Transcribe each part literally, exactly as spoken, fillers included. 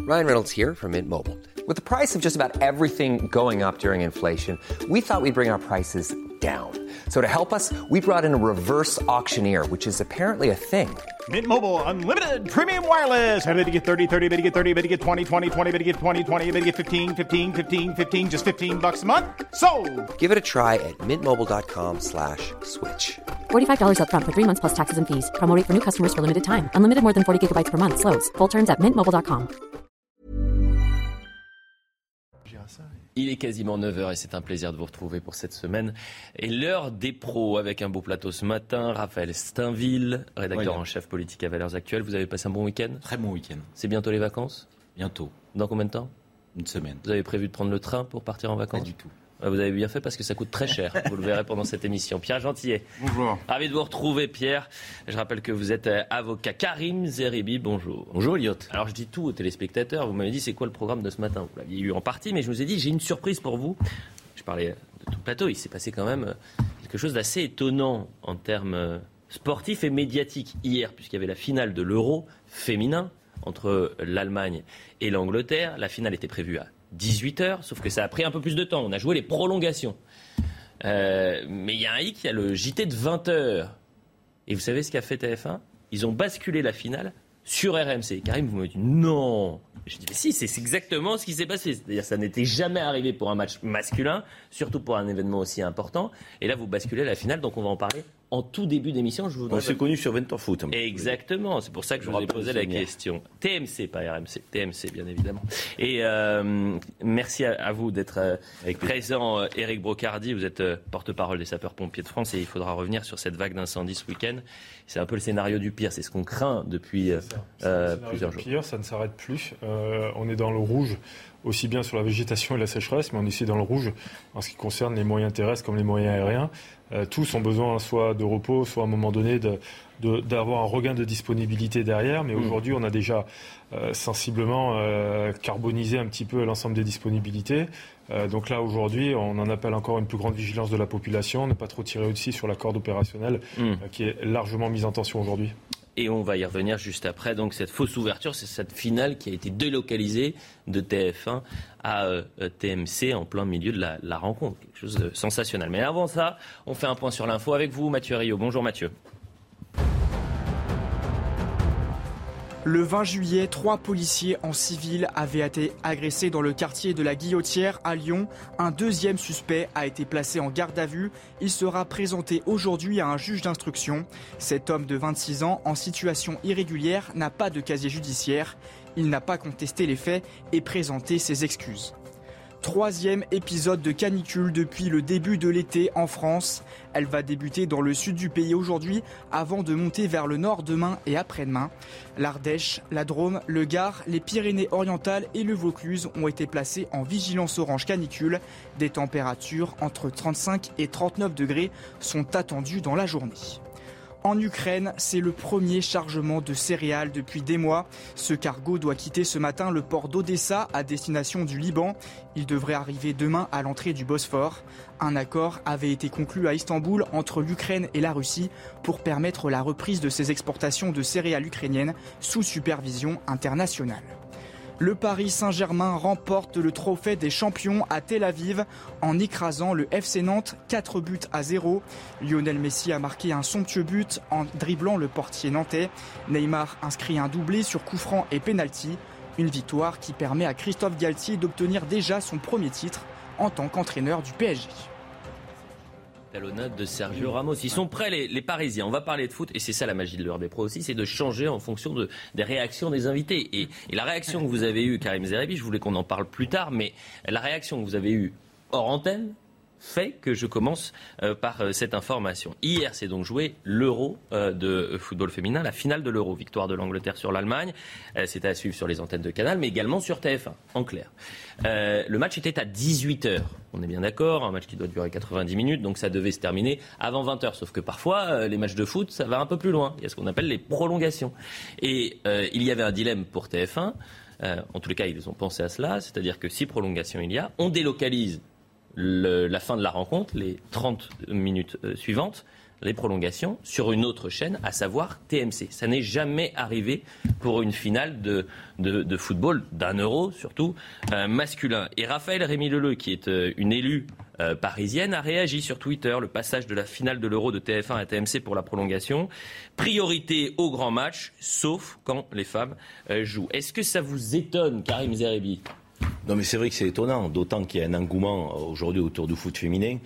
Ryan Reynolds here from Mint Mobile. With the price of just about everything going up during inflation, we thought we'd bring our prices down. So to help us, we brought in a reverse auctioneer, which is apparently a thing. Mint Mobile Unlimited Premium Wireless. How to get thirty, thirty, how to get thirty, how to get twenty, twenty, twenty, how to get twenty, twenty, how to get fifteen, fifteen, fifteen, fifteen, just fifteen bucks a month? Sold! Give it a try at mintmobile.com slash switch. forty-five dollars up front for three months plus taxes and fees. Promo rate for new customers for limited time. Unlimited more than forty gigabytes per month. Slows full terms at mint mobile dot com. Il est quasiment neuf heures et c'est un plaisir de vous retrouver pour cette semaine. Et l'heure des pros avec un beau plateau ce matin. Raphaël Steinville, rédacteur ouais, en chef politique à Valeurs Actuelles. Vous avez passé un bon week-end ? Très bon week-end. C'est bientôt les vacances ? Bientôt. Dans combien de temps ? Une semaine. Vous avez prévu de prendre le train pour partir en vacances ? Pas du tout. Vous avez bien fait parce que ça coûte très cher. Vous le verrez pendant cette émission. Pierre Gentillet. Bonjour. Ravi de vous retrouver, Pierre. Je rappelle que vous êtes avocat. Karim Zeribi, bonjour. Bonjour, Elliot. Alors, je dis tout aux téléspectateurs. Vous m'avez dit, c'est quoi le programme de ce matin ? Vous l'aviez eu en partie, mais je vous ai dit, j'ai une surprise pour vous. Je parlais de tout le plateau. Il s'est passé quand même quelque chose d'assez étonnant en termes sportifs et médiatiques hier, puisqu'il y avait la finale de l'Euro féminin entre l'Allemagne et l'Angleterre. La finale était prévue à dix-huit heures, sauf que ça a pris un peu plus de temps. On a joué les prolongations. Euh, mais il y a un hic, il y a le J T de vingt heures. Et vous savez ce qu'a fait T F un ? Ils ont basculé la finale sur R M C. Karim, vous me dites non. Je dis mais si, c'est exactement ce qui s'est passé. C'est-à-dire ça n'était jamais arrivé pour un match masculin, surtout pour un événement aussi important. Et là, vous basculez la finale, donc on va en parler en tout début d'émission. Je vous On s'est connu sur vingt heures foot. Exactement, c'est pour ça que je, je vous ai posé la question. T M C, pas R M C. T M C, bien évidemment. Et euh, merci à, à vous d'être euh, présent, euh, Éric Brocardi. Vous êtes euh, porte-parole des sapeurs-pompiers de France et il faudra revenir sur cette vague d'incendie ce week-end. C'est un peu le scénario du pire, c'est ce qu'on craint depuis euh, euh, plusieurs jours. Pire, ça ne s'arrête plus. Euh, on est dans le rouge, aussi bien sur la végétation et la sécheresse, mais on est aussi dans le rouge en ce qui concerne les moyens terrestres comme les moyens aériens. Euh, tous ont besoin soit de repos, soit à un moment donné de, de, d'avoir un regain de disponibilité derrière. Mais mmh. aujourd'hui, on a déjà euh, sensiblement euh, carbonisé un petit peu l'ensemble des disponibilités. Euh, donc là, aujourd'hui, on en appelle encore une plus grande vigilance de la population, ne pas trop tirer aussi sur la corde opérationnelle mmh. euh, qui est largement mise en tension aujourd'hui. Et on va y revenir juste après. Donc cette fausse ouverture, c'est cette finale qui a été délocalisée de T F un à euh, T M C en plein milieu de la, la rencontre. Quelque chose de sensationnel. Mais avant ça, on fait un point sur l'info avec vous, Mathieu Rio. Bonjour Mathieu. Le vingt juillet, trois policiers en civil avaient été agressés dans le quartier de la Guillotière à Lyon. Un deuxième suspect a été placé en garde à vue. Il sera présenté aujourd'hui à un juge d'instruction. Cet homme de vingt-six ans, en situation irrégulière, n'a pas de casier judiciaire. Il n'a pas contesté les faits et présenté ses excuses. Troisième épisode de canicule depuis le début de l'été en France. Elle va débuter dans le sud du pays aujourd'hui avant de monter vers le nord demain et après-demain. L'Ardèche, la Drôme, le Gard, les Pyrénées-Orientales et le Vaucluse ont été placés en vigilance orange canicule. Des températures entre trente-cinq et trente-neuf degrés sont attendues dans la journée. En Ukraine, c'est le premier chargement de céréales depuis des mois. Ce cargo doit quitter ce matin le port d'Odessa à destination du Liban. Il devrait arriver demain à l'entrée du Bosphore. Un accord avait été conclu à Istanbul entre l'Ukraine et la Russie pour permettre la reprise de ces exportations de céréales ukrainiennes sous supervision internationale. Le Paris Saint-Germain remporte le trophée des champions à Tel Aviv en écrasant le F C Nantes quatre buts à zéro. Lionel Messi a marqué un somptueux but en dribblant le portier nantais. Neymar inscrit un doublé sur coup franc et pénalty. Une victoire qui permet à Christophe Galtier d'obtenir déjà son premier titre en tant qu'entraîneur du P S G. Talonnade de Sergio Ramos. Ils sont prêts, les, les Parisiens. On va parler de foot et c'est ça la magie de l'heure des pros aussi, c'est de changer en fonction de, des réactions des invités. Et, et la réaction que vous avez eue, Karim Zeribi, je voulais qu'on en parle plus tard, mais la réaction que vous avez eue hors antenne fait que je commence euh, par euh, cette information. Hier, c'est donc joué l'Euro euh, de football féminin, la finale de l'Euro, victoire de l'Angleterre sur l'Allemagne. Euh, c'était à suivre sur les antennes de Canal, mais également sur T F un, en clair. Euh, le match était à dix-huit heures. On est bien d'accord, un match qui doit durer quatre-vingt-dix minutes, donc ça devait se terminer avant vingt heures. Sauf que parfois, euh, les matchs de foot, ça va un peu plus loin. Il y a ce qu'on appelle les prolongations. Et euh, il y avait un dilemme pour T F un. Euh, en tous les cas, ils ont pensé à cela. C'est-à-dire que si prolongation il y a, on délocalise Le, la fin de la rencontre, les trente minutes euh, suivantes, les prolongations sur une autre chaîne, à savoir T M C. Ça n'est jamais arrivé pour une finale de, de, de football, d'un euro surtout, euh, masculin. Et Raphaël Rémy-Leleu, qui est euh, une élue euh, parisienne, a réagi sur Twitter, le passage de la finale de l'euro de T F un à T M C pour la prolongation. Priorité au grand match, sauf quand les femmes euh, jouent. Est-ce que ça vous étonne, Karim Zerebi ? Non, mais c'est vrai que c'est étonnant, d'autant qu'il y a un engouement aujourd'hui autour du foot féminin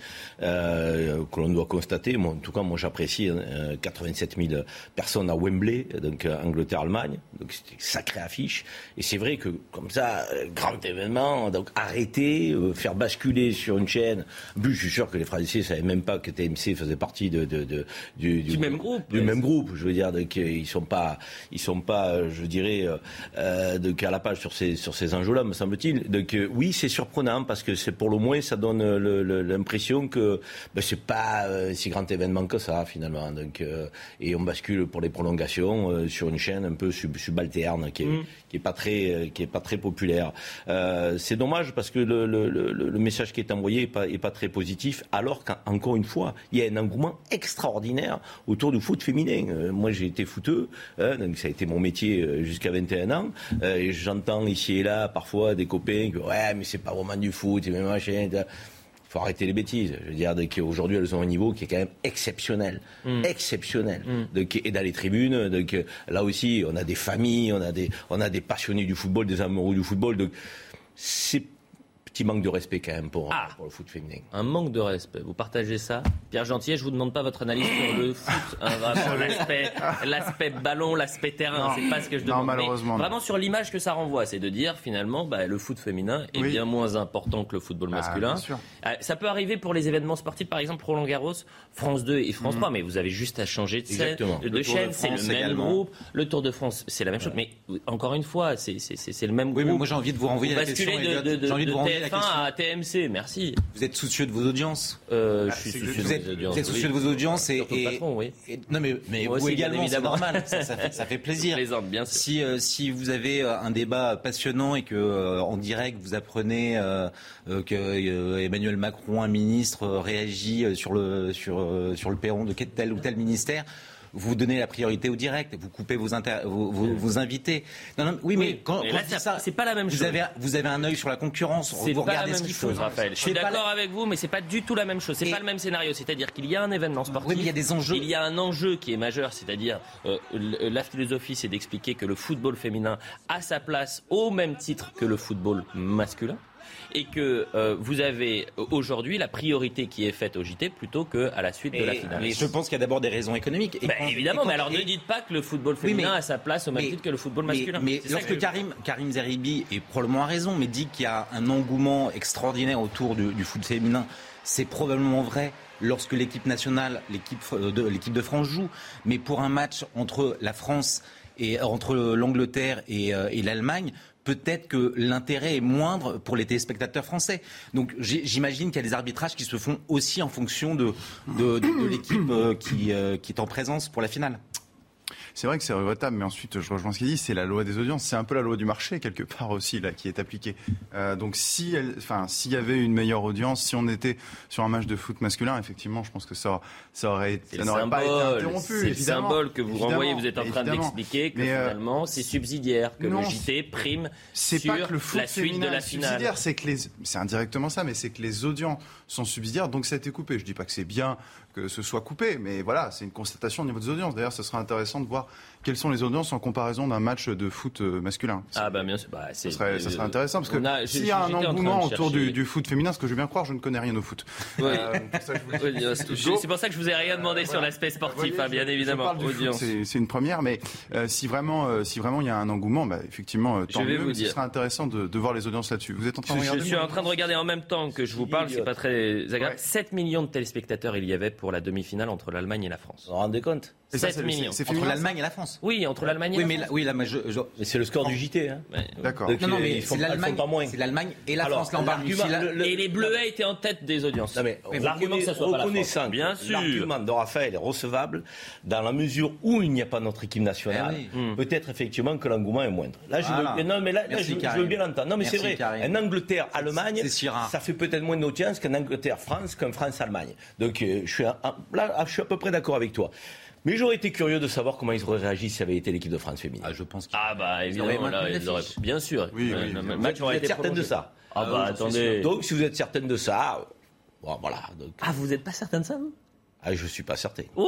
euh, que l'on doit constater. Moi, en tout cas, moi j'apprécie euh, quatre-vingt-sept mille personnes à Wembley, donc euh, Angleterre-Allemagne, donc c'était une sacrée affiche. Et c'est vrai que comme ça, euh, grand événement, donc arrêter, euh, faire basculer sur une chaîne. En plus, je suis sûr que les Français ne savaient même pas que T M C faisait partie de, de, de, du, du, du même groupe. Du même groupe, je veux dire, donc ils sont pas, ils sont pas, je dirais, euh, donc à la page sur ces sur ces enjeux-là, me semble-t-il. Donc euh, oui, c'est surprenant parce que c'est pour le moins ça donne le, le, l'impression que ben, c'est pas euh, un si grand événement que ça finalement. Donc euh, et on bascule pour les prolongations euh, sur une chaîne un peu sub, subalterne qui est, mmh. qui est pas très euh, qui est pas très populaire. Euh, c'est dommage parce que le, le, le, le message qui est envoyé est pas, est pas très positif. Alors qu'encore une fois, il y a un engouement extraordinaire autour du foot féminin. Euh, moi, j'ai été footeux, hein, donc ça a été mon métier jusqu'à vingt et un ans. Euh, et j'entends ici et là parfois des copains que ouais mais c'est pas vraiment du foot, c'est même machin. Il faut arrêter les bêtises. Je veux dire qu'aujourd'hui elles ont un niveau qui est quand même exceptionnel, mmh. exceptionnel. Mmh. Donc, et dans les tribunes, donc là aussi on a des familles, on a des on a des passionnés du football, des amoureux du football. Donc c'est petit manque de respect quand même pour, ah, pour le foot féminin. Un manque de respect. Vous partagez ça, Pierre Gentillet? Je vous demande pas votre analyse sur le foot, hein, vraiment l'aspect, l'aspect ballon, l'aspect terrain. Non, c'est pas ce que je demande. Non, malheureusement. Mais vraiment sur l'image que ça renvoie, c'est de dire finalement, bah, le foot féminin est oui. bien moins important que le football masculin. Ah, ça peut arriver pour les événements sportifs, par exemple Roland Garros, France deux et France mmh. trois, mais vous avez juste à changer de, scène, de chaîne. C'est le même également. Groupe. Le Tour de France, c'est la même chose. Ouais. Mais encore une fois, c'est, c'est, c'est, c'est le même oui, groupe. Mais moi j'ai envie de vous renvoyer la question. De, de, de, j'ai envie de, de vous renvoyer T F un à T M C, merci. Vous êtes soucieux de vos audiences euh, ah, je suis soucieux vous, êtes, de vous êtes soucieux oui. de vos audiences et, et, patron, oui. et non mais, mais vous aussi, également, c'est normal, ça, ça, fait, ça fait plaisir. Plaisante, bien sûr. Si, euh, si vous avez un débat passionnant et que euh, en direct vous apprenez euh, que euh, Emmanuel Macron, un ministre, euh, réagit sur le sur euh, sur le perron de tel ou tel ministère. Vous donnez la priorité au direct, vous coupez vos, inter... vos, vos, vos invités. Non, non, oui, mais oui, quand, mais quand là, je dis ça, c'est pas la même vous chose. Avez, vous avez un œil sur la concurrence, c'est vous pas regardez la même ce qu'il chose, faut. Raphaël. Je suis d'accord la... avec vous, mais c'est pas du tout la même chose. C'est et... pas le même scénario. C'est-à-dire qu'il y a un événement sportif. Oui, mais il y a des enjeux. Il y a un enjeu qui est majeur, c'est-à-dire euh, la philosophie, c'est d'expliquer que le football féminin a sa place au même titre que le football masculin. Et que euh, vous avez aujourd'hui la priorité qui est faite au J T plutôt qu'à la suite et, de la finale. Mais je pense qu'il y a d'abord des raisons économiques. Et bah, quand, évidemment, et quand, mais alors et... ne dites pas que le football féminin oui, mais, a sa place au même mais, titre que le football masculin. Mais, mais lorsque Karim, Karim Zerebi, et probablement a raison, mais dit qu'il y a un engouement extraordinaire autour du, du foot féminin, c'est probablement vrai lorsque l'équipe nationale, l'équipe de, l'équipe de France joue. Mais pour un match entre la France et entre l'Angleterre et, et l'Allemagne, peut-être que l'intérêt est moindre pour les téléspectateurs français. Donc j'imagine qu'il y a des arbitrages qui se font aussi en fonction de, de, de, de l'équipe euh, qui, euh, qui est en présence pour la finale. C'est vrai que c'est regrettable, mais ensuite, je rejoins ce qu'il dit, c'est la loi des audiences. C'est un peu la loi du marché, quelque part aussi, là, qui est appliquée. Euh, donc, si elle, enfin, s'il y avait une meilleure audience, si on était sur un match de foot masculin, effectivement, je pense que ça, ça aurait été, ça n'aurait symbole, pas été interrompu. C'est évidemment. Le symbole que vous évidemment, renvoyez, vous êtes en train évidemment. d'expliquer que mais finalement, euh, c'est subsidiaire, que non, le J T prime c'est sur pas que le foot la suite de la finale. C'est que les, c'est indirectement ça, mais c'est que les audiences sont subsidiaires, donc ça a été coupé. Je dis pas que c'est bien que ce soit coupé, mais voilà, c'est une constatation au niveau des audiences. D'ailleurs, ce sera intéressant de voir quelles sont les audiences en comparaison d'un match de foot masculin. Ah bah bien sûr, bah, c'est, ça serait, ça serait intéressant parce que a, s'il y a un engouement autour du, du foot féminin, ce que je veux bien croire, je ne connais rien au foot. Oui. Euh, pour ça, je oui, c'est, c'est pour ça que je vous ai rien demandé voilà. sur l'aspect sportif, voyez, hein, bien je, évidemment. Je foot, c'est, c'est une première, mais euh, si vraiment, euh, si vraiment il y a un engouement, bah, effectivement, euh, tant mieux. Ce serait intéressant de, de voir les audiences là-dessus. Vous êtes en train de regarder? Je suis en train de regarder en même temps que je vous parle. C'est pas très agréable. sept millions de téléspectateurs il y avait pour la demi-finale entre l'Allemagne et la France. Vous vous rendez compte? sept millions. C'est entre l'Allemagne l'Allemagne et la France. Oui, entre l'Allemagne et oui, la mais France. La, oui, là, mais, je, je... mais c'est le score du J T. Hein. Ouais. D'accord. Non, non, mais font, c'est l'Allemagne, pas moins. c'est l'Allemagne et la Alors, France. Là, on parle du fila... le, le, Et les Bleuets étaient en tête des audiences. Non, mais, mais l'argument que ça soit pas la France. Bien sûr. L'argument de Raphaël est recevable dans la mesure où il n'y a pas notre équipe nationale. Eh oui. Peut-être effectivement que l'engouement est moindre. Là, je voilà. veux, non, mais là, Merci, là, je, je veux bien l'entendre. Non, mais Merci, c'est vrai. Karim. Un Angleterre-Allemagne, ça fait peut-être moins d'audience qu'un Angleterre-France, qu'un France-Allemagne. Donc, euh, je suis à, là, je suis à peu près d'accord avec toi. Mais j'aurais été curieux de savoir comment ils auraient réagi si ça avait été l'équipe de France féminine. Ah, je pense qu'ils Ah bah évidemment, là, ils auraient... bien sûr. Oui, oui, le bien. match Vous aurait êtes été certaine de ça? Ah bah attendez. Donc, si vous êtes certaine de ça, bon, voilà. Donc... Ah, vous n'êtes pas certain de ça, vous? Ah, je suis pas certain. Oh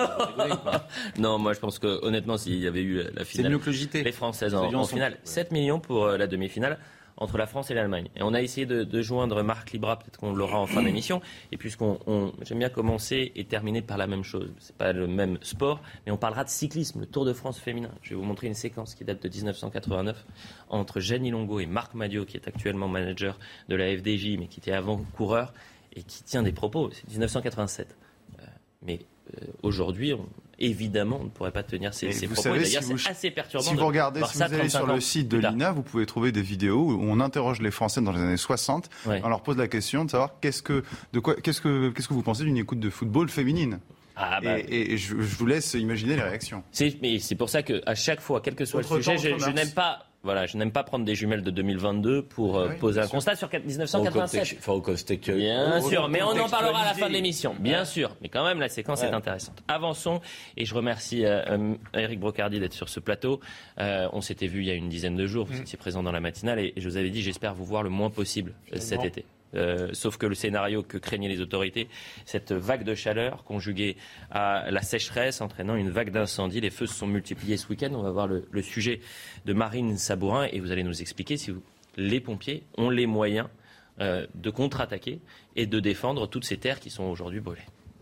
non, moi je pense que honnêtement, s'il y avait eu la finale, c'est mieux que le J T. Les Françaises en, en finale, ouais. sept millions pour euh, la demi-finale entre la France et l'Allemagne. Et on a essayé de, de joindre Marc Libra, peut-être qu'on l'aura en fin d'émission. Et puisqu'on, on, j'aime bien commencer et terminer par la même chose. C'est pas le même sport, mais on parlera de cyclisme, le Tour de France féminin. Je vais vous montrer une séquence qui date de dix-neuf cent quatre-vingt-neuf entre Jenny Longo et Marc Madiot, qui est actuellement manager de la F D J, mais qui était avant coureur et qui tient des propos. C'est dix-neuf cent quatre-vingt-sept. Euh, mais euh, aujourd'hui, on, évidemment, on ne pourrait pas tenir ces, ces propos. Savez, D'ailleurs, si vous, c'est assez perturbant. Si vous regardez, de si vous allez sur le site de l'I N A, vous pouvez trouver des vidéos où on interroge les Français dans les années soixante. Ouais. On leur pose la question de savoir qu'est-ce que, de quoi, qu'est-ce que, qu'est-ce que vous pensez d'une écoute de football féminine. Ah bah, et, et je, je vous laisse imaginer les réactions. C'est, mais c'est pour ça qu'à chaque fois, quel que soit Autre le sujet, je, je n'aime pas. Voilà, je n'aime pas prendre des jumelles de deux mille vingt-deux pour euh, oui, poser un sûr. constat sur dix-neuf cent quatre-vingt-sept. Faut contextualiser. Bien oh, sûr, mais on en parlera à la fin de l'émission. Bien ouais. sûr, mais quand même, la séquence ouais. est intéressante. Avançons, et je remercie euh, Éric Brocardi d'être sur ce plateau. Euh, on s'était vu il y a une dizaine de jours, vous mmh. étiez présent dans la matinale, et, et je vous avais dit, j'espère vous voir le moins possible euh, cet été. Euh, sauf que le scénario que craignaient les autorités, cette vague de chaleur conjuguée à la sécheresse entraînant une vague d'incendie. Les feux se sont multipliés ce week-end. On va voir le, le sujet de Marine Sabourin et vous allez nous expliquer si vous, les pompiers ont les moyens euh, de contre-attaquer et de défendre toutes ces terres qui sont aujourd'hui brûlées.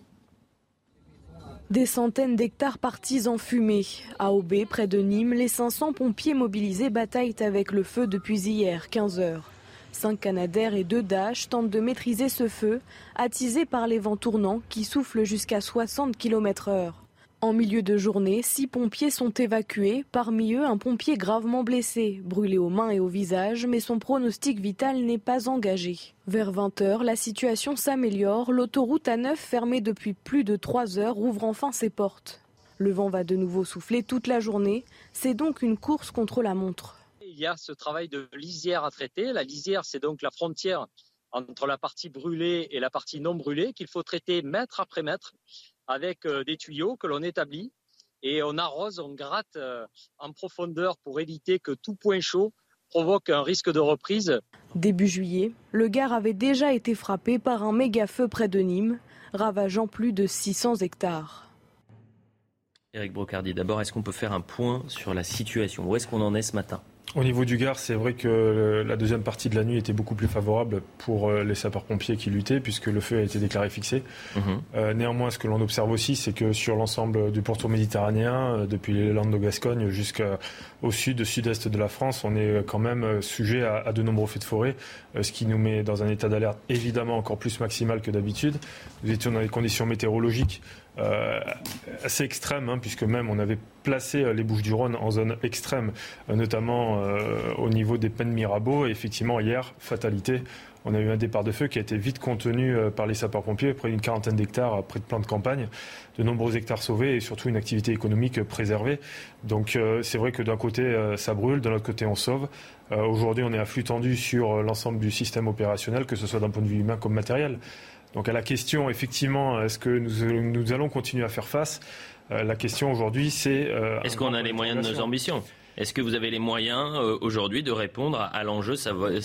Des centaines d'hectares partis en fumée. À Aubé, près de Nîmes, les cinq cents pompiers mobilisés bataillent avec le feu depuis hier, quinze heures. Cinq Canadair et deux Dash tentent de maîtriser ce feu, attisé par les vents tournants qui soufflent jusqu'à soixante kilomètres heure. En milieu de journée, six pompiers sont évacués, parmi eux un pompier gravement blessé, brûlé aux mains et au visage, mais son pronostic vital n'est pas engagé. Vers vingt heures, la situation s'améliore, l'autoroute A neuf fermée depuis plus de trois heures ouvre enfin ses portes. Le vent va de nouveau souffler toute la journée, c'est donc une course contre la montre. Il y a ce travail de lisière à traiter. La lisière, c'est donc la frontière entre la partie brûlée et la partie non brûlée qu'il faut traiter mètre après mètre avec des tuyaux que l'on établit. Et on arrose, on gratte en profondeur pour éviter que tout point chaud provoque un risque de reprise. Début juillet, le Gard avait déjà été frappé par un méga-feu près de Nîmes, ravageant plus de six cents hectares. Éric Brocardi, d'abord, est-ce qu'on peut faire un point sur la situation? Où est-ce qu'on en est ce matin? Au niveau du Gard, c'est vrai que la deuxième partie de la nuit était beaucoup plus favorable pour les sapeurs-pompiers qui luttaient, puisque le feu a été déclaré fixé. Mmh. Euh, néanmoins, ce que l'on observe aussi, c'est que sur l'ensemble du pourtour méditerranéen, depuis les Landes de Gascogne jusqu'au sud, sud-est de la France, on est quand même sujet à, à de nombreux feux de forêt, ce qui nous met dans un état d'alerte évidemment encore plus maximal que d'habitude. Nous étions dans des conditions météorologiques Euh, assez extrême, hein, puisque même on avait placé les Bouches-du-Rhône en zone extrême, euh, notamment euh, au niveau des Pennes Mirabeau. Et effectivement, hier, fatalité, on a eu un départ de feu qui a été vite contenu euh, par les sapeurs-pompiers, près d'une quarantaine d'hectares, près de plans de campagne, de nombreux hectares sauvés et surtout une activité économique préservée. Donc euh, c'est vrai que d'un côté, euh, ça brûle, de l'autre côté, on sauve. Euh, aujourd'hui, on est à flux tendu sur l'ensemble du système opérationnel, que ce soit d'un point de vue humain comme matériel. Donc à la question, effectivement, est-ce que nous, nous allons continuer à faire face ? euh, La question aujourd'hui, c'est... Euh, est-ce qu'on a les moyens de nos ambitions ? Est-ce que vous avez les moyens euh, aujourd'hui de répondre à, à l'enjeu,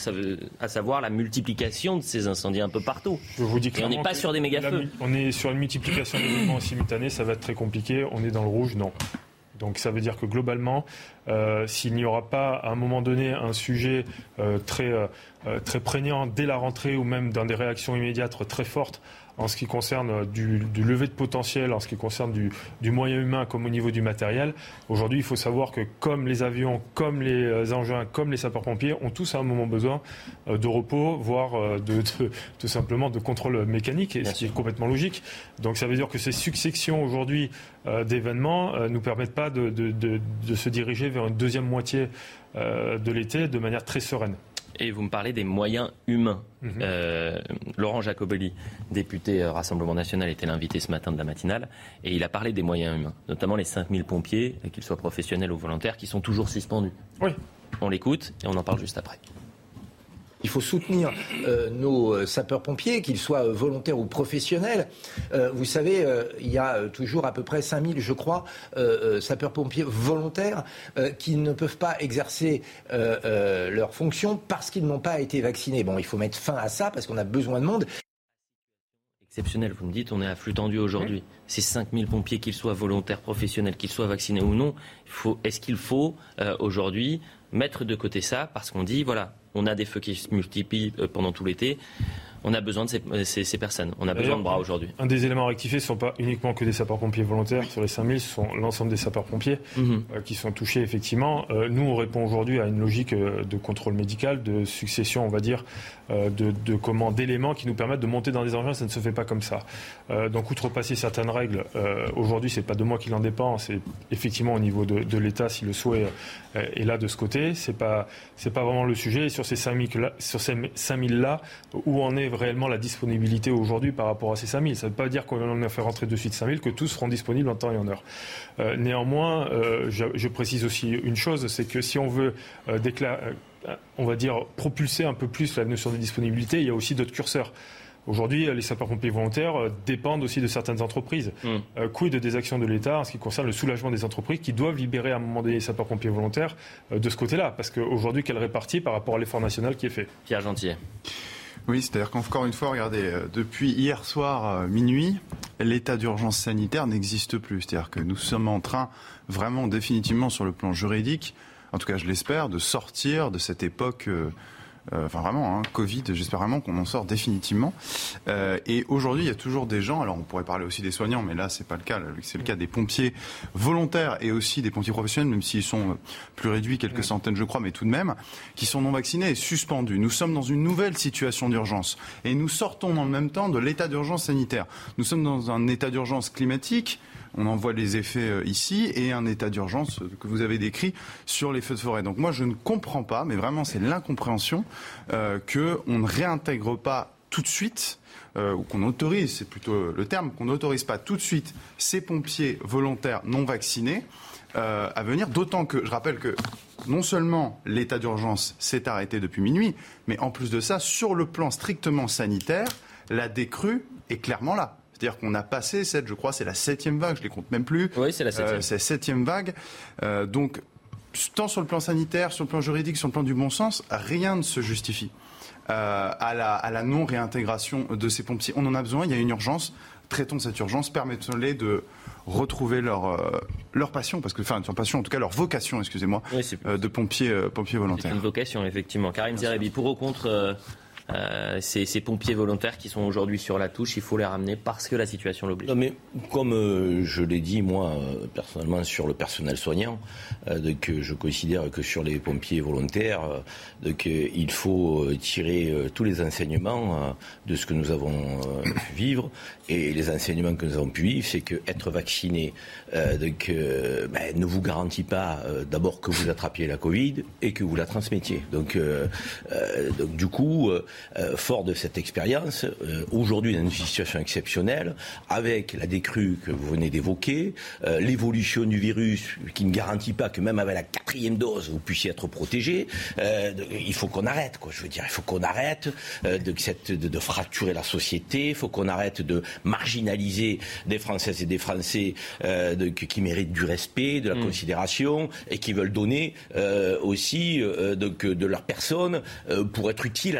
à savoir la multiplication de ces incendies un peu partout ? Je vous dis clairement, et on n'est pas sur des méga-feux. On est sur une multiplication d'événements simultanés, ça va être très compliqué. On est dans le rouge, non. Donc ça veut dire que globalement, euh, s'il n'y aura pas à un moment donné un sujet euh, très, euh, très prégnant dès la rentrée ou même dans des réactions immédiates très fortes en ce qui concerne du, du levé de potentiel, en ce qui concerne du, du moyen humain comme au niveau du matériel. Aujourd'hui, il faut savoir que comme les avions, comme les engins, comme les sapeurs-pompiers ont tous à un moment besoin de repos, voire de, de, tout simplement de contrôle mécanique, ce qui est complètement logique. Donc ça veut dire que ces successions aujourd'hui euh, d'événements euh, nous permettent pas de, de, de, de se diriger vers une deuxième moitié euh, de l'été de manière très sereine. Et vous me parlez des moyens humains. Mmh. Euh, Laurent Jacobelli, député euh, Rassemblement National, était l'invité ce matin de la matinale et il a parlé des moyens humains, notamment les cinq mille pompiers, qu'ils soient professionnels ou volontaires, qui sont toujours suspendus. Oui. On l'écoute et on en parle juste après. Il faut soutenir euh, nos sapeurs-pompiers, qu'ils soient euh, volontaires ou professionnels. Euh, vous savez, euh, il y a euh, toujours à peu près cinq mille, je crois, euh, euh, sapeurs-pompiers volontaires euh, qui ne peuvent pas exercer euh, euh, leurs fonctions parce qu'ils n'ont pas été vaccinés. Bon, il faut mettre fin à ça parce qu'on a besoin de monde. Exceptionnel, vous me dites, on est à flux tendu aujourd'hui. Mmh. Ces cinq mille pompiers, qu'ils soient volontaires, professionnels, qu'ils soient vaccinés ou non, il faut, est-ce qu'il faut euh, aujourd'hui mettre de côté ça parce qu'on dit, voilà, on a des feux qui se multiplient pendant tout l'été. On a besoin de ces, ces, ces personnes. On a besoin de bras aujourd'hui. Un des éléments à rectifier, ce ne sont pas uniquement que des sapeurs-pompiers volontaires. Sur les cinq mille, ce sont l'ensemble des sapeurs-pompiers mmh. euh, qui sont touchés, effectivement. Euh, nous, on répond aujourd'hui à une logique euh, de contrôle médical, de succession, on va dire, euh, de, de comment, d'éléments qui nous permettent de monter dans des engins. Ça ne se fait pas comme ça. Euh, donc, outrepasser certaines règles, euh, aujourd'hui, ce n'est pas de moi qui l'en dépend. C'est effectivement au niveau de, de l'État, si le souhait euh, est là de ce côté. Ce n'est pas, c'est pas vraiment le sujet. Et sur ces cinq mille-là, où en est réellement la disponibilité aujourd'hui par rapport à ces cinq mille. Ça ne veut pas dire qu'on en a fait rentrer de suite cinq mille, que tous seront disponibles en temps et en heure. Euh, néanmoins, euh, je, je précise aussi une chose, c'est que si on veut euh, déclarer, euh, on va dire, propulser un peu plus la notion de disponibilité, il y a aussi d'autres curseurs. Aujourd'hui, les sapeurs-pompiers volontaires euh, dépendent aussi de certaines entreprises. Mmh. Euh, quid des actions de l'État en ce qui concerne le soulagement des entreprises qui doivent libérer à un moment donné les sapeurs-pompiers volontaires euh, de ce côté-là. Parce qu'aujourd'hui, quelle répartie par rapport à l'effort national qui est fait ? Pierre Gentillet. Oui, c'est-à-dire qu'encore une fois, regardez, euh, depuis hier soir euh, minuit, l'état d'urgence sanitaire n'existe plus. C'est-à-dire que nous sommes en train, vraiment définitivement sur le plan juridique, en tout cas je l'espère, de sortir de cette époque... Euh, Euh, enfin vraiment, hein, Covid, j'espère vraiment qu'on en sort définitivement. Euh, et aujourd'hui, il y a toujours des gens, alors on pourrait parler aussi des soignants, mais là, c'est pas le cas. Là, c'est le cas des pompiers volontaires et aussi des pompiers professionnels, même s'ils sont plus réduits, quelques centaines, je crois, mais tout de même, qui sont non vaccinés et suspendus. Nous sommes dans une nouvelle situation d'urgence. Et nous sortons dans le même temps de l'état d'urgence sanitaire. Nous sommes dans un état d'urgence climatique. On en voit les effets ici et un état d'urgence que vous avez décrit sur les feux de forêt. Donc moi, je ne comprends pas, mais vraiment, c'est l'incompréhension euh, qu'on ne réintègre pas tout de suite, euh, ou qu'on autorise, c'est plutôt le terme, qu'on n'autorise pas tout de suite ces pompiers volontaires non vaccinés euh, à venir. D'autant que, je rappelle que non seulement l'état d'urgence s'est arrêté depuis minuit, mais en plus de ça, sur le plan strictement sanitaire, la décrue est clairement là. C'est-à-dire qu'on a passé cette, je crois, c'est la septième vague, je ne les compte même plus. Oui, c'est la septième. Euh, c'est la septième vague. Euh, donc, tant sur le plan sanitaire, sur le plan juridique, sur le plan du bon sens, rien ne se justifie euh, à la, à la non-réintégration de ces pompiers. On en a besoin, il y a une urgence. Traitons de cette urgence, permettons-les de retrouver leur, euh, leur passion, parce que, enfin, leur passion, en tout cas leur vocation, excusez-moi, oui, euh, de pompiers, euh, pompiers volontaires. C'est une vocation, effectivement. Karim Zerebi, pour ou contre euh, euh, ces, ces pompiers volontaires qui sont aujourd'hui sur la touche, il faut les ramener parce que la situation l'oblige. Non, mais comme euh, je l'ai dit, moi, euh, personnellement, sur le personnel soignant, euh, donc, je considère que sur les pompiers volontaires, euh, donc, euh, il faut euh, tirer euh, tous les enseignements euh, de ce que nous avons euh, pu vivre. Et les enseignements que nous avons pu vivre, c'est qu'être vacciné euh, donc, euh, ben, ne vous garantit pas euh, d'abord que vous attrapiez la Covid et que vous la transmettiez. Donc, euh, euh, donc du coup, euh, fort de cette expérience, euh, aujourd'hui dans une situation exceptionnelle, avec la décrue que vous venez d'évoquer, euh, l'évolution du virus qui ne garantit pas que même avec la quatrième dose, vous puissiez être protégé, euh, il faut qu'on arrête, quoi. Je veux dire, il faut qu'on arrête euh, de, cette, de, de fracturer la société, il faut qu'on arrête de marginaliser des Françaises et des Français euh, de, qui méritent du respect, de la mmh. considération et qui veulent donner euh, aussi euh, de, de leur personne euh, pour être utile à la nation.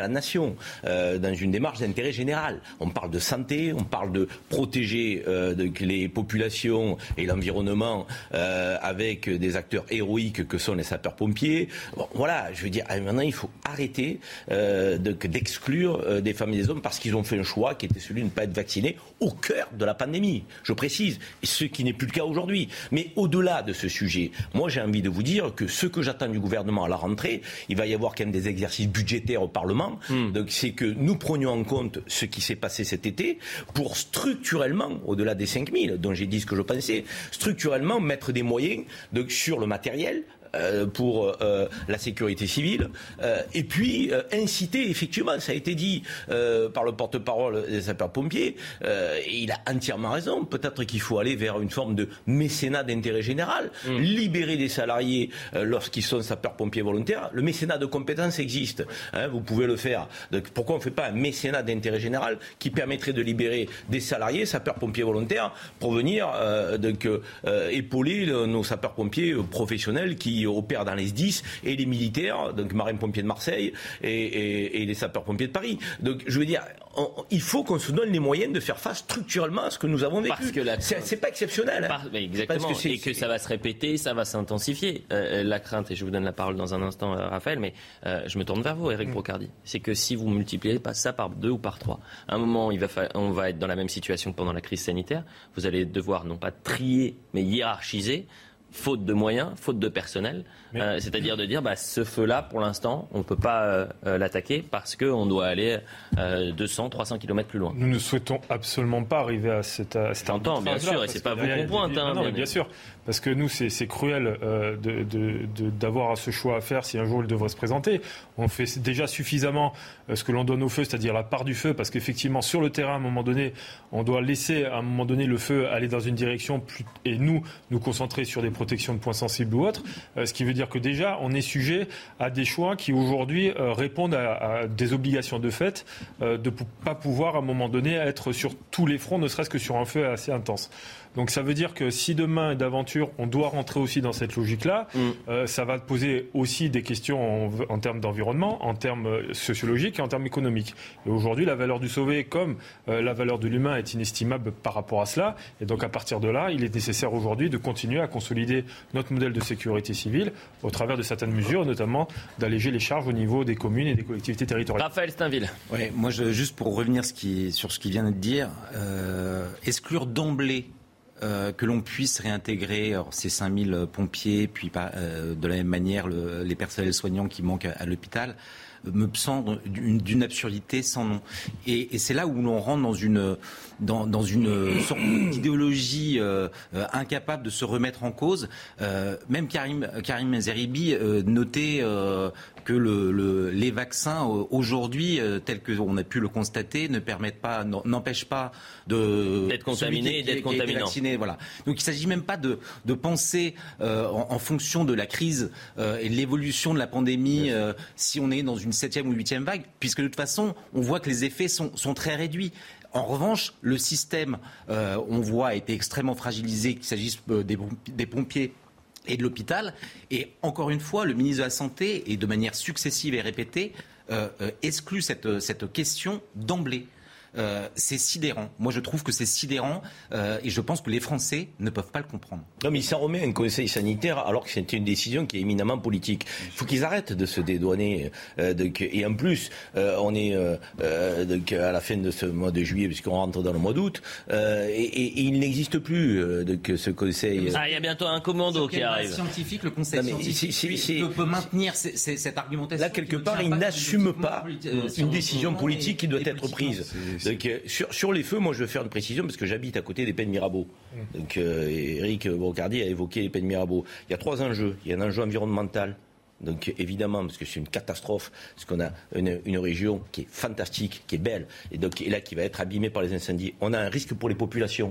population euh, dans une démarche d'intérêt général. On parle de santé, on parle de protéger euh, de, les populations et l'environnement euh, avec des acteurs héroïques que sont les sapeurs-pompiers. Bon, voilà, je veux dire, maintenant il faut arrêter euh, de, d'exclure euh, des femmes et des hommes parce qu'ils ont fait un choix qui était celui de ne pas être vaccinés au cœur de la pandémie, je précise, et ce qui n'est plus le cas aujourd'hui. Mais au-delà de ce sujet, moi j'ai envie de vous dire que ce que j'attends du gouvernement à la rentrée, il va y avoir quand même des exercices budgétaires au Parlement, mmh. donc c'est que nous prenions en compte ce qui s'est passé cet été pour structurellement, au-delà des cinq mille dont j'ai dit ce que je pensais, structurellement mettre des moyens donc, sur le matériel, Euh, pour euh, la sécurité civile euh, et puis euh, inciter, effectivement, ça a été dit euh, par le porte-parole des sapeurs-pompiers, euh, et il a entièrement raison, peut-être qu'il faut aller vers une forme de mécénat d'intérêt général, mmh. libérer des salariés euh, lorsqu'ils sont sapeurs-pompiers volontaires. Le mécénat de compétences existe, hein, vous pouvez le faire. Donc, pourquoi on ne fait pas un mécénat d'intérêt général qui permettrait de libérer des salariés sapeurs-pompiers volontaires pour venir euh, donc, euh, épauler le, nos sapeurs-pompiers professionnels qui opèrent dans les S D I S et les militaires, donc marins-pompiers de Marseille et, et, et les sapeurs-pompiers de Paris. Donc je veux dire, on, il faut qu'on se donne les moyens de faire face structurellement à ce que nous avons vécu. Parce que la... c'est, c'est pas exceptionnel. Hein. Par... Exactement. Parce que c'est, et que ça va se répéter, ça va s'intensifier. Euh, la crainte, et je vous donne la parole dans un instant, euh, Raphaël, mais euh, je me tourne vers vous, Éric mmh. Brocardi. C'est que si vous multipliez pas ça par deux ou par trois, à un moment, il va fa... on va être dans la même situation que pendant la crise sanitaire. Vous allez devoir non pas trier, mais hiérarchiser. Faute de moyens, faute de personnel, euh, c'est-à-dire de dire bah, ce feu-là, pour l'instant, on ne peut pas euh, l'attaquer parce qu'on doit aller euh, deux cents, trois cents kilomètres plus loin. Nous ne souhaitons absolument pas arriver à cette à cette J'entends, bien sûr, et c'est pas vous qu'on pointe. Hein, non, mais bien sûr, parce que nous, c'est, c'est cruel euh, de, de, de, d'avoir ce choix à faire si un jour il devrait se présenter. On fait déjà suffisamment euh, ce que l'on donne au feu, c'est-à-dire la part du feu, parce qu'effectivement, sur le terrain, à un moment donné, on doit laisser à un moment donné le feu aller dans une direction plus, et nous, nous concentrer sur des protection de points sensibles ou autres, euh, ce qui veut dire que déjà on est sujet à des choix qui aujourd'hui euh, répondent à, à des obligations de fait euh, de ne pou- pas pouvoir à un moment donné être sur tous les fronts, ne serait-ce que sur un feu assez intense. Donc ça veut dire que si demain d'aventure on doit rentrer aussi dans cette logique-là, mmh. euh, ça va poser aussi des questions en, en termes d'environnement, en termes sociologiques et en termes économiques. Et aujourd'hui la valeur du sauvé comme euh, la valeur de l'humain est inestimable par rapport à cela. Et donc à partir de là, il est nécessaire aujourd'hui de continuer à consolider notre modèle de sécurité civile au travers de certaines mesures, notamment d'alléger les charges au niveau des communes et des collectivités territoriales. Raphaël Steinville. Ouais, moi je, juste pour revenir ce qui, sur ce qui vient de dire, euh, exclure d'emblée Euh, que l'on puisse réintégrer alors, ces cinq mille pompiers, puis euh, de la même manière le, les personnels soignants qui manquent à, à l'hôpital, euh, me semble d'une, d'une absurdité sans nom. Et, et c'est là où l'on rentre dans une, dans, dans une sorte d'idéologie euh, euh, incapable de se remettre en cause. Euh, même Karim, Karim Zeribi euh, notait euh, que le, le, les vaccins euh, aujourd'hui, euh, tels qu'on a pu le constater, ne permettent pas, n'empêchent pas de d'être contaminé et d'être contaminant. Voilà. Donc il ne s'agit même pas de, de penser euh, en, en fonction de la crise euh, et de l'évolution de la pandémie, euh, si on est dans une septième ou huitième vague, puisque de toute façon, on voit que les effets sont, sont très réduits. En revanche, le système, euh, on voit, a été extrêmement fragilisé, qu'il s'agisse des, des pompiers et de l'hôpital. Et encore une fois, le ministre de la Santé, et de manière successive et répétée, euh, euh, exclut cette, cette question d'emblée. Euh, c'est sidérant. Moi, je trouve que c'est sidérant euh, et je pense que les Français ne peuvent pas le comprendre. Non, mais il s'en remet un conseil sanitaire alors que c'était une décision qui est éminemment politique. Il faut qu'ils arrêtent de se dédouaner. Euh, donc, et en plus, euh, on est euh, euh, donc à la fin de ce mois de juillet, puisqu'on rentre dans le mois d'août, euh, et, et, et il n'existe plus euh, donc, ce conseil. Ah, il y a bientôt un commando qui arrive. Scientifique, le conseil non, scientifique c'est, c'est, c'est, peut, peut maintenir c'est, c'est, cette argumentation. Là, quelque part, il n'assume pas euh, une décision politique qui doit être prise. Donc, euh, sur, sur les feux, moi je veux faire une précision parce que j'habite à côté des Pennes Mirabeau. Mmh. Donc euh, Éric Brocardi a évoqué les Pennes Mirabeau. Il y a trois enjeux. Il y a un enjeu environnemental. Donc évidemment, parce que c'est une catastrophe, parce qu'on a une, une région qui est fantastique, qui est belle, et donc et là qui va être abîmée par les incendies. On a un risque pour les populations.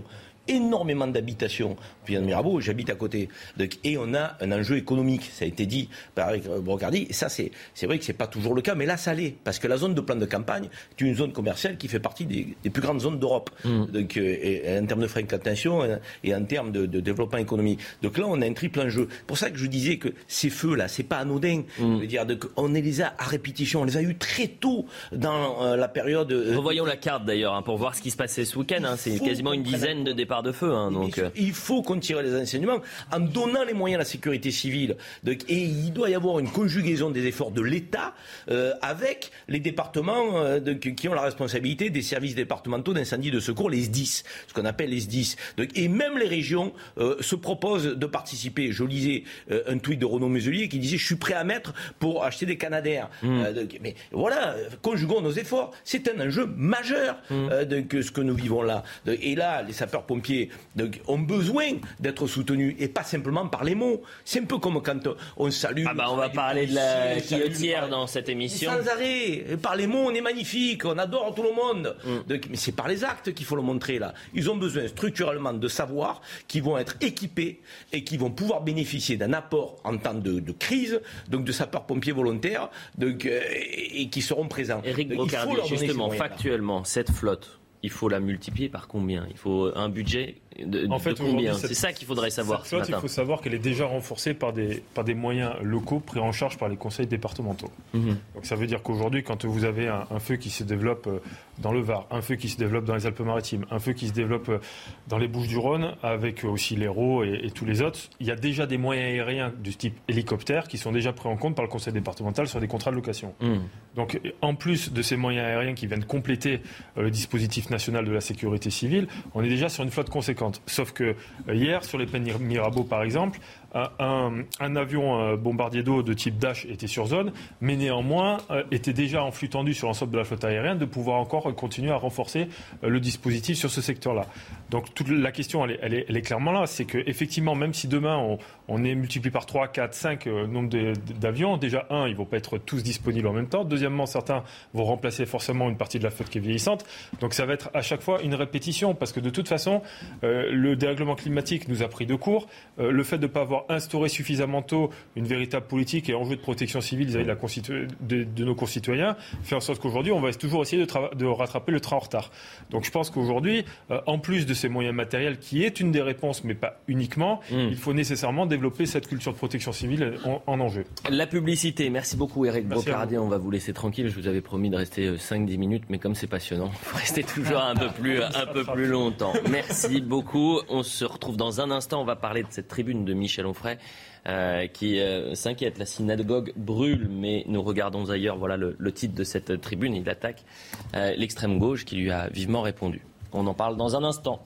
énormément d'habitations. Puis de Mirabeau, j'habite à côté. Donc, et on a un enjeu économique, ça a été dit par Eric Brocardi. Et ça, c'est, c'est vrai que c'est pas toujours le cas, mais là, ça l'est. Parce que la zone de plan de campagne est une zone commerciale qui fait partie des, des plus grandes zones d'Europe. Mmh. Donc, euh, et, et en termes de fréquentation et, et en termes de, de développement économique. Donc là, on a un triple enjeu. C'est pour ça que je disais que ces feux-là, c'est pas anodin. Mmh. Je veux dire, donc, on les a à répétition. On les a eu très tôt dans euh, la période. Euh, Revoyons la carte d'ailleurs hein, pour voir ce qui se passait ce week-end. Hein. C'est quasiment une dizaine de départs de feu. Hein, donc, euh... il faut qu'on tire les enseignements en donnant les moyens à la sécurité civile. Donc, et il doit y avoir une conjugaison des efforts de l'État euh, avec les départements euh, de, qui ont la responsabilité des services départementaux d'incendie de secours, les S D I S, ce qu'on appelle les S D I S. Donc, et même les régions euh, se proposent de participer. Je lisais euh, un tweet de Renaud Muselier qui disait « Je suis prêt à mettre pour acheter des Canadair mmh. ». Euh, mais voilà, conjuguons nos efforts. C'est un enjeu majeur mmh. euh, de, ce que nous vivons là. De, et là, les sapeurs-pompiers donc, ont besoin d'être soutenus et pas simplement par les mots. C'est un peu comme quand on salue... Ah bah on va parler de la guillotière dans cette émission. Sans arrêt. Par les mots, on est magnifique, on adore tout le monde. Mm. Donc, mais c'est par les actes qu'il faut le montrer là. Ils ont besoin structurellement de savoir qu'ils vont être équipés et qu'ils vont pouvoir bénéficier d'un apport en temps de, de crise, donc de sapeurs-pompiers volontaires, donc, euh, et, et qui seront présents. Éric Brocardi, justement, factuellement, cette flotte, il faut la multiplier par combien ? Il faut un budget de, en fait, de combien ? cette, C'est ça qu'il faudrait savoir cette flotte, ce matin. Il faut savoir qu'elle est déjà renforcée par des, par des moyens locaux pris en charge par les conseils départementaux. Mmh. Donc ça veut dire qu'aujourd'hui, quand vous avez un, un feu qui se développe dans le Var, un feu qui se développe dans les Alpes-Maritimes, un feu qui se développe dans les Bouches-du-Rhône, avec aussi l'Hérault et, et tous les autres, il y a déjà des moyens aériens du type hélicoptère qui sont déjà pris en compte par le conseil départemental sur des contrats de location. Mmh. Donc en plus de ces moyens aériens qui viennent compléter euh, le dispositif national de la sécurité civile, on est déjà sur une flotte conséquente. Sauf que euh, hier, sur les plaines Mirabeau par exemple, un, un, un avion euh, bombardier d'eau de type Dash était sur zone, mais néanmoins euh, était déjà en flux tendu sur l'ensemble de la flotte aérienne de pouvoir encore continuer à renforcer euh, le dispositif sur ce secteur-là. Donc toute la question, elle est, elle est, elle est clairement là. C'est qu'effectivement, même si demain on, on est multiplié par trois, quatre, cinq euh, nombre de, d'avions, déjà, un, ils ne vont pas être tous disponibles en même temps. Deuxièmement, certains vont remplacer forcément une partie de la flotte qui est vieillissante. Donc ça va être à chaque fois une répétition, parce que de toute façon, euh, le dérèglement climatique nous a pris de court. Euh, le fait de ne pas avoir instauré suffisamment tôt une véritable politique et enjeu de protection civile vis-à-vis de, la constitu- de, de nos concitoyens fait en sorte qu'aujourd'hui, on va toujours essayer de, tra- de rattraper le train en retard. Donc je pense qu'aujourd'hui, euh, en plus de ces moyens matériels, qui est une des réponses, mais pas uniquement, mmh. il faut nécessairement développer cette culture de protection civile en, en enjeu. La publicité. Merci beaucoup, Éric Brocardi. On va vous laisser tranquille. Je vous avais promis de rester cinq dix minutes, mais comme c'est passionnant, il faut rester toujours un peu plus, un peu plus longtemps. Merci beaucoup. On se retrouve dans un instant. On va parler de cette tribune de Michel Onfray euh, qui euh, s'inquiète. La synagogue brûle, mais nous regardons ailleurs. Voilà le, le titre de cette tribune. Il attaque euh, l'extrême gauche qui lui a vivement répondu. On en parle dans un instant.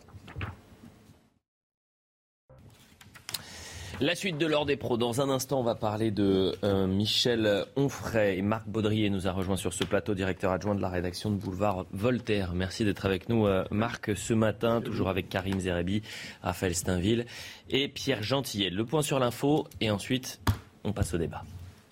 La suite de l'heure des pros. Dans un instant, on va parler de euh, Michel Onfray. Et Marc Baudrier nous a rejoint sur ce plateau, directeur adjoint de la rédaction de Boulevard Voltaire. Merci d'être avec nous, euh, Marc, ce matin, toujours avec Karim Zerebi, Raphaël Steinville et Pierre Gentillet. Le point sur l'info et ensuite, on passe au débat.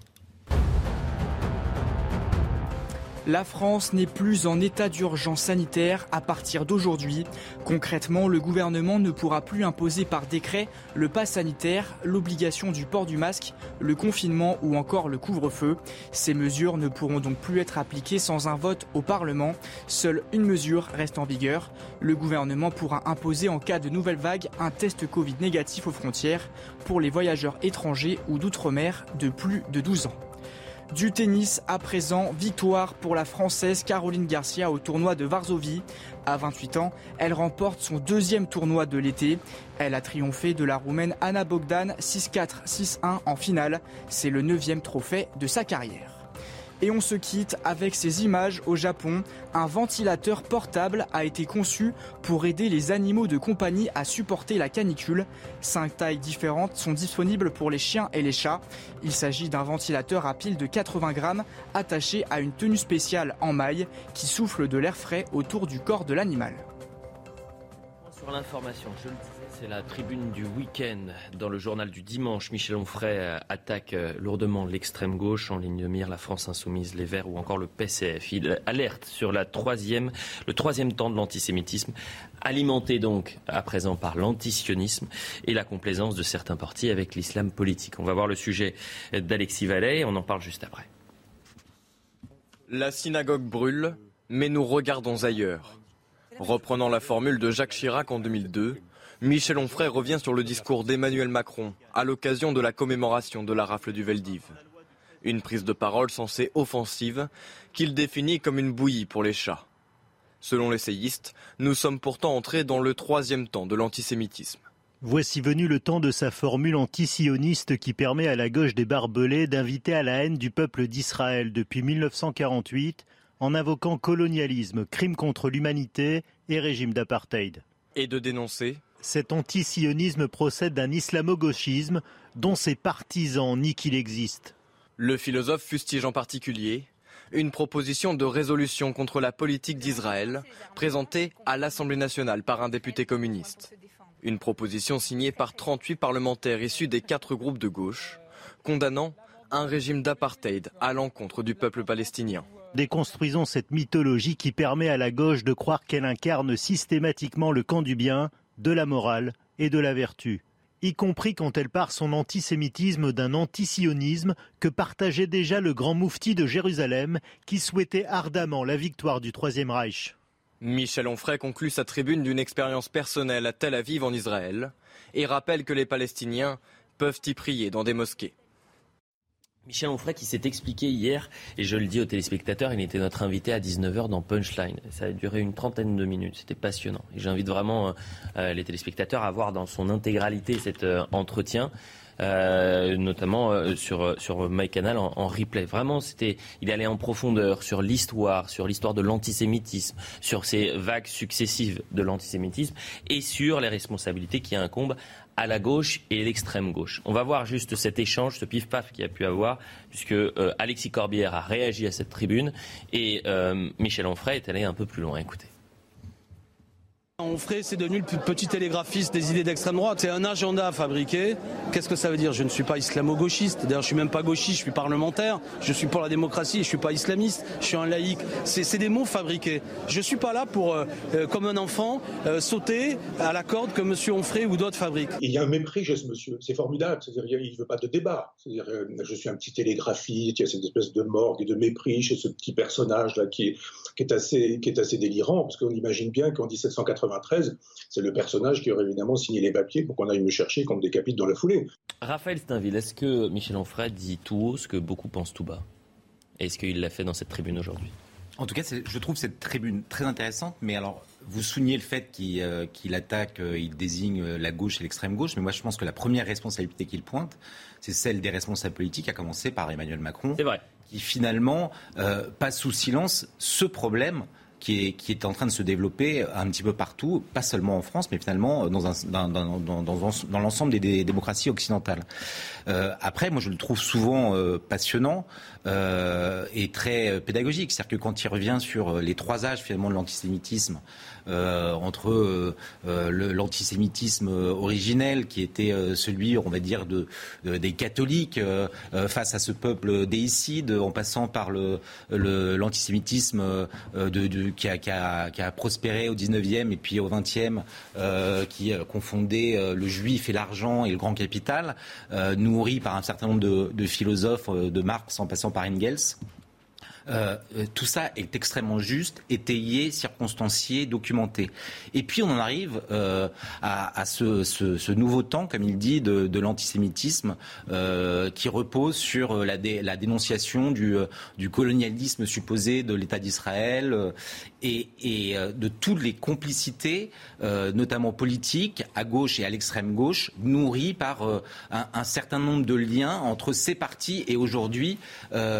La France n'est plus en état d'urgence sanitaire à partir d'aujourd'hui. Concrètement, le gouvernement ne pourra plus imposer par décret le pass sanitaire, l'obligation du port du masque, le confinement ou encore le couvre-feu. Ces mesures ne pourront donc plus être appliquées sans un vote au Parlement. Seule une mesure reste en vigueur. Le gouvernement pourra imposer en cas de nouvelle vague un test Covid négatif aux frontières pour les voyageurs étrangers ou d'outre-mer de plus de douze ans. Du tennis à présent, victoire pour la Française Caroline Garcia au tournoi de Varsovie. À vingt-huit ans, elle remporte son deuxième tournoi de l'été. Elle a triomphé de la Roumaine Ana Bogdan six quatre, six un en finale. C'est le neuvième trophée de sa carrière. Et on se quitte avec ces images au Japon. Un ventilateur portable a été conçu pour aider les animaux de compagnie à supporter la canicule. Cinq tailles différentes sont disponibles pour les chiens et les chats. Il s'agit d'un ventilateur à pile de quatre-vingts grammes attaché à une tenue spéciale en maille qui souffle de l'air frais autour du corps de l'animal. Sur l'information, je le disais, C'est la tribune du week-end. Dans le journal du dimanche, Michel Onfray attaque lourdement l'extrême gauche, en ligne de mire la France Insoumise, les Verts ou encore le P C F. Il alerte sur la troisième, le troisième temps de l'antisémitisme, alimenté donc à présent par l'antisionisme et la complaisance de certains partis avec l'islam politique. On va voir le sujet d'Alexis Vallée, on en parle juste après. La synagogue brûle, mais nous regardons ailleurs. Reprenant la formule de Jacques Chirac en deux mille deux, Michel Onfray revient sur le discours d'Emmanuel Macron à l'occasion de la commémoration de la rafle du Veldiv. Une prise de parole censée offensive qu'il définit comme une bouillie pour les chats. Selon l'essayiste, nous sommes pourtant entrés dans le troisième temps de l'antisémitisme. Voici venu le temps de sa formule antisioniste qui permet à la gauche des barbelés d'inviter à la haine du peuple d'Israël depuis mille neuf cent quarante-huit en invoquant colonialisme, crime contre l'humanité et régime d'apartheid. Et de dénoncer. Cet antisionisme procède d'un islamo-gauchisme dont ses partisans nient qu'il existe. Le philosophe fustige en particulier une proposition de résolution contre la politique d'Israël présentée à l'Assemblée nationale par un député communiste. Une proposition signée par trente-huit parlementaires issus des quatre groupes de gauche, condamnant un régime d'apartheid à l'encontre du peuple palestinien. Déconstruisons cette mythologie qui permet à la gauche de croire qu'elle incarne systématiquement le camp du bien, de la morale et de la vertu, y compris quand elle part son antisémitisme d'un antisionisme que partageait déjà le grand moufti de Jérusalem qui souhaitait ardemment la victoire du Troisième Reich. Michel Onfray conclut sa tribune d'une expérience personnelle à Tel Aviv en Israël et rappelle que les Palestiniens peuvent y prier dans des mosquées. Michel Onfray qui s'est expliqué hier, et je le dis aux téléspectateurs, il était notre invité à dix-neuf heures dans Punchline. Ça a duré une trentaine de minutes, c'était passionnant. Et j'invite vraiment euh, les téléspectateurs à voir dans son intégralité cet euh, entretien. Euh, notamment euh, sur sur MyCanal en, en replay. Vraiment, c'était, il allait en profondeur sur l'histoire, sur l'histoire de l'antisémitisme, sur ces vagues successives de l'antisémitisme et sur les responsabilités qui incombent à la gauche et l'extrême gauche. On va voir juste cet échange, ce pif-paf qu'il y a pu avoir, puisque euh, Alexis Corbière a réagi à cette tribune et euh, Michel Onfray est allé un peu plus loin. Écoutez. Onfray, c'est devenu le petit télégraphiste des idées d'extrême droite. C'est un agenda fabriqué. Qu'est-ce que ça veut dire ? Je ne suis pas islamo-gauchiste. D'ailleurs, je suis même pas gauchiste, je suis parlementaire. Je suis pour la démocratie, je suis pas islamiste. Je suis un laïc. C'est, c'est des mots fabriqués. Je suis pas là pour, euh, comme un enfant, euh, sauter à la corde que M. Onfray ou d'autres fabriquent. Il y a un mépris chez ce monsieur. C'est formidable. C'est-à-dire, il ne veut pas de débat. C'est-à-dire, euh, je suis un petit télégraphiste. Il y a cette espèce de morgue et de mépris chez ce petit personnage-là qui est, qui est assez, qui est assez délirant, parce qu'on imagine bien qu'en dix-sept cent quatre-vingt-treize, c'est le personnage qui aurait évidemment signé les papiers pour qu'on aille me chercher, qu'on me décapite dans la foulée. Raphaël Steinville, est-ce que Michel Onfray dit tout haut ce que beaucoup pensent tout bas ? Est-ce qu'il l'a fait dans cette tribune aujourd'hui ? En tout cas, c'est, je trouve cette tribune très intéressante, mais alors, vous soulignez le fait qu'il, euh, qu'il attaque, euh, il désigne la gauche et l'extrême gauche, mais moi je pense que la première responsabilité qu'il pointe, c'est celle des responsables politiques, à commencer par Emmanuel Macron, c'est vrai, qui finalement euh, passe sous silence ce problème Qui est, qui est en train de se développer un petit peu partout, pas seulement en France, mais finalement dans, un, dans, dans, dans, dans, dans l'ensemble des, des démocraties occidentales. Euh, après, moi je le trouve souvent euh, passionnant euh, et très pédagogique. C'est-à-dire que quand il revient sur les trois âges finalement de l'antisémitisme, euh, entre euh, le, l'antisémitisme originel qui était euh, celui, on va dire, de, de, des catholiques euh, face à ce peuple déicide, en passant par le, le, l'antisémitisme euh, de, de Qui a, qui, a, qui a prospéré au dix-neuvième et puis au vingtième, euh, qui euh, confondait euh, le juif et l'argent et le grand capital, euh, nourri par un certain nombre de, de philosophes, euh, de Marx en passant par Engels. Euh, tout ça est extrêmement juste, étayé, circonstancié, documenté. Et puis on en arrive euh, à, à ce, ce, ce nouveau temps, comme il dit, de, de l'antisémitisme, euh, qui repose sur la, dé, la dénonciation du, du colonialisme supposé de l'État d'Israël euh, et, et euh, de toutes les complicités, euh, notamment politiques, à gauche et à l'extrême gauche, nourries par euh, un, un certain nombre de liens entre ces partis et aujourd'hui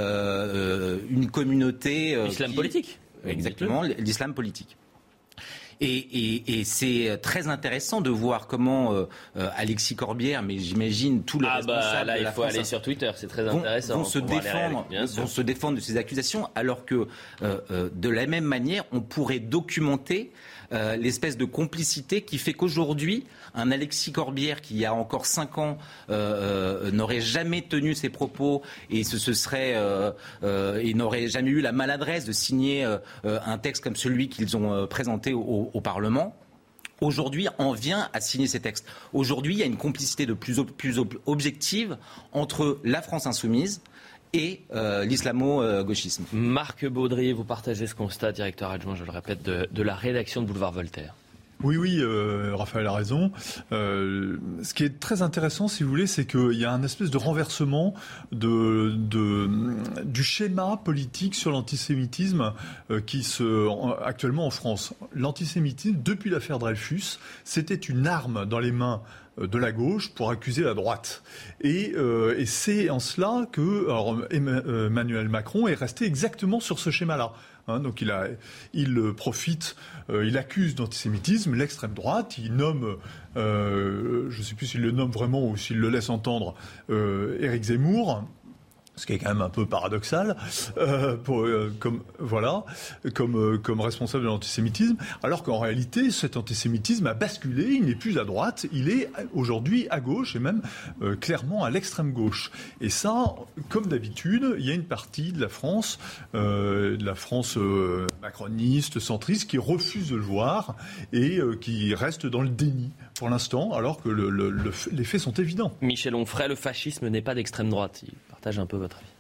euh, une communauté... Euh, l'islam qui... politique. Exactement, l'islam politique. Et, et, et c'est très intéressant de voir comment euh, Alexis Corbière, mais j'imagine tous les ah responsables bah là, de la il faut France aller sur Twitter, c'est très vont, intéressant. Vont se défendre, vont se défendre de ces accusations, alors que euh, euh, de la même manière, on pourrait documenter euh, l'espèce de complicité qui fait qu'aujourd'hui, un Alexis Corbière qui il y a encore cinq ans euh, euh, n'aurait jamais tenu ses propos et ce, ce serait euh, euh, et n'aurait jamais eu la maladresse de signer euh, un texte comme celui qu'ils ont euh, présenté au, au Parlement. Aujourd'hui, on vient à signer ces textes. Aujourd'hui, il y a une complicité de plus, ob- plus ob- objective entre la France insoumise et euh, l'islamo-gauchisme. Marc Baudry, vous partagez ce constat, directeur adjoint, je le répète, de, de la rédaction de Boulevard Voltaire. Oui, oui, euh, Raphaël a raison. Euh, ce qui est très intéressant, si vous voulez, c'est qu'il y a un espèce de renversement de, de, du schéma politique sur l'antisémitisme euh, qui se en, actuellement en France. L'antisémitisme, depuis l'affaire Dreyfus, c'était une arme dans les mains de la gauche pour accuser la droite. Et, euh, et c'est en cela que alors, Emmanuel Macron est resté exactement sur ce schéma-là. Hein, donc il, a, il profite, euh, il accuse d'antisémitisme l'extrême droite, il nomme, euh, je ne sais plus s'il le nomme vraiment ou s'il le laisse entendre, euh, Éric Zemmour. Ce qui est quand même un peu paradoxal, euh, pour, euh, comme voilà, comme euh, comme responsable de l'antisémitisme, alors qu'en réalité, cet antisémitisme a basculé. Il n'est plus à droite, il est aujourd'hui à gauche et même euh, clairement à l'extrême gauche. Et ça, comme d'habitude, il y a une partie de la France, euh, de la France euh, macroniste, centriste, qui refuse de le voir et euh, qui reste dans le déni pour l'instant, alors que le, le, le, les faits sont évidents. Michel Onfray, le fascisme n'est pas d'extrême droite. Il partage un peu votre avis.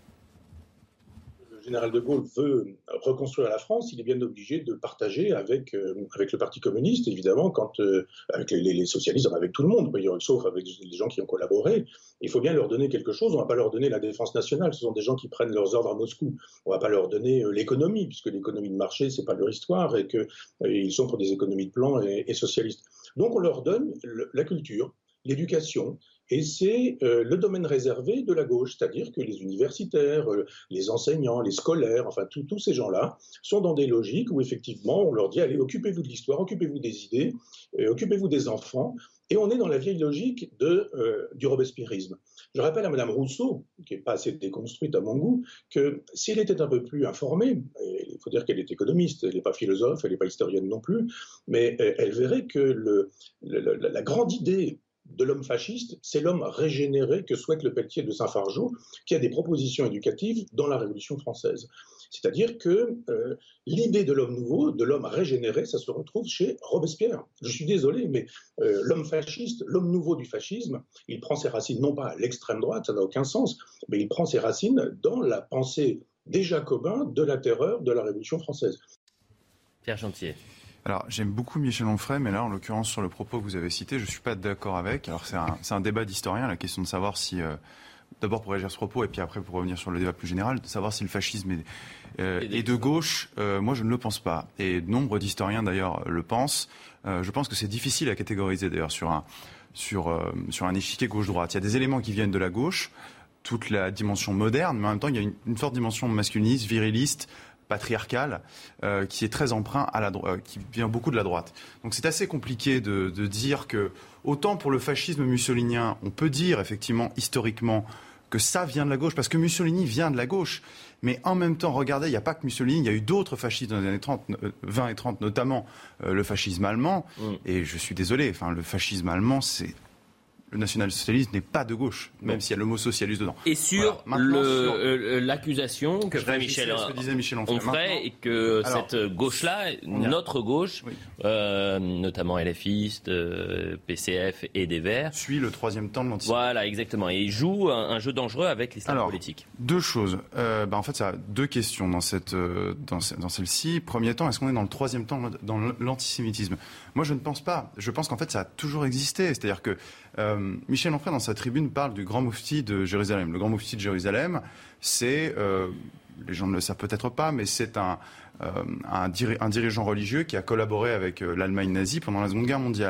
Le général de Gaulle veut reconstruire la France, il est bien obligé de partager avec, euh, avec le Parti communiste, évidemment, quand, euh, avec les, les socialistes, avec tout le monde, sauf avec les gens qui ont collaboré. Il faut bien leur donner quelque chose. On ne va pas leur donner la défense nationale. Ce sont des gens qui prennent leurs ordres à Moscou. On ne va pas leur donner euh, l'économie, puisque l'économie de marché, ce n'est pas leur histoire, et qu'ils euh, sont pour des économies de plan et, et socialistes. Donc on leur donne le, la culture, l'éducation, et c'est euh, le domaine réservé de la gauche, c'est-à-dire que les universitaires, euh, les enseignants, les scolaires, enfin tous ces gens-là sont dans des logiques où effectivement on leur dit allez, occupez-vous de l'histoire, occupez-vous des idées, euh, occupez-vous des enfants, et on est dans la vieille logique de, euh, du robespierrisme. Je rappelle à Madame Rousseau, qui n'est pas assez déconstruite à mon goût, que s'il était un peu plus informé, et il faut dire qu'elle est économiste, elle n'est pas philosophe, elle n'est pas historienne non plus, mais elle verrait que le, le, la grande idée de l'homme fasciste, c'est l'homme régénéré que souhaite le Pelletier de Saint-Fargeau, qui a des propositions éducatives dans la Révolution française. C'est-à-dire que euh, l'idée de l'homme nouveau, de l'homme régénéré, ça se retrouve chez Robespierre. Je suis désolé, mais euh, l'homme fasciste, l'homme nouveau du fascisme, il prend ses racines non pas à l'extrême droite, ça n'a aucun sens, mais il prend ses racines dans la pensée des Jacobins de la terreur de la Révolution française. Pierre Chantier. Alors, j'aime beaucoup Michel Onfray, mais là, en l'occurrence, sur le propos que vous avez cité, je ne suis pas d'accord avec. Alors, c'est un, c'est un débat d'historien, la question de savoir si... Euh, d'abord pour réagir à ce propos, et puis après pour revenir sur le débat plus général, de savoir si le fascisme est, euh, est de gauche. Euh, moi, je ne le pense pas. Et nombre d'historiens, d'ailleurs, le pensent. Euh, je pense que c'est difficile à catégoriser, d'ailleurs, sur un, sur, euh, sur un échiquier gauche-droite. Il y a des éléments qui viennent de la gauche, toute la dimension moderne, mais en même temps, il y a une, une forte dimension masculiniste, viriliste, patriarcal, euh, qui est très emprunt à la droite, euh, qui vient beaucoup de la droite. Donc c'est assez compliqué de, de dire que, autant pour le fascisme mussolinien, on peut dire effectivement historiquement que ça vient de la gauche, parce que Mussolini vient de la gauche. Mais en même temps, regardez, il n'y a pas que Mussolini, il y a eu d'autres fascistes dans les années trente, vingt et trente, notamment euh, le fascisme allemand. Mm. Et je suis désolé, enfin, le fascisme allemand, c'est... Le national-socialisme n'est pas de gauche, même bon. s'il y a le mot socialiste dedans. Et sur, voilà. le, sur... Euh, l'accusation que fait Michel, Michel Onfray, et que alors, cette gauche-là, notre gauche, oui. euh, notamment LFiste, euh, P C F et des Verts, suit le troisième temps de l'antisémitisme. Voilà, exactement. Et il joue un, un jeu dangereux avec l'islam alors, politique. Deux choses. Euh, bah en fait, ça a deux questions dans, cette, euh, dans, dans celle-ci. Premier temps, est-ce qu'on est dans le troisième temps dans l'antisémitisme ? Moi, je ne pense pas. Je pense qu'en fait, ça a toujours existé. C'est-à-dire que Euh, Michel Onfray, dans sa tribune, parle du grand moufti de Jérusalem. Le grand moufti de Jérusalem, c'est, euh, les gens ne le savent peut-être pas, mais c'est un, euh, un, diri- un dirigeant religieux qui a collaboré avec euh, l'Allemagne nazie pendant la Seconde Guerre mondiale.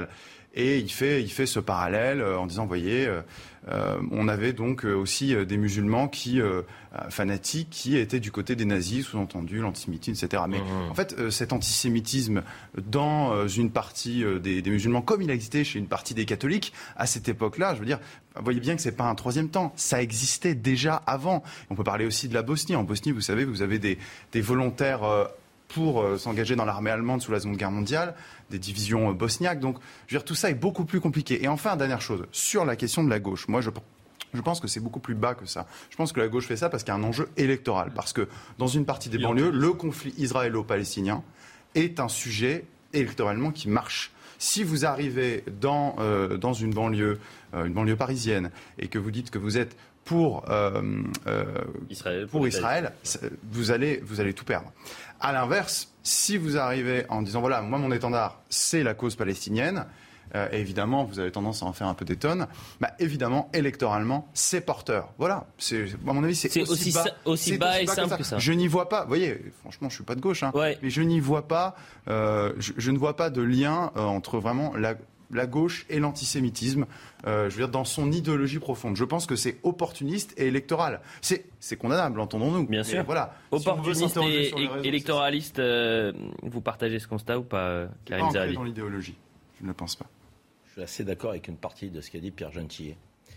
Et il fait, il fait ce parallèle en disant, vous voyez, euh, euh, on avait donc aussi des musulmans qui, euh, fanatiques qui étaient du côté des nazis, sous-entendu l'antisémitisme, et cetera. Mais mmh. en fait, euh, cet antisémitisme dans euh, une partie euh, des, des musulmans, comme il existait chez une partie des catholiques, à cette époque-là, je veux dire, vous voyez bien que c'est pas un troisième temps. Ça existait déjà avant. On peut parler aussi de la Bosnie. En Bosnie, vous savez, vous avez des, des volontaires euh, pour euh, s'engager dans l'armée allemande sous la Seconde Guerre mondiale, des divisions euh, bosniaques. Donc, je veux dire, tout ça est beaucoup plus compliqué. Et enfin, dernière chose, sur la question de la gauche. Moi, je Je pense que c'est beaucoup plus bas que ça. Je pense que la gauche fait ça parce qu'il y a un enjeu électoral. Parce que dans une partie des banlieues, le conflit israélo-palestinien est un sujet électoralement qui marche. Si vous arrivez dans, euh, dans une banlieue, euh, une banlieue parisienne, et que vous dites que vous êtes pour, euh, euh, Israël, pour, pour Israël, vous allez, vous allez tout perdre. À l'inverse, si vous arrivez en disant, voilà, moi mon étendard, c'est la cause palestinienne, Euh, évidemment, vous avez tendance à en faire un peu des tonnes. Bah, évidemment, électoralement, c'est porteur. Voilà. C'est, à mon avis, c'est, c'est aussi, aussi bas, sa- aussi c'est bas aussi et bas simple que ça. que ça. Je n'y vois pas. Vous voyez, franchement, je suis pas de gauche, hein, ouais. mais je n'y vois pas. Euh, je, je ne vois pas de lien euh, entre vraiment la, la gauche et l'antisémitisme. Euh, je veux dire, dans son idéologie profonde. Je pense que c'est opportuniste et électoral. C'est, c'est condamnable, entendons-nous. Bien mais sûr. Voilà. Opportuniste si et, et et électoraliste, euh, vous partagez ce constat ou pas, Karim Zeribi ? Dans l'idéologie, je ne pense pas. Je suis assez d'accord avec une partie de ce qu'a dit Pierre Gentillet.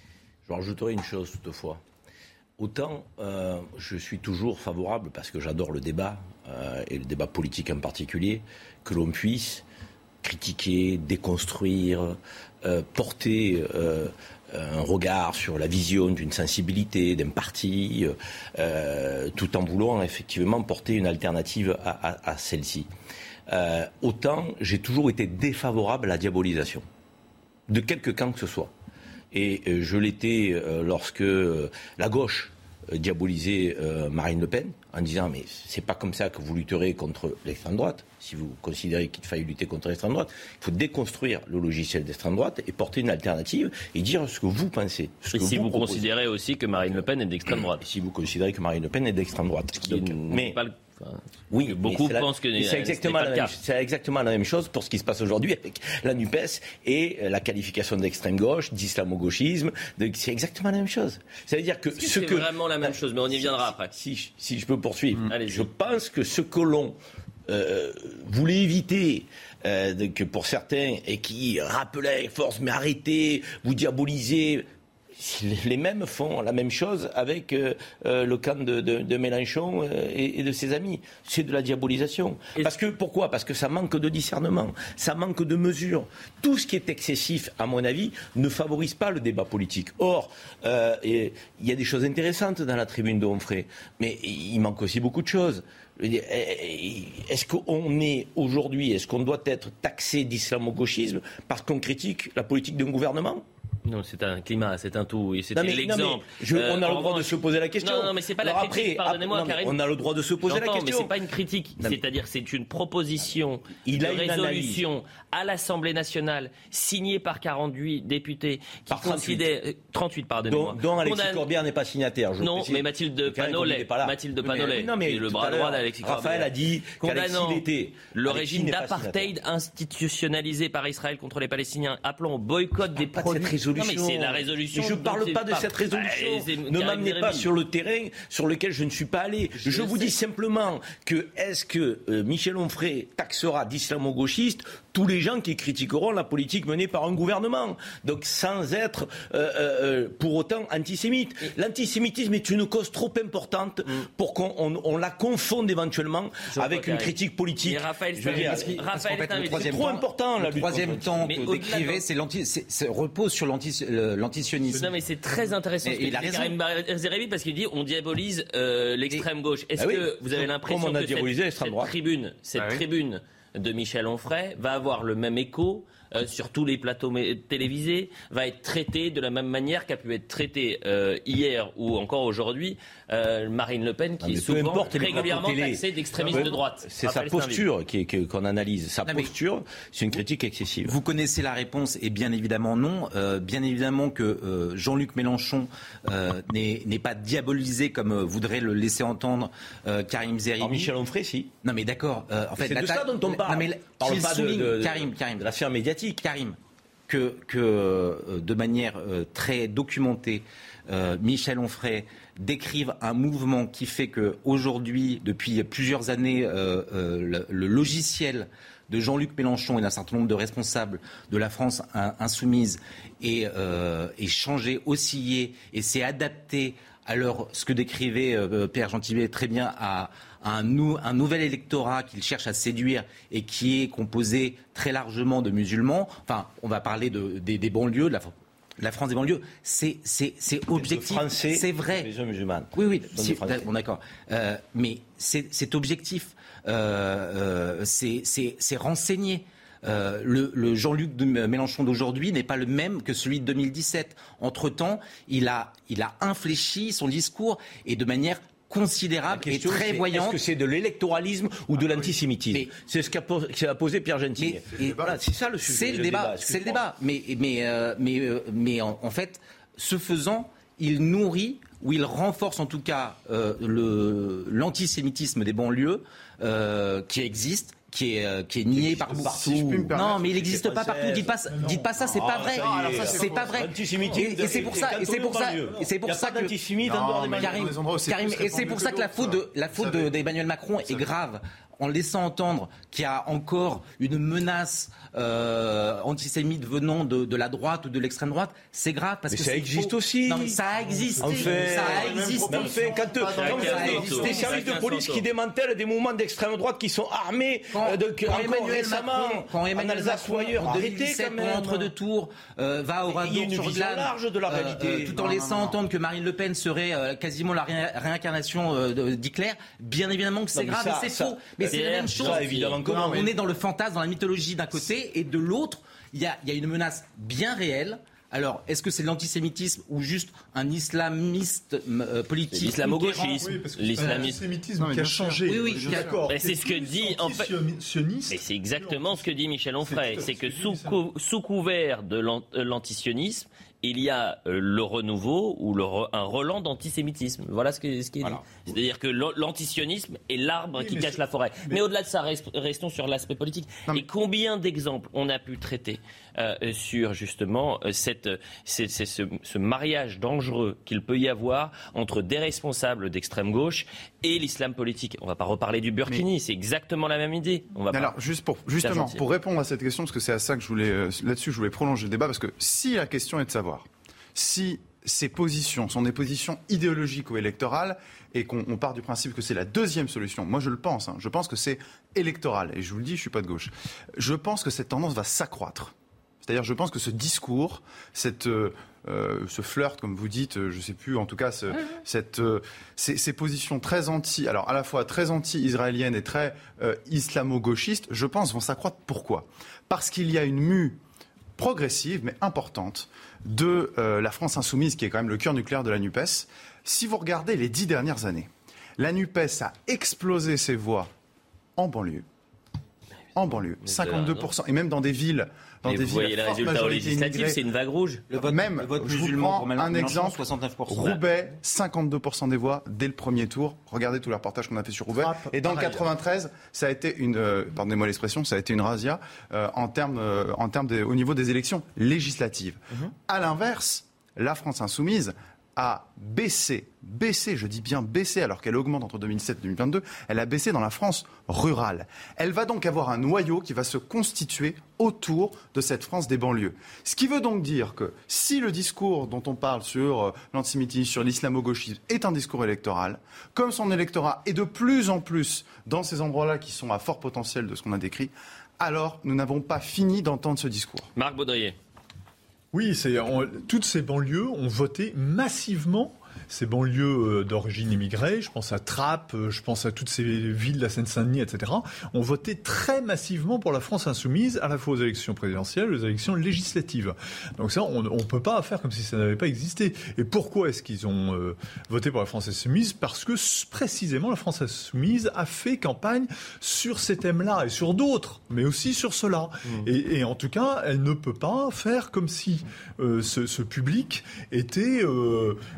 Je rajouterai une chose toutefois. Autant euh, je suis toujours favorable, parce que j'adore le débat, euh, et le débat politique en particulier, que l'on puisse critiquer, déconstruire, euh, porter euh, un regard sur la vision d'une sensibilité, d'un parti, euh, tout en voulant effectivement porter une alternative à, à, à celle-ci. Euh, autant j'ai toujours été défavorable à la diabolisation de quelque camp que ce soit. Et euh, je l'étais euh, lorsque euh, la gauche euh, diabolisait euh, Marine Le Pen en disant mais c'est pas comme ça que vous lutterez contre l'extrême droite. Si vous considérez qu'il faille lutter contre l'extrême droite, il faut déconstruire le logiciel d'extrême droite et porter une alternative et dire ce que vous pensez. Ce et que si vous, vous considérez aussi que Marine Le Pen est d'extrême droite. Et si vous considérez que Marine Le Pen est d'extrême droite. Ce qui Donc, n'est mais pas le Enfin, oui, beaucoup la, pensent que c'est exactement, ce n'est pas la même, c'est exactement la même chose pour ce qui se passe aujourd'hui avec la NUPES et la qualification d'extrême gauche, d'islamo-gauchisme. De, c'est exactement la même chose. Ça veut dire que Est-ce que ce c'est que vraiment la même chose, mais on y viendra après. Si, si, si je peux poursuivre, mmh. Allez-y. Je pense que ce que l'on euh, voulait éviter. Euh, de, que pour certains et qui rappelaient force, mais arrêtez, vous diabolisez. Les mêmes font la même chose avec euh, euh, le camp de, de, de Mélenchon euh, et, et de ses amis. C'est de la diabolisation. Parce que, pourquoi ? Parce que ça manque de discernement, ça manque de mesure. Tout ce qui est excessif, à mon avis, ne favorise pas le débat politique. Or, euh, il y a des choses intéressantes dans la tribune de Onfray, mais il manque aussi beaucoup de choses. Est-ce qu'on est aujourd'hui, est-ce qu'on doit être taxé d'islamo-gauchisme parce qu'on critique la politique d'un gouvernement ? Non, c'est un climat, c'est un tout, et c'était non mais, l'exemple. Non mais je, euh, on a le droit revanche, de se poser la question. Non, non, mais c'est pas Alors la critique, après, pardonnez-moi, non, Karim. On a le droit de se poser J'entends, la question. mais c'est pas une critique, non, c'est-à-dire c'est une proposition il de a une résolution analyse. à l'Assemblée nationale signée par quarante-huit députés qui par considèrent trente-huit, pardonnez-moi. Dont, dont Alexis Condamne... Corbière n'est pas signataire. Je non, précise. mais Mathilde Panollet, Mathilde Panollet, non, mais le bras droit d'Alexis Corbière. Raphaël a dit condamnant était, le régime d'apartheid institutionnalisé par Israël contre les Palestiniens, appelant au boycott des produits. Cette résolution. Non, mais c'est la résolution. Je parle pas de cette résolution. Ne m'amenez pas sur le terrain sur lequel je ne suis pas allé. Je, je vous dis simplement que est-ce que euh, Michel Onfray taxera d'islamo-gauchiste tous les gens qui critiqueront la politique menée par un gouvernement, donc sans être euh, euh, pour autant antisémite. L'antisémitisme est une cause trop importante mm. pour qu'on on, on la confonde éventuellement je avec une critique politique. Mais Raphaël, je veux dire, parce, parce qu'en fait, le troisième c'est trop temps, important. Le la troisième temps que décrivait, de... c'est l'anti, c'est, c'est repose sur l'anti, l'antisionisme. Non, mais c'est très intéressant. Et, ce que il a raison. Karim Zeribi, parce qu'il dit on diabolise euh, l'extrême gauche. Est-ce bah oui. que vous avez l'impression que cette, cette tribune, cette ah oui. tribune de Michel Onfray va avoir le même écho euh, sur tous les plateaux télévisés, va être traitée de la même manière qu'a pu être traitée euh, hier ou encore aujourd'hui euh, Marine Le Pen, qui ah, est souvent importe, régulièrement taxée d'extrémiste ouais. de droite. C'est sa posture qui est, qui, qu'on analyse. Sa non, posture, c'est une critique excessive. Vous connaissez la réponse, et bien évidemment non. Euh, bien évidemment que euh, Jean-Luc Mélenchon euh, n'est, n'est pas diabolisé comme euh, voudrait le laisser entendre euh, Karim Zeribi. Alors Michel Onfray, si. Non mais d'accord. Euh, en fait, c'est de ça dont on parle. Non, mais parle pas souligne, de, de, Karim, Karim, de la sphère médiatique. Karim, que, que euh, de manière euh, très documentée, euh, Michel Onfray décrive un mouvement qui fait qu'aujourd'hui, depuis plusieurs années, euh, euh, le, le logiciel de Jean-Luc Mélenchon et d'un certain nombre de responsables de la France insoumise est, euh, est changé, oscillé et s'est adapté à leur, ce que décrivait euh, Pierre Gentibet très bien, à, à un, nou, un nouvel électorat qu'il cherche à séduire et qui est composé très largement de musulmans. Enfin, on va parler de, des, des banlieues, de la La France des banlieues, c'est, c'est, c'est objectif, Français, c'est vrai. Les musulmanes. Oui, oui, si, bon, d'accord. Euh, mais c'est, c'est objectif, euh, euh, c'est, c'est, c'est renseigné. Euh, le, le Jean-Luc Mélenchon d'aujourd'hui n'est pas le même que celui de deux mille dix-sept. Entre-temps, il a, il a infléchi son discours et de manière considérable et très voyante. Est-ce que c'est de l'électoralisme ou de ah, l'antisémitisme mais, c'est ce qu'a posé, qu'a posé Pierre Gentille. Voilà, c'est ça le sujet. C'est le, le débat. débat c'est le débat. Mais, mais, euh, mais, euh, mais en, en fait, ce faisant, il nourrit ou il renforce en tout cas euh, le, l'antisémitisme des banlieues euh, qui existe. Qui est, euh, qui est nié par partout. Si non, mais il n'existe pas partout. Dites pas, dites pas ça, c'est pas vrai. C'est pas vrai. Et, et c'est pour ça, et c'est pour ça, et c'est pour ça que Karim, Karim, et c'est pour ça que la faute de, la faute de, d'Emmanuel Macron est grave. En laissant entendre qu'il y a encore une menace euh, antisémite venant de, de la droite ou de l'extrême droite, c'est grave parce mais que ça c'est existe faux. aussi. Non, mais ça a existé. En fait, ça a existé. En fait, quand, quand vous avez des services de police qui démantèlent des mouvements d'extrême droite qui sont armés quand, de, quand Emmanuel Macron, quand Emmanuel en Alsace ou ailleurs, en deux mille dix-sept, pour l'entre-deux-tours, euh, va au radeau sur Glane, large de la réalité, euh, tout en non, laissant non, non. entendre que Marine Le Pen serait euh, quasiment la ré- réincarnation euh, d'Hitler. Bien évidemment que c'est non, grave, ça, et c'est ça, faux. Mais c'est la même chose. Comment on est dans le fantasme, dans la mythologie d'un côté, et de l'autre, il y a, y a une menace bien réelle. Alors, est-ce que c'est l'antisémitisme ou juste un islamiste euh, politique, l'islamo-gauchisme, oui, l'islamisme qui a changé. Oui, oui, d'accord. Mais c'est ce que dit en fait. Mais c'est exactement ce que dit Michel Onfray, c'est, c'est que sous, cou- sous couvert de l'antisionisme, il y a le renouveau ou le re, un relan d'antisémitisme. Voilà ce, que, ce qui est voilà. dit. C'est-à-dire que l'antisionisme est l'arbre oui, qui cache la forêt. Mais, mais au-delà de ça, restons sur l'aspect politique. Non, et combien d'exemples on a pu traiter euh, sur justement cette, c'est, c'est ce, ce mariage dangereux qu'il peut y avoir entre des responsables d'extrême gauche et l'islam politique. On ne va pas reparler du Burkini, mais, c'est exactement la même idée. On va alors, pas, juste pour, justement, pour répondre à cette question, parce que c'est à ça que je voulais, euh, là-dessus, je voulais prolonger le débat, parce que si la question est de savoir si ces positions sont des positions idéologiques ou électorales et qu'on on part du principe que c'est la deuxième solution, moi je le pense, hein, je pense que c'est électoral, et je vous le dis, je ne suis pas de gauche. Je pense que cette tendance va s'accroître. C'est-à-dire, je pense que ce discours, cette, euh, ce flirt, comme vous dites, je ne sais plus, en tout cas, ce, cette, euh, ces, ces positions très anti, alors à la fois très anti-israéliennes et très euh, islamo-gauchistes, je pense, vont s'accroître. Pourquoi ? Parce qu'il y a une mue progressive, mais importante, de euh, la France insoumise, qui est quand même le cœur nucléaire de la NUPES. Si vous regardez les dix dernières années, la NUPES a explosé ses voix en banlieue. En banlieue, cinquante-deux pour cent, et même dans des villes... Dans Mais des vous voyez les résultats législatifs, c'est une vague rouge. Le vote, même, le vote je vous prends un exemple, soixante-neuf pour cent. Roubaix, cinquante-deux pour cent des voix dès le premier tour. Regardez tout le reportage qu'on a fait sur Roubaix. Frappe, et dans le quatre-vingt-treize, ça a été une, euh, pardonnez-moi l'expression, ça a été une razzia euh, en termes, euh, en termes de, au niveau des élections législatives. Mm-hmm. À l'inverse, la France insoumise a baissé, baissé, je dis bien baissé, alors qu'elle augmente entre deux mille sept et deux mille vingt-deux, elle a baissé dans la France rurale. Elle va donc avoir un noyau qui va se constituer autour de cette France des banlieues. Ce qui veut donc dire que si le discours dont on parle sur l'antisémitisme, sur l'islamo-gauchisme est un discours électoral, comme son électorat est de plus en plus dans ces endroits-là qui sont à fort potentiel de ce qu'on a décrit, alors nous n'avons pas fini d'entendre ce discours. Marc Baudrier. Oui, c'est, on, toutes ces banlieues ont voté massivement. Ces banlieues d'origine immigrée, je pense à Trappes, je pense à toutes ces villes de la Seine-Saint-Denis, et cetera, ont voté très massivement pour la France insoumise, à la fois aux élections présidentielles et aux élections législatives. Donc ça, on ne peut pas faire comme si ça n'avait pas existé. Et pourquoi est-ce qu'ils ont euh, voté pour la France insoumise ? Parce que précisément, la France insoumise a fait campagne sur ces thèmes-là et sur d'autres, mais aussi sur ceux-là. Mmh. Et, et en tout cas, elle ne peut pas faire comme si euh, ce, ce public était... Euh, euh,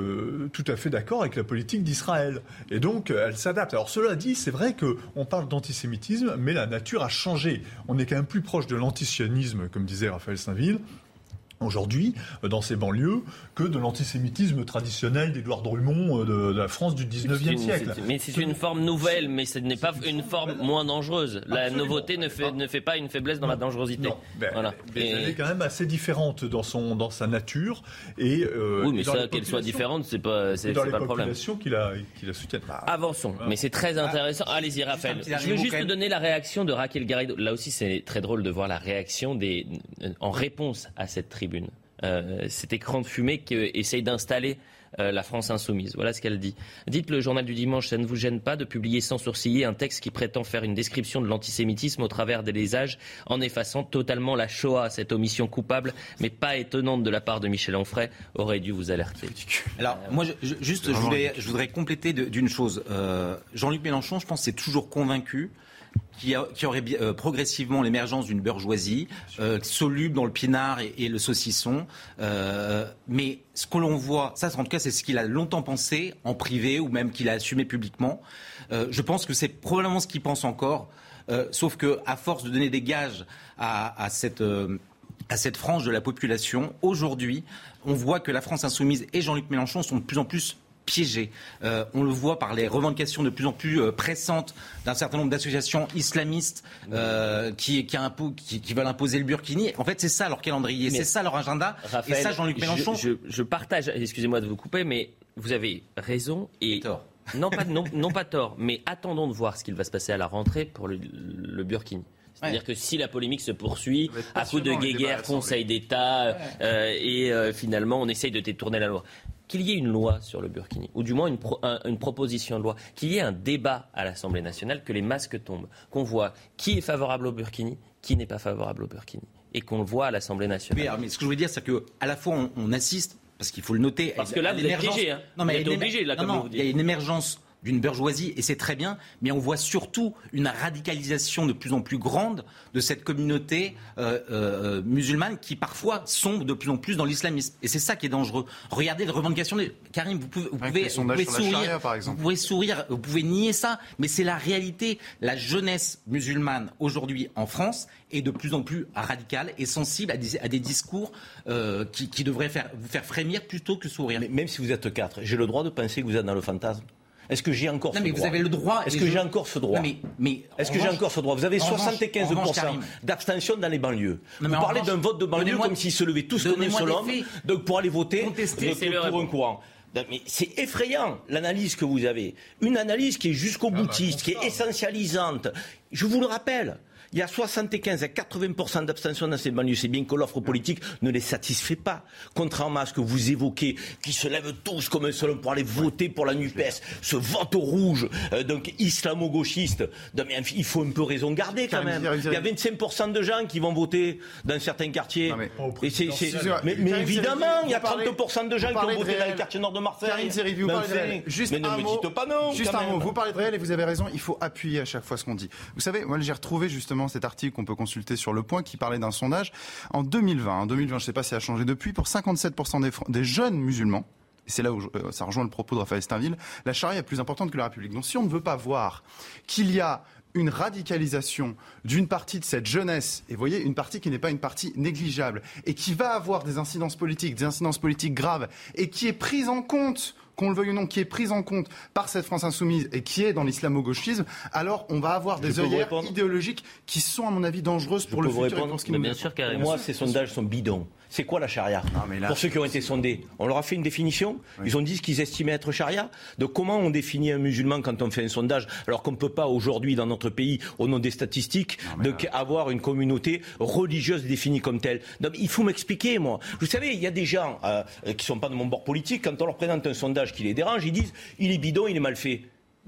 euh, tout à fait d'accord avec la politique d'Israël. Et donc, elle s'adapte. Alors, cela dit, c'est vrai qu'on parle d'antisémitisme, mais la nature a changé. On est quand même plus proche de l'antisionisme, comme disait Raphaël Steinville, aujourd'hui, dans ces banlieues, que de l'antisémitisme traditionnel d'Édouard Drummond de, de la France du dix-neuvième siècle. Mais c'est une forme nouvelle, mais ce n'est pas une forme moins dangereuse. La Absolument. nouveauté ne fait, ne fait pas une faiblesse dans non. la dangerosité. Non. Ben, voilà. mais et... elle est quand même assez différente dans, son, dans sa nature. Et, euh, oui, mais ça, qu'elle soit différente, c'est pas, c'est, dans c'est les pas le problème. populations qui la, qui la soutiennent. Bah, Avançons, voilà. Mais c'est très intéressant. Ah, Allez-y, Raphaël. Je veux juste te donner la réaction de Raquel Garrido. Là aussi, c'est très drôle de voir la réaction des, en réponse à cette tribune. Euh, cet écran de fumée qu'essaye d'installer euh, la France insoumise. Voilà ce qu'elle dit. Dites le journal du dimanche, ça ne vous gêne pas de publier sans sourciller un texte qui prétend faire une description de l'antisémitisme au travers des lésages en effaçant totalement la Shoah. Cette omission coupable, mais pas étonnante de la part de Michel Onfray, aurait dû vous alerter. Alors, moi, je, je, juste, je voulais, je voudrais compléter de, d'une chose. Euh, Jean-Luc Mélenchon, je pense, s'est toujours convaincu Qui, a, qui aurait euh, progressivement l'émergence d'une bourgeoisie euh, soluble dans le pinard et, et le saucisson. Euh, mais ce que l'on voit, ça en tout cas c'est ce qu'il a longtemps pensé en privé ou même qu'il a assumé publiquement. Euh, je pense que c'est probablement ce qu'il pense encore. Euh, sauf que à force de donner des gages à, à cette euh, à cette frange de la population, aujourd'hui, on voit que la France insoumise et Jean-Luc Mélenchon sont de plus en plus piégé. Euh, on le voit par les revendications de plus en plus euh, pressantes d'un certain nombre d'associations islamistes euh, qui, qui, impo- qui, qui veulent imposer le burkini. En fait, c'est ça leur calendrier, mais c'est ça leur agenda. Raphaël, et ça, Jean-Luc Mélenchon... Je, je, je partage, excusez-moi de vous couper, mais vous avez raison. Et tort. Non, pas, non, non pas tort, mais attendons de voir ce qu'il va se passer à la rentrée pour le, le burkini. C'est-à-dire ouais. que si la polymique se poursuit à coup de guéguerre, Conseil d'État, ouais. euh, et euh, finalement on essaye de détourner la loi, qu'il y ait une loi sur le burkini, ou du moins une, pro, un, une proposition de loi, qu'il y ait un débat à l'Assemblée nationale, que les masques tombent, qu'on voit qui est favorable au burkini, qui n'est pas favorable au burkini, et qu'on le voit à l'Assemblée nationale. Oui, mais ce que je veux dire, c'est qu'à la fois on, on assiste, parce qu'il faut le noter... Parce que là, vous êtes piégé, hein. Non, mais vous êtes obligé, là, non, comme non, vous dites. Il y a une émergence d'une bourgeoisie, et c'est très bien, mais on voit surtout une radicalisation de plus en plus grande de cette communauté euh, euh, musulmane qui parfois sombre de plus en plus dans l'islamisme. Et c'est ça qui est dangereux. Regardez les revendications des... Karim, vous pouvez, vous pouvez, vous pouvez sourire, charia, par exemple. Vous pouvez sourire, vous pouvez nier ça, mais c'est la réalité. La jeunesse musulmane aujourd'hui en France est de plus en plus radicale et sensible à des, à des discours euh, qui, qui devraient faire, vous faire frémir plutôt que sourire. Mais même si vous êtes quatre, j'ai le droit de penser que vous êtes dans le fantasme. Est-ce que j'ai encore non, ce mais droit ? Vous avez le droit. Est-ce que je... j'ai encore ce droit ? Non, mais, mais Est-ce que j'ai encore ce droit ? Vous avez soixante-quinze pour cent revanche, d'abstention dans les banlieues. Non, vous parlez revanche, d'un vote de banlieue comme s'ils se levaient tous comme un seul homme, donc pour aller voter Contester, pour, pour un courant. Mais c'est effrayant l'analyse que vous avez. Une analyse qui est jusqu'au boutiste, qui est essentialisante. Je vous le rappelle. Il y a soixante-quinze à quatre-vingts pour cent d'abstention dans ces banlieues. C'est bien que l'offre politique ne les satisfait pas. Contrairement à ce que vous évoquez, qui se lèvent tous comme un seul homme pour aller voter pour la NUPES. Ce vote rouge, euh, donc islamo-gauchiste. Mais il faut un peu raison garder quand même. Il y a vingt-cinq pour cent de gens qui vont voter dans certains quartiers. Mais, Et c'est, c'est, mais, mais évidemment, il y a trente pour cent de gens qui ont voté dans le quartier nord de Marseille. Karine Zeribi, vous parlez de réel. Juste mais ne un me mot, dites pas non. Juste un mot. Vous parlez de réel et vous avez raison. Il faut appuyer à chaque fois ce qu'on dit. Vous savez, moi j'ai retrouvé justement cet article qu'on peut consulter sur Le Point qui parlait d'un sondage en deux mille vingt. En deux mille vingt, je ne sais pas si ça a changé depuis, pour cinquante-sept pour cent des, des jeunes musulmans, et c'est là où euh, ça rejoint le propos de Raphaël Steinville, la charia est plus importante que la République. Donc si on ne veut pas voir qu'il y a une radicalisation d'une partie de cette jeunesse, et vous voyez, une partie qui n'est pas une partie négligeable, et qui va avoir des incidences politiques, des incidences politiques graves, et qui est prise en compte, qu'on le veuille ou non, qui est prise en compte par cette France insoumise et qui est dans l'islamo-gauchisme, alors on va avoir des œillères idéologiques qui sont, à mon avis, dangereuses pour le futur. Pour ce bien sûr, pour moi, ces sondages sont bidons. C'est quoi la charia ? Là, pour ceux qui ont été sondés, on leur a fait une définition. Oui. Ils ont dit ce qu'ils estimaient être charia. Donc comment on définit un musulman quand on fait un sondage, alors qu'on ne peut pas aujourd'hui dans notre pays, au nom des statistiques, donc, là... avoir une communauté religieuse définie comme telle. Donc il faut m'expliquer, moi. Vous savez, il y a des gens euh, qui ne sont pas de mon bord politique, quand on leur présente un sondage qui les dérange, ils disent il est bidon, il est mal fait.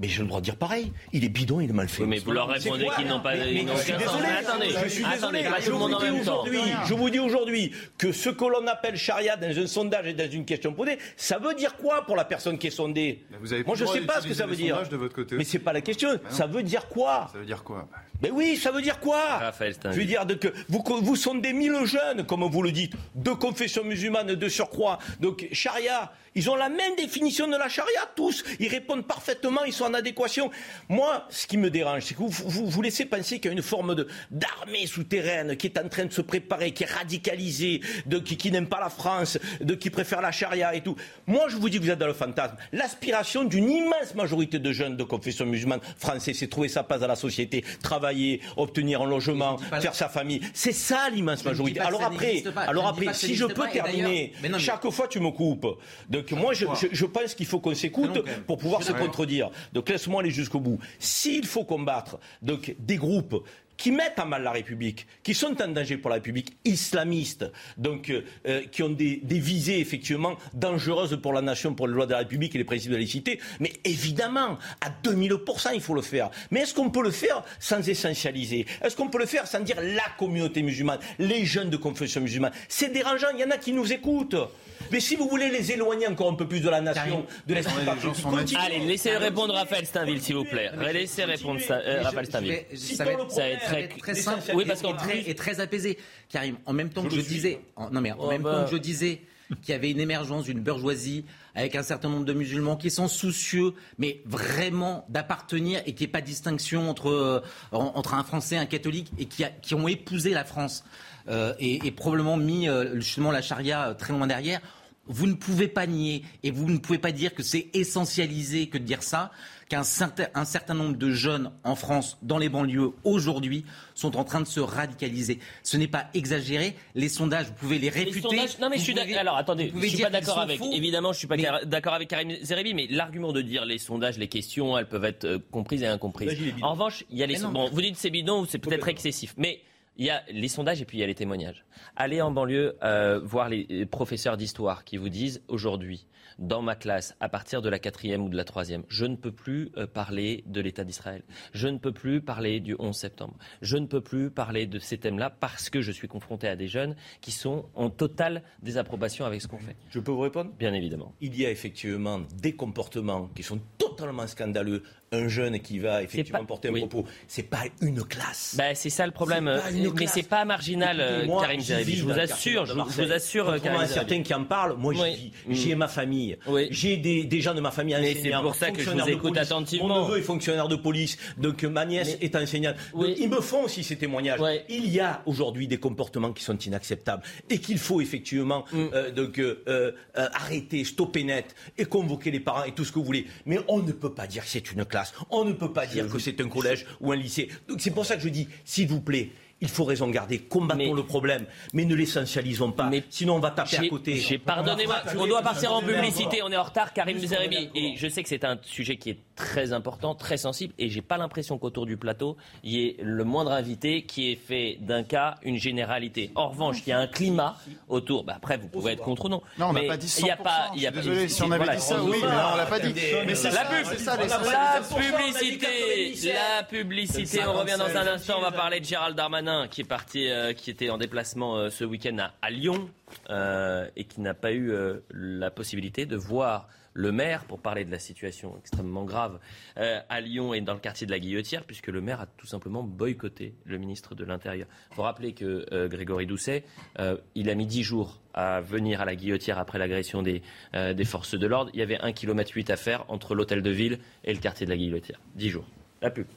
Mais j'ai le droit de dire pareil. Il est bidon, il est mal fait. Oui, mais vous leur répondez qu'ils n'ont pas. Mais, mais je suis désolé. Attendez, je suis attendez, désolé. pas tout le monde en même temps. Je vous dis aujourd'hui que ce que l'on appelle charia dans un sondage et dans une question posée, ça veut dire quoi pour la personne qui est sondée? Vous avez Moi, je ne sais pas ce que ça veut dire. De votre côté mais c'est pas la question. Bah ça veut dire quoi? Ça veut dire quoi? Mais oui, ça veut dire quoi? Raphaël Steinville. Je veux dire que vous, vous sondez mille jeunes, comme vous le dites, de confession musulmane de surcroît. Donc, charia, ils ont la même définition de la charia, tous. Ils répondent parfaitement, ils sont en adéquation. Moi, ce qui me dérange, c'est que vous, vous, vous laissez penser qu'il y a une forme de, d'armée souterraine qui est en train de se préparer, qui est radicalisée, de, qui, qui n'aime pas la France, de, qui préfère la charia et tout. Moi, je vous dis que vous êtes dans le fantasme. L'aspiration d'une immense majorité de jeunes de confession musulmane français, c'est trouver sa place dans la société, travailler, obtenir un logement, faire sa famille. C'est ça l'immense majorité. Alors après, alors après, si je peux terminer, non, mais... chaque fois tu me coupes. Donc moi, je, je, je pense qu'il faut qu'on s'écoute non, pour pouvoir se contredire. Donc laisse-moi aller jusqu'au bout. S'il faut combattre donc des groupes qui mettent à mal la République, qui sont en danger pour la République, islamistes, donc euh, qui ont des, des visées effectivement dangereuses pour la nation, pour les lois de la République et les principes de la laïcité. Mais évidemment, à deux mille pour cent, il faut le faire. Mais est-ce qu'on peut le faire sans essentialiser? Est-ce qu'on peut le faire sans dire la communauté musulmane, les jeunes de confession musulmane? C'est dérangeant, il y en a qui nous écoutent. Mais si vous voulez les éloigner encore un peu plus de la nation, de l'esprit patriotique... Allez, laissez répondre Raphaël Steinville, s'il vous plaît. Laissez répondre euh, Raphaël Steinville. Ça va être, ça va être très, très simple oui, parce et, très, et très apaisé. Karim, en même temps que je, je disais... En, non mais en oh même bah... temps que je disais qu'il y avait une émergence d'une bourgeoisie avec un certain nombre de musulmans qui sont soucieux, mais vraiment d'appartenir et qu'il n'y ait pas de distinction entre, euh, entre un Français et un catholique et qui, a, qui ont épousé la France euh, et, et probablement mis euh, justement la charia très loin derrière. Vous ne pouvez pas nier et vous ne pouvez pas dire que c'est essentialisé que de dire ça, qu'un certain, un certain nombre de jeunes en France, dans les banlieues, aujourd'hui, sont en train de se radicaliser. Ce n'est pas exagéré. Les sondages, vous pouvez les réfuter. Les sondages, non mais je suis d'accord. Alors attendez, je suis pas d'accord avec. Faux. Évidemment, je suis pas mais... d'accord avec Karim Zerébi, mais l'argument de dire les sondages, les questions, elles peuvent être comprises et incomprises. En revanche, il y a les. Bon, vous dites c'est bidon ou c'est peut-être excessif, mais. Il y a les sondages et puis il y a les témoignages. Allez en banlieue euh, voir les professeurs d'histoire qui vous disent aujourd'hui, dans ma classe, à partir de la quatrième ou de la troisième, je ne peux plus euh, parler de l'État d'Israël. Je ne peux plus parler du onze septembre. Je ne peux plus parler de ces thèmes-là parce que je suis confronté à des jeunes qui sont en totale désapprobation avec ce qu'on fait. Je peux vous répondre ? Bien évidemment. Il y a effectivement des comportements qui sont totalement scandaleux. Un jeune qui va effectivement pas... porter un oui. propos, c'est pas une classe. Bah, c'est ça le problème. Mais c'est pas marginal, Écoutez-moi, Karim Zerébi. Je vous assure, je vous assure, Karim certains qui en parlent, moi j'y vis. Oui. J'ai ma famille. Oui. J'ai des, des gens de ma famille enseignants. Mais c'est pour ça que je vous écoute attentivement. Mon neveu est fonctionnaire de police, donc ma nièce mais... est enseignante. Oui. Donc, ils me font aussi ces témoignages. Oui. Il y a aujourd'hui des comportements qui sont inacceptables et qu'il faut effectivement mm. euh, donc, euh, euh, arrêter, stopper net et convoquer les parents et tout ce que vous voulez. Mais on ne peut pas dire que c'est une classe. On ne peut pas dire que c'est un collège ou un lycée. Donc c'est pour ça que je dis, s'il vous plaît, il faut raison garder, combattons mais, le problème, mais ne l'essentialisons pas, mais sinon on va taper à côté. J'ai, pardonnez-moi, on doit partir en publicité, on est en retard, Karim Zerébi. Et je sais que c'est un sujet qui est très important, très sensible, et j'ai pas l'impression qu'autour du plateau, il y ait le moindre invité qui ait fait d'un cas une généralité. En revanche, il y a un climat autour, bah après vous pouvez être contre ou non. Non, on n'a pas dit cent pour cent. Il y a pas, il y a pas, désolé, si on avait voilà, dit ça, oui, mais on l'a pas dit. Mais c'est la pub, c'est ça, la publicité, la publicité, on revient dans un instant, on va parler de Gérald Darmanin, qui est parti, euh, qui était en déplacement euh, ce week-end à, à Lyon euh, et qui n'a pas eu euh, la possibilité de voir le maire pour parler de la situation extrêmement grave euh, à Lyon et dans le quartier de la Guillotière, puisque le maire a tout simplement boycotté le ministre de l'Intérieur. Il faut rappeler que euh, Grégory Doucet, euh, il a mis dix jours à venir à la Guillotière après l'agression des, euh, des forces de l'ordre. Il y avait un kilomètre huit à faire entre l'hôtel de ville et le quartier de la Guillotière. dix jours. La pub.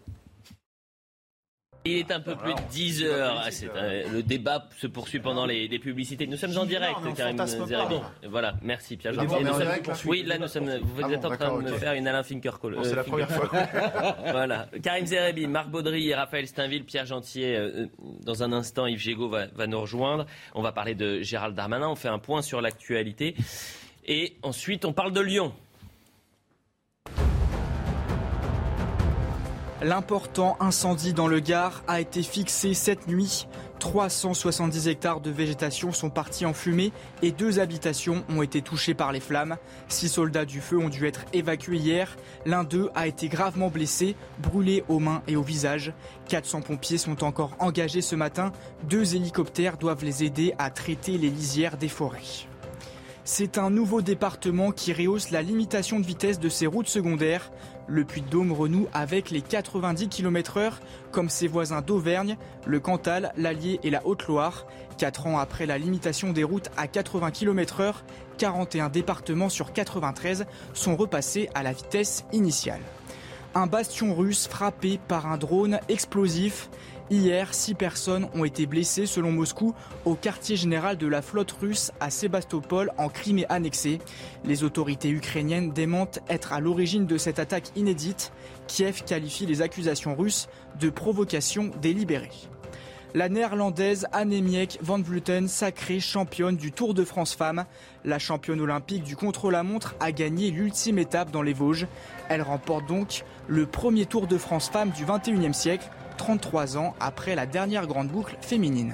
Il est un peu plus de dix heures. Ah, c'est un, le débat se poursuit pendant les, les publicités. Nous sommes en direct, Karim Zerébi. Voilà, merci Pierre. Oui, là nous sommes. Vous êtes en train de me faire une Alain Finkielkraut. C'est la première fois. Voilà. Karim Zerébi, Marc Baudry et Raphaël Steinville, Pierre Gentier. Dans un instant, Yves Gégaud va, va nous rejoindre. On va parler de Gérald Darmanin. On fait un point sur l'actualité. Et ensuite, on parle de Lyon. L'important incendie dans le Gard a été fixé cette nuit. trois cent soixante-dix hectares de végétation sont partis en fumée et deux habitations ont été touchées par les flammes. Six soldats du feu ont dû être évacués hier. L'un d'eux a été gravement blessé, brûlé aux mains et au visage. quatre cents pompiers sont encore engagés ce matin. Deux hélicoptères doivent les aider à traiter les lisières des forêts. C'est un nouveau département qui rehausse la limitation de vitesse de ses routes secondaires. Le Puy-de-Dôme renoue avec les quatre-vingt-dix kilomètres heure, comme ses voisins d'Auvergne, le Cantal, l'Allier et la Haute-Loire. Quatre ans après la limitation des routes à quatre-vingts kilomètres heure, quarante et un départements sur quatre-vingt-treize sont repassés à la vitesse initiale. Un bastion russe frappé par un drone explosif. Hier, six personnes ont été blessées selon Moscou au quartier général de la flotte russe à Sébastopol en Crimée annexée. Les autorités ukrainiennes démentent être à l'origine de cette attaque inédite. Kiev qualifie les accusations russes de provocation délibérée. La néerlandaise Annemiek van Vleuten, sacrée championne du Tour de France Femmes. La championne olympique du contre-la-montre a gagné l'ultime étape dans les Vosges. Elle remporte donc le premier Tour de France Femmes du vingt et unième siècle, trente-trois ans après la dernière grande boucle féminine.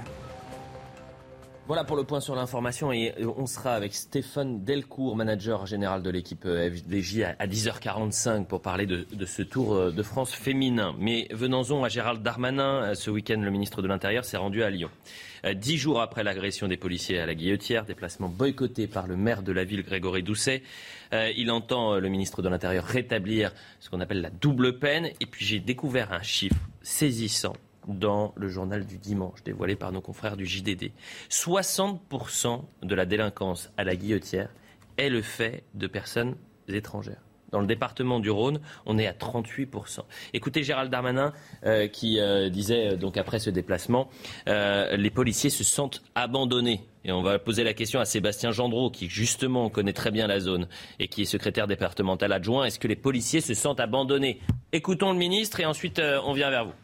Voilà pour le point sur l'information et on sera avec Stéphane Delcourt, manager général de l'équipe F D J à dix heures quarante-cinq pour parler de, de ce Tour de France féminin. Mais venons-en à Gérald Darmanin. Ce week-end, le ministre de l'Intérieur s'est rendu à Lyon. Dix jours après l'agression des policiers à la Guillotière, déplacement boycotté par le maire de la ville, Grégory Doucet. Euh, il entend, le ministre de l'Intérieur, rétablir ce qu'on appelle la double peine. Et puis j'ai découvert un chiffre saisissant dans le journal du dimanche, dévoilé par nos confrères du J D D. soixante pour cent de la délinquance à la Guillotière est le fait de personnes étrangères. Dans le département du Rhône, on est à trente-huit pour cent. Écoutez Gérald Darmanin euh, qui euh, disait, donc après ce déplacement, euh, les policiers se sentent abandonnés. Et on va poser la question à Sébastien Gendreau, qui justement connaît très bien la zone et qui est secrétaire départemental adjoint. Est-ce que les policiers se sentent abandonnés ? Écoutons le ministre et ensuite euh, on vient vers vous.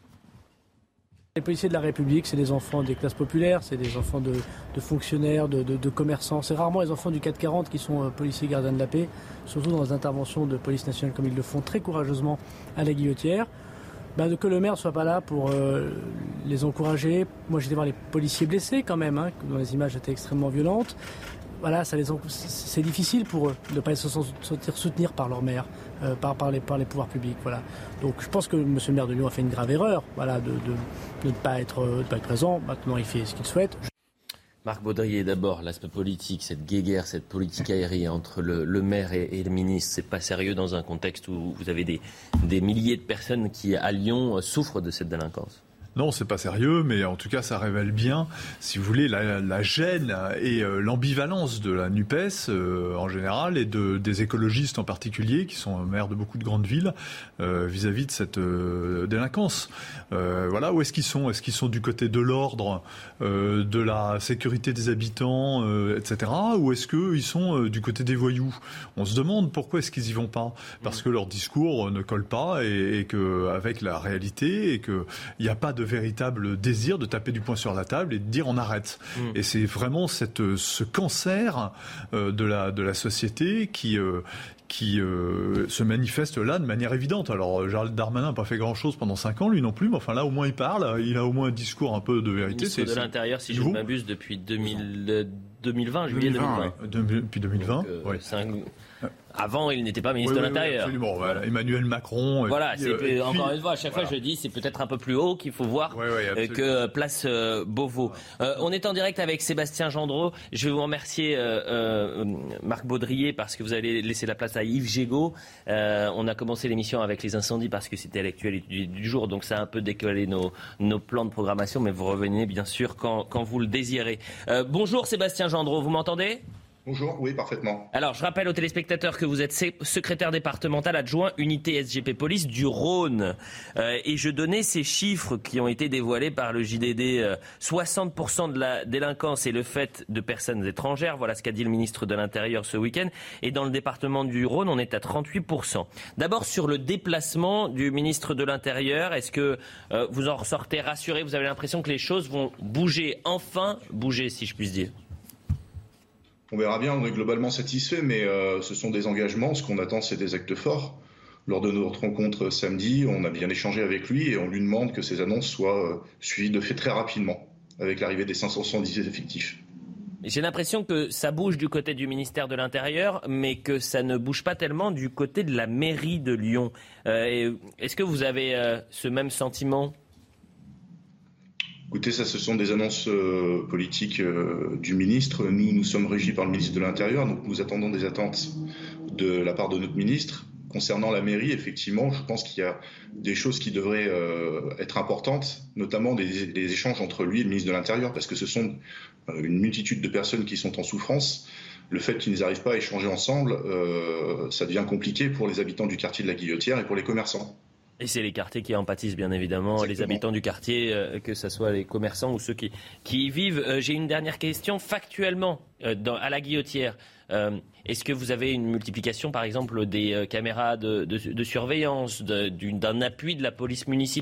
Les policiers de la République, c'est des enfants des classes populaires, c'est des enfants de, de fonctionnaires, de, de, de commerçants. C'est rarement les enfants du quatre quarante qui sont euh, policiers gardiens de la paix, surtout dans les interventions de police nationale comme ils le font très courageusement à la Guillotière. Ben, que le maire ne soit pas là pour euh, les encourager. Moi, j'étais voir les policiers blessés quand même, hein, dont les images étaient extrêmement violentes. Voilà, ça les, c'est difficile pour eux de ne pas se sentir soutenir par leur maire, euh, par, par, les, par les pouvoirs publics. Voilà. Donc je pense que M. le maire de Lyon a fait une grave erreur, voilà, de, de, de ne pas être, de pas être présent. Maintenant, il fait ce qu'il souhaite. Marc Baudrier, d'abord, l'aspect politique, cette guéguerre, cette politique aérienne entre le, le maire et, et le ministre, c'est pas sérieux dans un contexte où vous avez des, des milliers de personnes qui, à Lyon, souffrent de cette délinquance. Non, c'est pas sérieux, mais en tout cas, ça révèle bien, si vous voulez, la, la gêne et euh, l'ambivalence de la NUPES euh, en général et de, des écologistes en particulier, qui sont maires de beaucoup de grandes villes, euh, vis-à-vis de cette euh, délinquance. Euh, voilà, où est-ce qu'ils sont ? Est-ce qu'ils sont du côté de l'ordre, euh, de la sécurité des habitants, euh, et cetera. Ou est-ce qu'ils sont euh, du côté des voyous ? On se demande pourquoi est-ce qu'ils y vont pas ? Parce que leur discours ne colle pas et, et qu'avec la réalité et qu'il n'y a pas de véritable désir de taper du poing sur la table et de dire on arrête. Mmh. Et c'est vraiment cette, ce cancer euh, de, la, de la société qui, euh, qui euh, se manifeste là de manière évidente. Alors Gérald Darmanin n'a pas fait grand-chose pendant cinq ans, lui non plus, mais enfin là au moins il parle, il a au moins un discours un peu de vérité. Le ministre c'est, de l'Intérieur, si je ne m'abuse, depuis deux mille, deux mille vingt, juillet deux mille vingt. deux mille vingt. Depuis deux mille vingt, oui. Avant, il n'était pas ministre oui, de l'Intérieur. Oui, absolument. Voilà. Emmanuel Macron. Voilà, puis, c'est, euh, encore puis, une fois, à chaque voilà. fois, je dis, c'est peut-être un peu plus haut qu'il faut voir oui, oui, que place euh, Beauvau. Euh, on est en direct avec Sébastien Gendreau. Je vais vous remercier, euh, euh, Marc Baudrier, parce que vous allez laisser la place à Yves Gégaud. Euh, on a commencé l'émission avec les incendies parce que c'était l'actualité du, du jour, donc ça a un peu décalé nos, nos plans de programmation, mais vous revenez bien sûr quand, quand vous le désirez. Euh, bonjour Sébastien Gendreau, vous m'entendez ? Bonjour, oui, parfaitement. Alors, je rappelle aux téléspectateurs que vous êtes secrétaire départemental adjoint unité S G P Police du Rhône. Euh, et je donnais ces chiffres qui ont été dévoilés par le J D D. Euh, soixante pour cent de la délinquance est le fait de personnes étrangères. Voilà ce qu'a dit le ministre de l'Intérieur ce week-end. Et dans le département du Rhône, on est à trente-huit pour cent. D'abord, sur le déplacement du ministre de l'Intérieur, est-ce que euh, vous en ressortez rassuré ? Vous avez l'impression que les choses vont bouger, enfin bouger, si je puis dire ? On verra bien, on est globalement satisfait, mais euh, ce sont des engagements. Ce qu'on attend, c'est des actes forts. lors de notre rencontre samedi, on a bien échangé avec lui et on lui demande que ces annonces soient suivies de fait très rapidement, avec l'arrivée des cinq cent soixante-dix effectifs. J'ai l'impression que ça bouge du côté du ministère de l'Intérieur, mais que ça ne bouge pas tellement du côté de la mairie de Lyon. Euh, est-ce que vous avez euh, ce même sentiment ? Écoutez, ça, ce sont des annonces euh, politiques euh, du ministre. Nous, nous sommes régis par le ministre de l'Intérieur, donc nous attendons des attentes de la part de notre ministre. Concernant la mairie, effectivement, je pense qu'il y a des choses qui devraient euh, être importantes, notamment des, des échanges entre lui et le ministre de l'Intérieur, parce que ce sont euh, une multitude de personnes qui sont en souffrance. Le fait qu'ils n'arrivent pas à échanger ensemble, euh, ça devient compliqué pour les habitants du quartier de la Guillotière et pour les commerçants. Et c'est les quartiers qui en pâtissent, bien évidemment, Exactement. Les habitants du quartier, euh, que ce soit les commerçants ou ceux qui, qui y vivent. Euh, j'ai une dernière question. Factuellement, euh, dans, à la Guillotière, euh, est-ce que vous avez une multiplication, par exemple, des euh, caméras de, de, de surveillance, de, d'une, d'un appui de la police municipale ?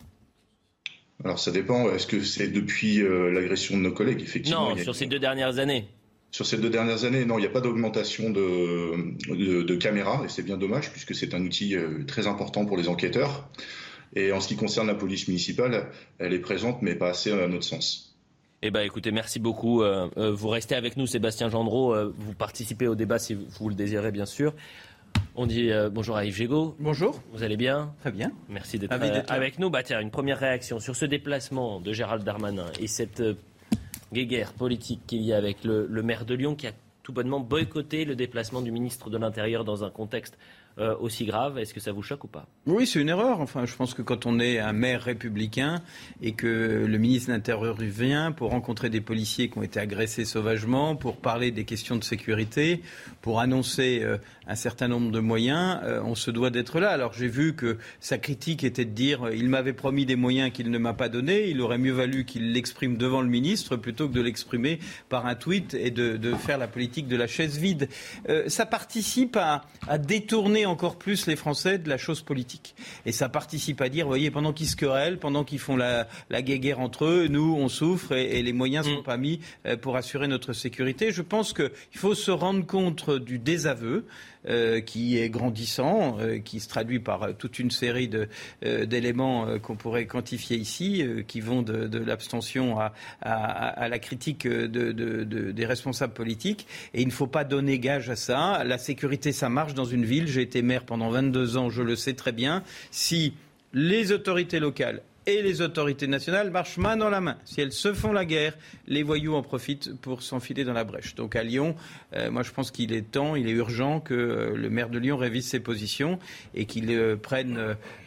Alors ça dépend. Est-ce que c'est depuis euh, l'agression de nos collègues, effectivement ? Non, sur ces deux dernières années. Sur ces deux dernières années, non, il n'y a pas d'augmentation de, de, de caméras, et c'est bien dommage, puisque c'est un outil très important pour les enquêteurs. Et en ce qui concerne la police municipale, elle est présente, mais pas assez à notre sens. Eh bien, écoutez, merci beaucoup. Euh, vous restez avec nous, Sébastien Gendreau. Euh, vous participez au débat si vous le désirez, bien sûr. On dit euh, bonjour à Yves Gégaud. Bonjour. Vous allez bien ? Très bien. Merci d'être, euh, avec nous. Bah, tiens, une première réaction sur ce déplacement de Gérald Darmanin et cette... Euh, guéguerre politique qu'il y a avec le, le maire de Lyon qui a tout bonnement boycotté le déplacement du ministre de l'Intérieur dans un contexte euh, aussi grave. Est-ce que ça vous choque ou pas ? Oui, c'est une erreur. Enfin, je pense que quand on est un maire républicain et que le ministre de l'Intérieur vient pour rencontrer des policiers qui ont été agressés sauvagement, pour parler des questions de sécurité, pour annoncer euh, un certain nombre de moyens, euh, on se doit d'être là. Alors j'ai vu que sa critique était de dire euh, il m'avait promis des moyens qu'il ne m'a pas donnés. Il aurait mieux valu qu'il l'exprime devant le ministre plutôt que de l'exprimer par un tweet et de, de faire la politique de la chaise vide. Euh, ça participe à, à détourner encore plus les Français de la chose politique. Et ça participe à dire, vous voyez, pendant qu'ils se querellent, pendant qu'ils font la, la guéguerre entre eux, nous, on souffre et, et les moyens ne sont pas mis pour assurer notre sécurité. Je pense qu'il faut se rendre compte du désaveu euh, qui est grandissant, euh, qui se traduit par toute une série de, euh, d'éléments euh, qu'on pourrait quantifier ici, euh, qui vont de, de l'abstention à, à, à la critique de, de, de, des responsables politiques. Et il ne faut pas donner gage à ça. La sécurité, ça marche dans une ville. J'ai été maire pendant vingt-deux ans, je le sais très bien. Si les autorités locales et les autorités nationales marchent main dans la main, si elles se font la guerre, les voyous en profitent pour s'enfiler dans la brèche. Donc à Lyon, euh, moi je pense qu'il est temps, il est urgent que euh, le maire de Lyon révise ses positions et qu'il euh, prenne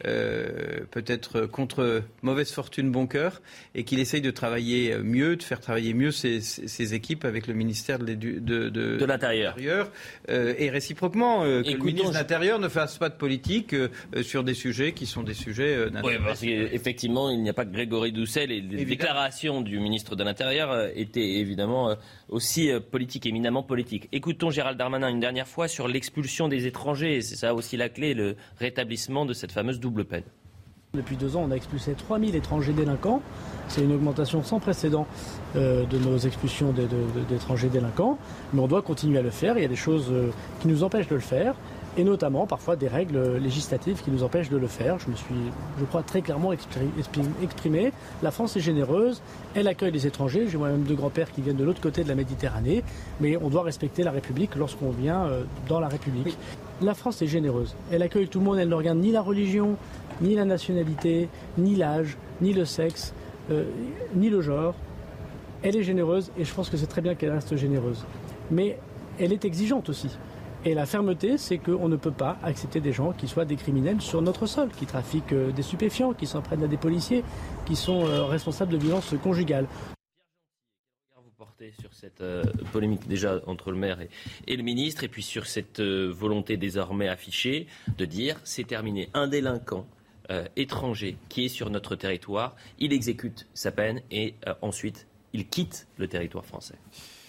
euh, peut-être contre mauvaise fortune bon cœur et qu'il essaye de travailler mieux, de faire travailler mieux ses, ses équipes avec le ministère de, de, de, de l'Intérieur euh, et réciproquement euh, que Écoutons, le ministre de l'Intérieur ne fasse pas de politique euh, sur des sujets qui sont des sujets euh, oui, parce qu'effectivement il n'y a pas que Grégory Doucet. Les, les déclarations du ministre de l'Intérieur euh, étaient évidemment euh, aussi euh, politiques, éminemment politiques. Écoutons Gérald Darmanin une dernière fois sur l'expulsion des étrangers. C'est ça aussi la clé, le rétablissement de cette fameuse double peine. Depuis deux ans, on a expulsé trois mille étrangers délinquants. C'est une augmentation sans précédent euh, de nos expulsions de, de, de, d'étrangers délinquants. Mais on doit continuer à le faire. Il y a des choses euh, qui nous empêchent de le faire. Et notamment, parfois, des règles législatives qui nous empêchent de le faire. Je me suis, je crois, très clairement exprimé. La France est généreuse, elle accueille les étrangers. J'ai moi-même deux grands-pères qui viennent de l'autre côté de la Méditerranée. Mais on doit respecter la République lorsqu'on vient euh, dans la République. Oui. La France est généreuse. Elle accueille tout le monde, elle ne regarde ni la religion, ni la nationalité, ni l'âge, ni le sexe, euh, ni le genre. Elle est généreuse et je pense que c'est très bien qu'elle reste généreuse. Mais elle est exigeante aussi. Et la fermeté, c'est qu'on ne peut pas accepter des gens qui soient des criminels sur notre sol, qui trafiquent des stupéfiants, qui s'en prennent à des policiers, qui sont responsables de violences conjugales. Vous portez sur cette euh, polémique déjà entre le maire et, et le ministre, et puis sur cette euh, volonté désormais affichée de dire c'est terminé. Un délinquant euh, étranger qui est sur notre territoire, il exécute sa peine et euh, ensuite il quitte le territoire français.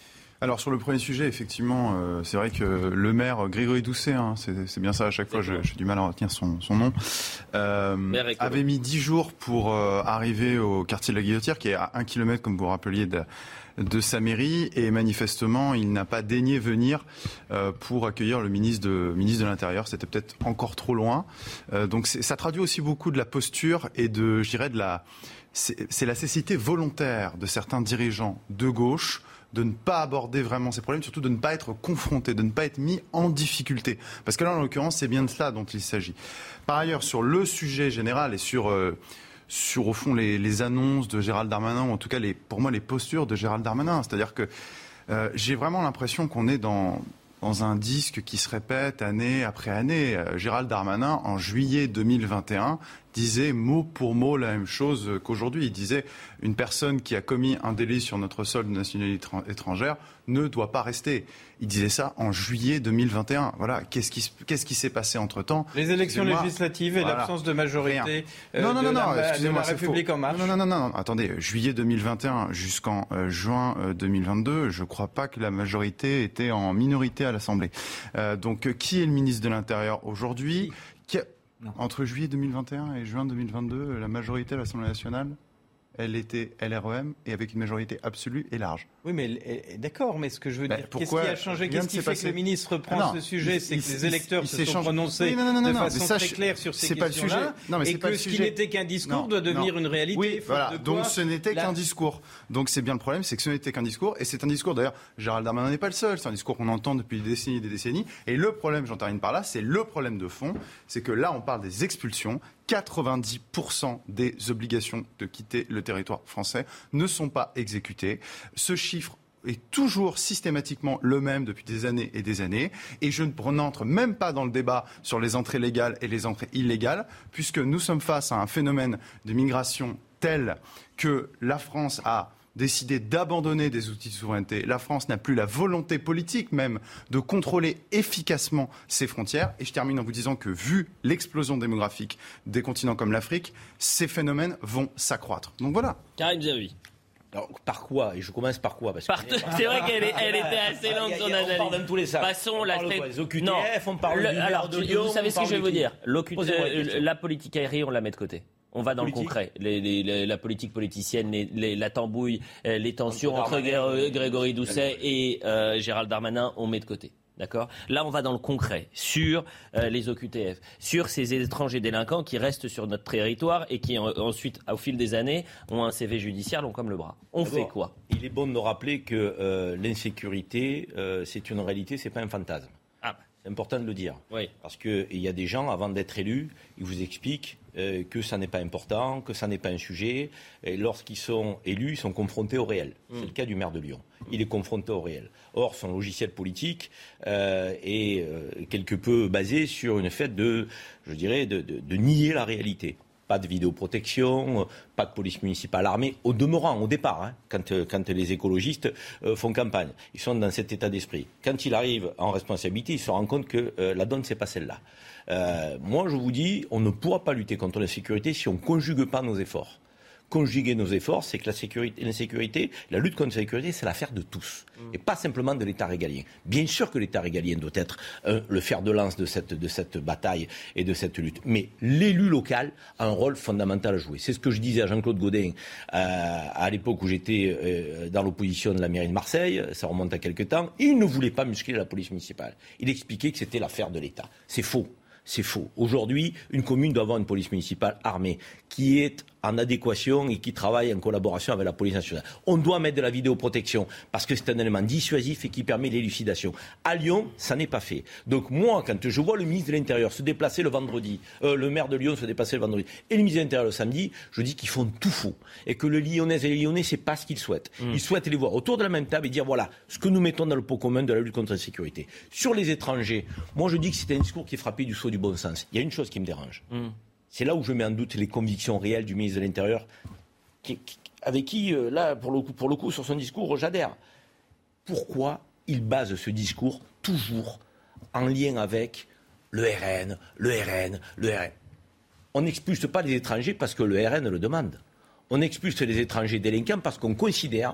Alors sur le premier sujet, effectivement, euh, c'est vrai que le maire Grégory Doucet, hein, c'est, c'est bien ça à chaque fois, j'ai, j'ai du mal à retenir son, son nom, euh, avait mis dix jours pour euh, arriver au quartier de la Guillotière, qui est à un kilomètre, comme vous rappeliez, de, de sa mairie, et manifestement, il n'a pas daigné venir euh, pour accueillir le ministre de, ministre de l'Intérieur. C'était peut-être encore trop loin. Euh, donc c'est, ça traduit aussi beaucoup de la posture et de, je dirais, de la, c'est, c'est la cécité volontaire de certains dirigeants de gauche de ne pas aborder vraiment ces problèmes, surtout de ne pas être confronté, de ne pas être mis en difficulté. Parce que là, en l'occurrence, c'est bien de cela dont il s'agit. Par ailleurs, sur le sujet général et sur, euh, sur au fond, les, les annonces de Gérald Darmanin, ou en tout cas, les, pour moi, les postures de Gérald Darmanin, c'est-à-dire que euh, j'ai vraiment l'impression qu'on est dans... dans un disque qui se répète année après année. Euh, Gérald Darmanin, en juillet deux mille vingt et un, disait mot pour mot la même chose qu'aujourd'hui. Il disait une personne qui a commis un délit sur notre sol de nationalité étrangère ne doit pas rester. Il disait ça en juillet deux mille vingt et un. Voilà. Qu'est-ce qui, qu'est-ce qui s'est passé entre-temps ? Les élections législatives et voilà. L'absence de majorité euh, non, non, non, de, non, la, de la République en marche. Non, non, non, non, non. Attendez, juillet deux mille vingt et un jusqu'en euh, juin euh, deux mille vingt-deux, je ne crois pas que la majorité était en minorité à l'Assemblée. Euh, donc, euh, qui est le ministre de l'Intérieur aujourd'hui ? Qui a... Entre juillet deux mille vingt et un et juin deux mille vingt-deux, la majorité à l'Assemblée nationale, elle était L R E M et avec une majorité absolue et large. Oui, mais d'accord, mais ce que je veux bah, dire, qu'est-ce qui a changé ? Qu'est-ce qui fait passé... que le ministre prend ah non, ce sujet ? il, C'est il, que les électeurs il, se il sont changé... prononcés oui, non, non, non, de non, façon ça, très claire sur ces c'est questions-là, pas le sujet. Non, mais et c'est pas que le ce sujet. qui n'était qu'un discours non, doit devenir non. une réalité. Oui, voilà. Donc quoi, ce n'était la... qu'un discours. Donc c'est bien le problème, c'est que ce n'était qu'un discours, et c'est un discours, d'ailleurs, Gérald Darmanin n'est pas le seul, c'est un discours qu'on entend depuis des décennies et des décennies, et le problème, j'en termine par là, c'est le problème de fond, c'est que là, on parle des expulsions, quatre-vingt-dix pour cent des obligations de quitter le territoire français ne sont pas exécutées. Ce chiffre est toujours systématiquement le même depuis des années et des années. Et je n'entre même pas dans le débat sur les entrées légales et les entrées illégales, puisque nous sommes face à un phénomène de migration tel que la France a décidé d'abandonner des outils de souveraineté. La France n'a plus la volonté politique même de contrôler efficacement ses frontières. Et je termine en vous disant que, vu l'explosion démographique des continents comme l'Afrique, ces phénomènes vont s'accroître. Donc voilà. Karim Zeribi. Alors, par quoi ? Et je commence par quoi ? Parce par que... C'est vrai qu'elle est, elle était assez longue, son analyse. On parle dans tous les sens. Passons on la parle traite. Les O Q T F, non. on parle le, du alors, de Lyon. Vous savez ce que je vais vous dire ? euh, La politique aérienne, on la met de côté. On va dans politique. le concret. Les, les, les, la politique politicienne, les, les, la tambouille, les tensions entre, entre Grégory Doucet et euh, Gérald Darmanin, on met de côté. D'accord ? Là, on va dans le concret, sur euh, les O Q T F, sur ces étrangers délinquants qui restent sur notre territoire et qui en, ensuite, au fil des années, ont un C V judiciaire long comme le bras. On D'abord, fait quoi ? Il est bon de rappeler que euh, l'insécurité, euh, c'est une réalité, c'est pas un fantasme. Ah. C'est important de le dire. Oui. Parce qu'il y a des gens, avant d'être élus, ils vous expliquent euh, que ça n'est pas important, que ça n'est pas un sujet. Et lorsqu'ils sont élus, ils sont confrontés au réel. Mm. C'est le cas du maire de Lyon. Il est confronté au réel. Or, son logiciel politique euh, est euh, quelque peu basé sur une fait de, je dirais, de, de, de nier la réalité. Pas de vidéoprotection, pas de police municipale armée, au demeurant, au départ, hein, quand, quand les écologistes euh, font campagne. Ils sont dans cet état d'esprit. Quand il arrive en responsabilité, il se rend compte que euh, la donne, c'est pas celle-là. Euh, moi, je vous dis, on ne pourra pas lutter contre l'insécurité si on ne conjugue pas nos efforts. Conjuguer nos efforts, c'est que la sécurité, l'insécurité, la lutte contre la sécurité, c'est l'affaire de tous. Mmh. Et pas simplement de l'État régalien. Bien sûr que l'État régalien doit être euh, le fer de lance de cette, de cette bataille et de cette lutte. Mais l'élu local a un rôle fondamental à jouer. C'est ce que je disais à Jean-Claude Gaudin euh, à l'époque où j'étais euh, dans l'opposition de la mairie de Marseille. Ça remonte à quelque temps. Il ne voulait pas muscler la police municipale. Il expliquait que c'était l'affaire de l'État. C'est faux. C'est faux. Aujourd'hui, une commune doit avoir une police municipale armée qui est en adéquation et qui travaille en collaboration avec la police nationale. On doit mettre de la vidéoprotection parce que c'est un élément dissuasif et qui permet l'élucidation. À Lyon, ça n'est pas fait. Donc moi, quand je vois le ministre de l'Intérieur se déplacer le vendredi, euh, le maire de Lyon se déplacer le vendredi et le ministre de l'Intérieur le samedi, je dis qu'ils font tout faux et que le Lyonnais et les Lyonnais, c'est pas ce qu'ils souhaitent. Mmh. Ils souhaitent les voir autour de la même table et dire voilà ce que nous mettons dans le pot commun de la lutte contre la sécurité. Sur les étrangers, moi je dis que c'est un discours qui est frappé du sceau du bon sens. Il y a une chose qui me dérange. Mmh. C'est là où je mets en doute les convictions réelles du ministre de l'Intérieur, qui, qui, avec qui, euh, là, pour le, coup, pour le coup, sur son discours, j'adhère. Pourquoi il base ce discours toujours en lien avec le R N, le R N, le R N ? On n'expulse pas les étrangers parce que le R N le demande. On expulse les étrangers délinquants parce qu'on considère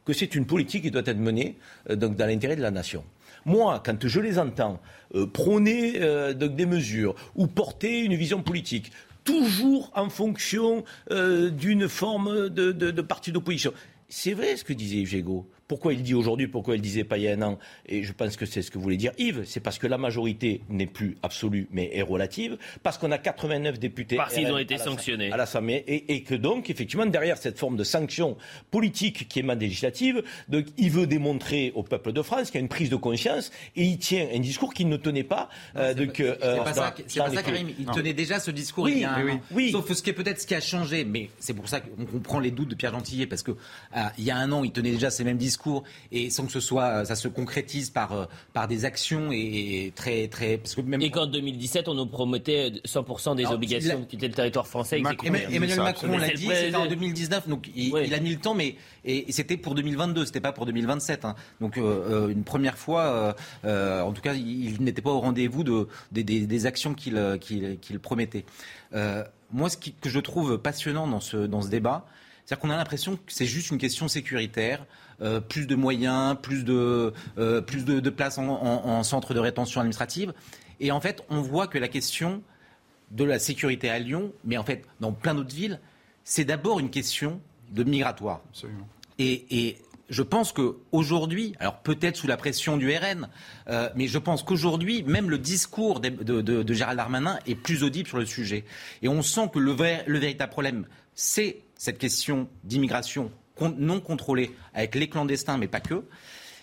que c'est une politique qui doit être menée euh, donc dans l'intérêt de la nation. Moi, quand je les entends euh, prôner euh, donc des mesures ou porter une vision politique, toujours en fonction euh, d'une forme de, de, de parti d'opposition, c'est vrai ce que disait Yves Gégaud. Pourquoi il dit aujourd'hui, pourquoi il ne disait pas il y a un an, et je pense que c'est ce que voulait dire Yves, c'est parce que la majorité n'est plus absolue mais est relative, parce qu'on a quatre-vingt-neuf députés parce qu'ils ont été sanctionnés à l'Assemblée, et, et que donc effectivement derrière cette forme de sanction politique qui est ma législative, donc, il veut démontrer au peuple de France qu'il y a une prise de conscience, et il tient un discours qu'il ne tenait pas. Non, euh, c'est donc, pas, euh, c'est pas ça, dans, c'est dans pas ça faits. Karim, il Non. tenait déjà ce discours oui, il y a un oui, an. Oui. Sauf ce qui est peut-être ce qui a changé, mais c'est pour ça qu'on comprend les doutes de Pierre Gentillet, parce que euh, il y a un an, il tenait déjà ces mêmes discours, et sans que ce soit, ça se concrétise par, euh, par des actions et très, très, parce que même... Et qu'en deux mille dix-sept, on nous promettait cent pour cent des Alors, obligations la... de quitter le territoire français. Macron, Emmanuel Macron l'a dit, c'était en deux mille dix-neuf, donc il, oui. il a mis le temps, mais et, et c'était pour deux mille vingt-deux, c'était pas pour deux mille vingt-sept. Hein. Donc euh, une première fois, euh, euh, en tout cas, il, il n'était pas au rendez-vous de, de, des, des actions qu'il, qu'il, qu'il promettait. Euh, moi, ce qui, que je trouve passionnant dans ce, dans ce débat, c'est-à-dire qu'on a l'impression que c'est juste une question sécuritaire. Euh, plus de moyens, plus de, euh, plus de, de places en, en, en centre de rétention administrative. Et en fait, on voit que la question de la sécurité à Lyon, mais en fait, dans plein d'autres villes, c'est d'abord une question de migratoire. Absolument. Et, et je pense qu'aujourd'hui, alors peut-être sous la pression du R N, euh, mais je pense qu'aujourd'hui, même le discours de, de, de, de Gérald Darmanin est plus audible sur le sujet. Et on sent que le, vrai, le véritable problème, c'est cette question d'immigration non contrôlé, avec les clandestins, mais pas que.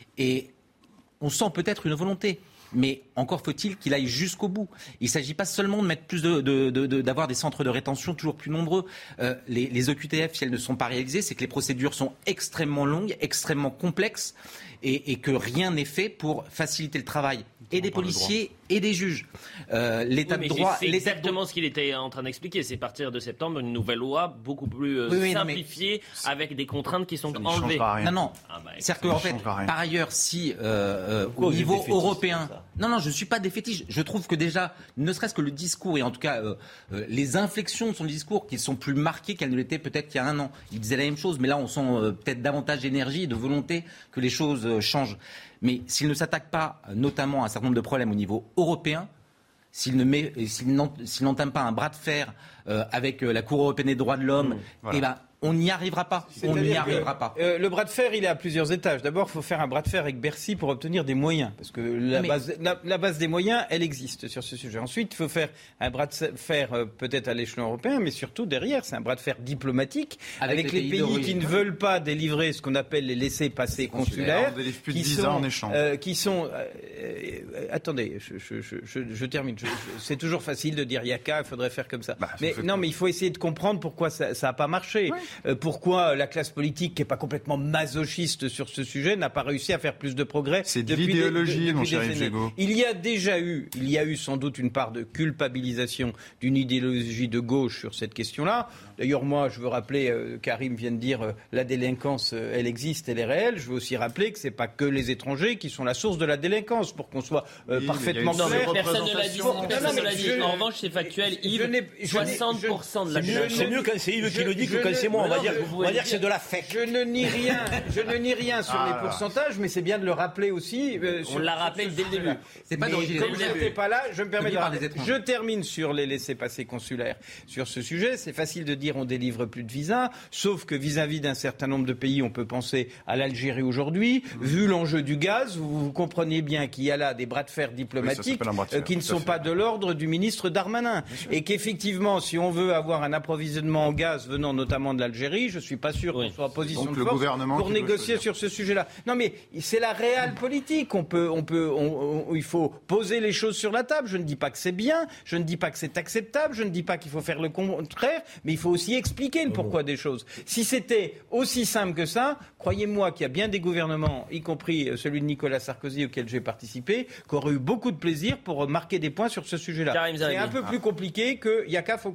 Et on sent peut-être une volonté. Mais encore faut-il qu'il aille jusqu'au bout. Il ne s'agit pas seulement de mettre plus de, de, de, de, d'avoir des centres de rétention toujours plus nombreux. Euh, les, les O Q T F, si elles ne sont pas réalisées, c'est que les procédures sont extrêmement longues, extrêmement complexes, et, et que rien n'est fait pour faciliter le travail et des policiers et des juges. Euh, l'état oui, de droit... C'est l'état exactement de... ce qu'il était en train d'expliquer. C'est partir de septembre une nouvelle loi beaucoup plus euh, oui, oui, simplifiée, mais... avec des contraintes qui sont enlevées. Non, non. Ah bah, c'est-à-dire qu'en fait, par ailleurs, si euh, euh, au niveau européen... Non, non, je ne suis pas défaitiste. Je trouve que déjà, ne serait-ce que le discours, et en tout cas euh, euh, les inflexions de son discours, qui sont plus marquées qu'elles ne l'étaient peut-être il y a un an. Il disait la même chose, mais là, on sent euh, peut-être davantage d'énergie et de volonté que les choses euh, changent. Mais s'il ne s'attaque pas notamment à un certain nombre de problèmes au niveau européen, s'il ne met, s'il n'entame pas un bras de fer euh, avec euh, la Cour européenne des droits de l'homme, mmh, voilà. eh ben, on n'y arrivera pas. On n'y arrivera que, pas. Euh, le bras de fer, il est à plusieurs étages. D'abord, il faut faire un bras de fer avec Bercy pour obtenir des moyens. Parce que la, Mais... base, la, la base des moyens, elle existe sur ce sujet. Ensuite, il faut faire un bras de fer euh, peut-être à l'échelon européen, mais surtout derrière, c'est un bras de fer diplomatique avec, avec les, les pays, pays qui ne veulent pas délivrer ce qu'on appelle les laissez-passer consulaires. On délivre plus de qui visas sont, en échange. Euh, qui sont... Euh, euh, attendez, je, je, je, je, je termine. Je, je, c'est toujours facile de dire Yaka, il faudrait faire comme ça. Bah, mais non, mais il faut essayer de comprendre pourquoi ça n'a pas marché. Ouais. Euh, pourquoi la classe politique, qui n'est pas complètement masochiste sur ce sujet, n'a pas réussi à faire plus de progrès. C'est de l'idéologie, des, de, mon cher Yves Gégaud. Il y a déjà eu, il y a eu sans doute une part de culpabilisation d'une idéologie de gauche sur cette question-là. D'ailleurs, moi, je veux rappeler, euh, Karim vient de dire, euh, la délinquance, euh, elle existe, elle est réelle. Je veux aussi rappeler que c'est pas que les étrangers qui sont la source de la délinquance, pour qu'on soit euh, oui, parfaitement clair. Non, personne ne l'a dit. Personne ne l'a dit. En revanche, c'est factuel. Yves, soixante pour cent de la violence. C'est mieux quand c'est Yves qui le dit que quand c'est moi. On va dire, on va dire que c'est de la fake. Je ne nie rien. Je ne nie rien sur ah, les pourcentages, mais c'est bien de le rappeler aussi. Euh, on l'a rappelé dès le début. C'est pas d'origine. Comme je n'étais pas là, je me permets de rappeler. Je termine sur les laissez-passer consulaires. Sur ce sujet, c'est facile de dire on délivre plus de visas, sauf que vis-à-vis d'un certain nombre de pays, on peut penser à l'Algérie aujourd'hui. Mmh. Vu l'enjeu du gaz, vous, vous comprenez bien qu'il y a là des bras de fer diplomatiques oui, de fer, qui ne sont pas de l'ordre du ministre Darmanin. Et qu'effectivement, si on veut avoir un approvisionnement en gaz venant notamment de l'Algérie, je suis pas sûr oui. qu'on soit en position Donc, de force pour négocier sur ce sujet-là. Non, mais c'est la réelle politique. On peut, on peut, on, on, il faut poser les choses sur la table. Je ne dis pas que c'est bien, je ne dis pas que c'est acceptable, je ne dis pas qu'il faut faire le contraire, mais il faut aussi expliquer le pourquoi des choses. Si c'était aussi simple que ça, croyez-moi qu'il y a bien des gouvernements, y compris celui de Nicolas Sarkozy auquel j'ai participé, qui auraient eu beaucoup de plaisir pour marquer des points sur ce sujet-là. C'est un peu plus compliqué que Yaka, faut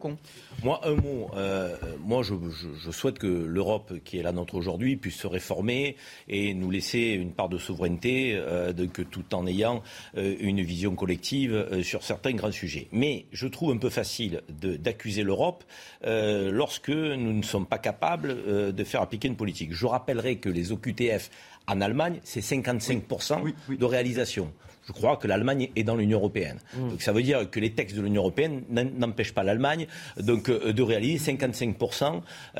cocon. Moi, un mot. Euh, moi, je, je, je souhaite que l'Europe, qui est la nôtre aujourd'hui, puisse se réformer et nous laisser une part de souveraineté, euh, de, que, tout en ayant euh, une vision collective euh, sur certains grands sujets. Mais je trouve un peu facile de, d'accuser l'Europe euh, lorsque nous ne sommes pas capables euh, de faire appliquer une politique. Je rappellerai que les O Q T F en Allemagne, c'est cinquante-cinq pour cent oui, oui, oui. de réalisation. Je crois que l'Allemagne est dans l'Union européenne. Mmh. Donc ça veut dire que les textes de l'Union européenne n'empêchent pas l'Allemagne donc, de réaliser cinquante-cinq pour cent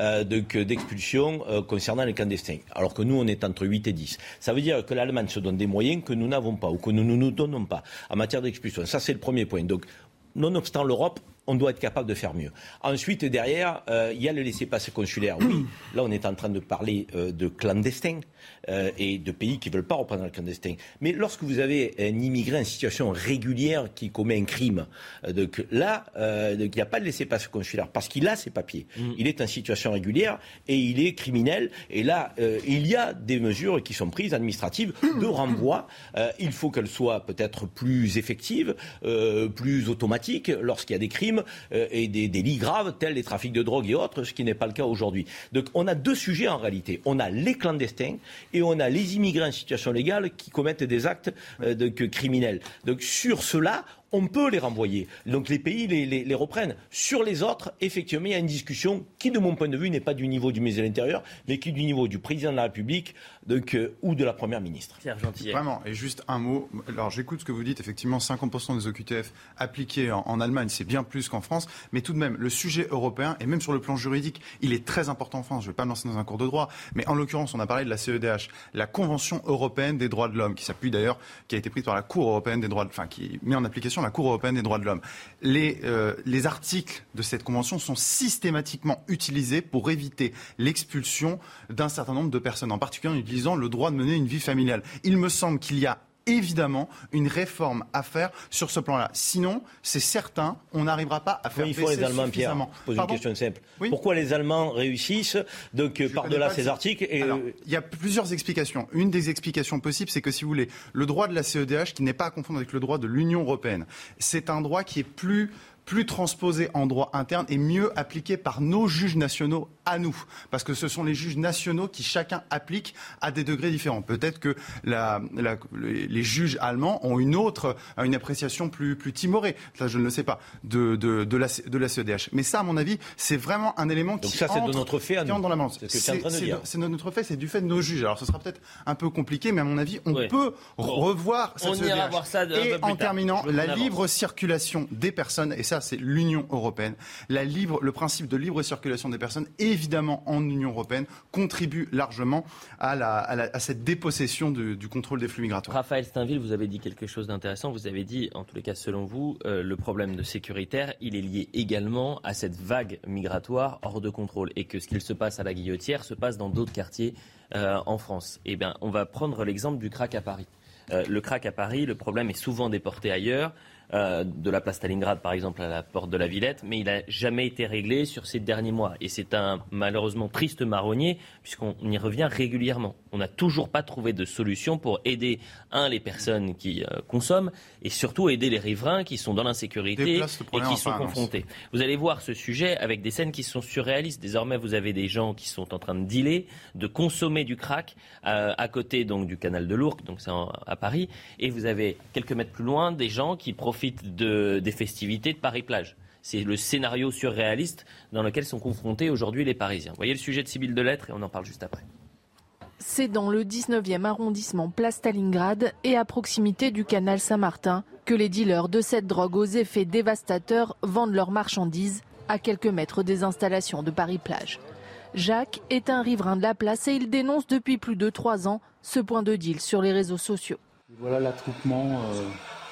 d'expulsions concernant les clandestins. Alors que nous, on est entre huit et dix. Ça veut dire que l'Allemagne se donne des moyens que nous n'avons pas ou que nous ne nous donnons pas en matière d'expulsion. Ça, c'est le premier point. Donc, nonobstant l'Europe, on doit être capable de faire mieux. Ensuite, derrière, euh, il y a le laissez-passer consulaire. Oui, là, on est en train de parler euh, de clandestins euh, et de pays qui ne veulent pas reprendre le clandestin. Mais lorsque vous avez un immigré en situation régulière qui commet un crime, euh, donc là, euh, donc, il n'y a pas de laissez-passer consulaire parce qu'il a ses papiers. Mmh. Il est en situation régulière et il est criminel. Et là, euh, il y a des mesures qui sont prises administratives de renvoi. Euh, il faut qu'elles soient peut-être plus effectives, euh, plus automatiques lorsqu'il y a des crimes et des délits graves tels les trafics de drogue et autres, ce qui n'est pas le cas aujourd'hui. Donc on a deux sujets en réalité. On a les clandestins et on a les immigrés en situation légale qui commettent des actes euh, de, que, criminels. Donc sur cela, on peut les renvoyer. Donc les pays les, les, les reprennent. Sur les autres, effectivement, il y a une discussion qui, de mon point de vue, n'est pas du niveau du ministre de l'Intérieur, mais qui est du niveau du président de la République donc, euh, ou de la Première ministre. Pierre Gentillet. Vraiment, et juste un mot. Alors j'écoute ce que vous dites, effectivement, cinquante pour cent des O Q T F appliqués en, en Allemagne, c'est bien plus qu'en France, mais tout de même, le sujet européen, et même sur le plan juridique, il est très important en France. Je ne vais pas me lancer dans un cours de droit, mais en l'occurrence, on a parlé de la C E D H, la Convention européenne des droits de l'homme, qui s'appuie d'ailleurs, qui a été prise par la Cour européenne des droits de, enfin, qui met en application la Cour européenne des droits de l'homme. Les, euh, les articles de cette convention sont systématiquement utilisés pour éviter l'expulsion d'un certain nombre de personnes, en particulier en utilisant le droit de mener une vie familiale. Il me semble qu'il y a évidemment une réforme à faire sur ce plan-là. Sinon, c'est certain, on n'arrivera pas à faire oui, il faut baisser les Allemands, Pierre. Je pose une question simple. Oui. Pourquoi les Allemands réussissent donc par-delà ces articles et... Alors, il y a plusieurs explications. Une des explications possibles, c'est que si vous voulez, le droit de la C E D H, qui n'est pas à confondre avec le droit de l'Union européenne, c'est un droit qui est plus plus transposé en droit interne et mieux appliqué par nos juges nationaux à nous. Parce que ce sont les juges nationaux qui chacun appliquent à des degrés différents. Peut-être que la, la, les juges allemands ont une autre, une appréciation plus, plus timorée, ça je ne le sais pas, de, de, de, la, de la C E D H. Mais ça, à mon avis, c'est vraiment un élément qui Donc ça, c'est entre, de notre fait à nous. Dans la balance. C'est ce que tu es en train de dire. C'est de notre fait, c'est du fait de nos juges. Alors ce sera peut-être un peu compliqué, mais à mon avis, on oui. peut bon. revoir cette on C E D H. Ira voir ça de, et un peu en terminant, la avance. libre circulation des personnes, et ça c'est l'Union européenne, la libre, le principe de libre circulation des personnes, évidemment en Union européenne, contribue largement à, la, à, la, à cette dépossession de, du contrôle des flux migratoires. Raphaël Steinville, vous avez dit quelque chose d'intéressant. Vous avez dit, en tous les cas selon vous, euh, le problème de sécuritaire, il est lié également à cette vague migratoire hors de contrôle et que ce qu'il se passe à la Guillotière se passe dans d'autres quartiers euh, en France. Eh bien, on va prendre l'exemple du crack à Paris. Euh, le crack à Paris, le problème est souvent déporté ailleurs. Euh, de la place Stalingrad par exemple à la porte de la Villette, mais il n'a jamais été réglé sur ces derniers mois. Et c'est un malheureusement triste marronnier puisqu'on y revient régulièrement. On n'a toujours pas trouvé de solution pour aider, un, les personnes qui euh, consomment et surtout aider les riverains qui sont dans l'insécurité et qui sont confrontés. Vous allez voir ce sujet avec des scènes qui sont surréalistes. Désormais, vous avez des gens qui sont en train de dealer, de consommer du crack euh, à côté donc, du canal de l'Ourcq, donc c'est en, à Paris, et vous avez quelques mètres plus loin des gens qui profitent De, des festivités de Paris-Plage. C'est le scénario surréaliste dans lequel sont confrontés aujourd'hui les Parisiens. Vous voyez le sujet de Sybille Delettre et on en parle juste après. C'est dans le dix-neuvième arrondissement place Stalingrad et à proximité du canal Saint-Martin que les dealers de cette drogue aux effets dévastateurs vendent leurs marchandises à quelques mètres des installations de Paris-Plage. Jacques est un riverain de la place et il dénonce depuis plus de trois ans ce point de deal sur les réseaux sociaux. Voilà l'attroupement euh...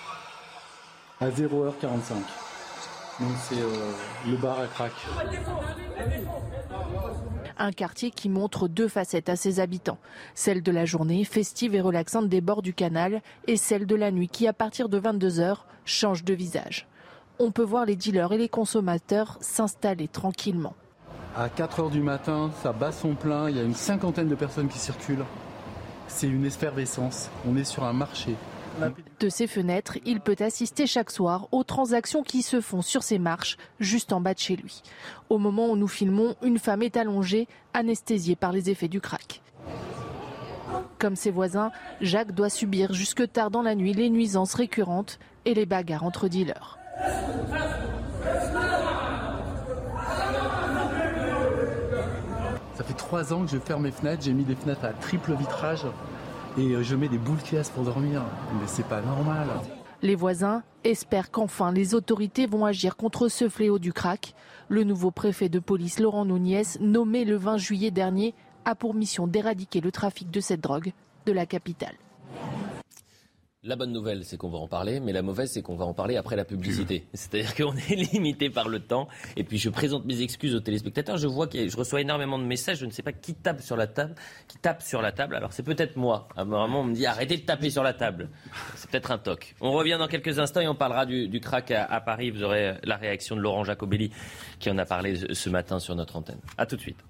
à zéro heure quarante-cinq. Donc c'est euh, le bar à crack. Un quartier qui montre deux facettes à ses habitants. Celle de la journée, festive et relaxante des bords du canal, et celle de la nuit qui, à partir de vingt-deux heures, change de visage. On peut voir les dealers et les consommateurs s'installer tranquillement. À quatre heures du matin, ça bat son plein, il y a une cinquantaine de personnes qui circulent. C'est une effervescence. On est sur un marché. De ses fenêtres, il peut assister chaque soir aux transactions qui se font sur ces marches, juste en bas de chez lui. Au moment où nous filmons, une femme est allongée, anesthésiée par les effets du crack. Comme ses voisins, Jacques doit subir jusque tard dans la nuit les nuisances récurrentes et les bagarres entre dealers. Ça fait trois ans que je ferme mes fenêtres, j'ai mis des fenêtres à triple vitrage et je mets des boules caisses pour dormir. Mais c'est pas normal. Les voisins espèrent qu'enfin les autorités vont agir contre ce fléau du crack. Le nouveau préfet de police, Laurent Nunez, nommé le vingt juillet dernier, a pour mission d'éradiquer le trafic de cette drogue de la capitale. La bonne nouvelle, c'est qu'on va en parler, mais la mauvaise, c'est qu'on va en parler après la publicité. C'est-à-dire qu'on est limité par le temps. Et puis, je présente mes excuses aux téléspectateurs. Je vois que je reçois énormément de messages. Je ne sais pas qui tape sur la table. Qui tape sur la table. Alors, c'est peut-être moi. Apparemment, on me dit arrêtez de taper sur la table. C'est peut-être un toc. On revient dans quelques instants et on parlera du, du crack à, à Paris. Vous aurez la réaction de Laurent Jacobelli qui en a parlé ce matin sur notre antenne. À tout de suite.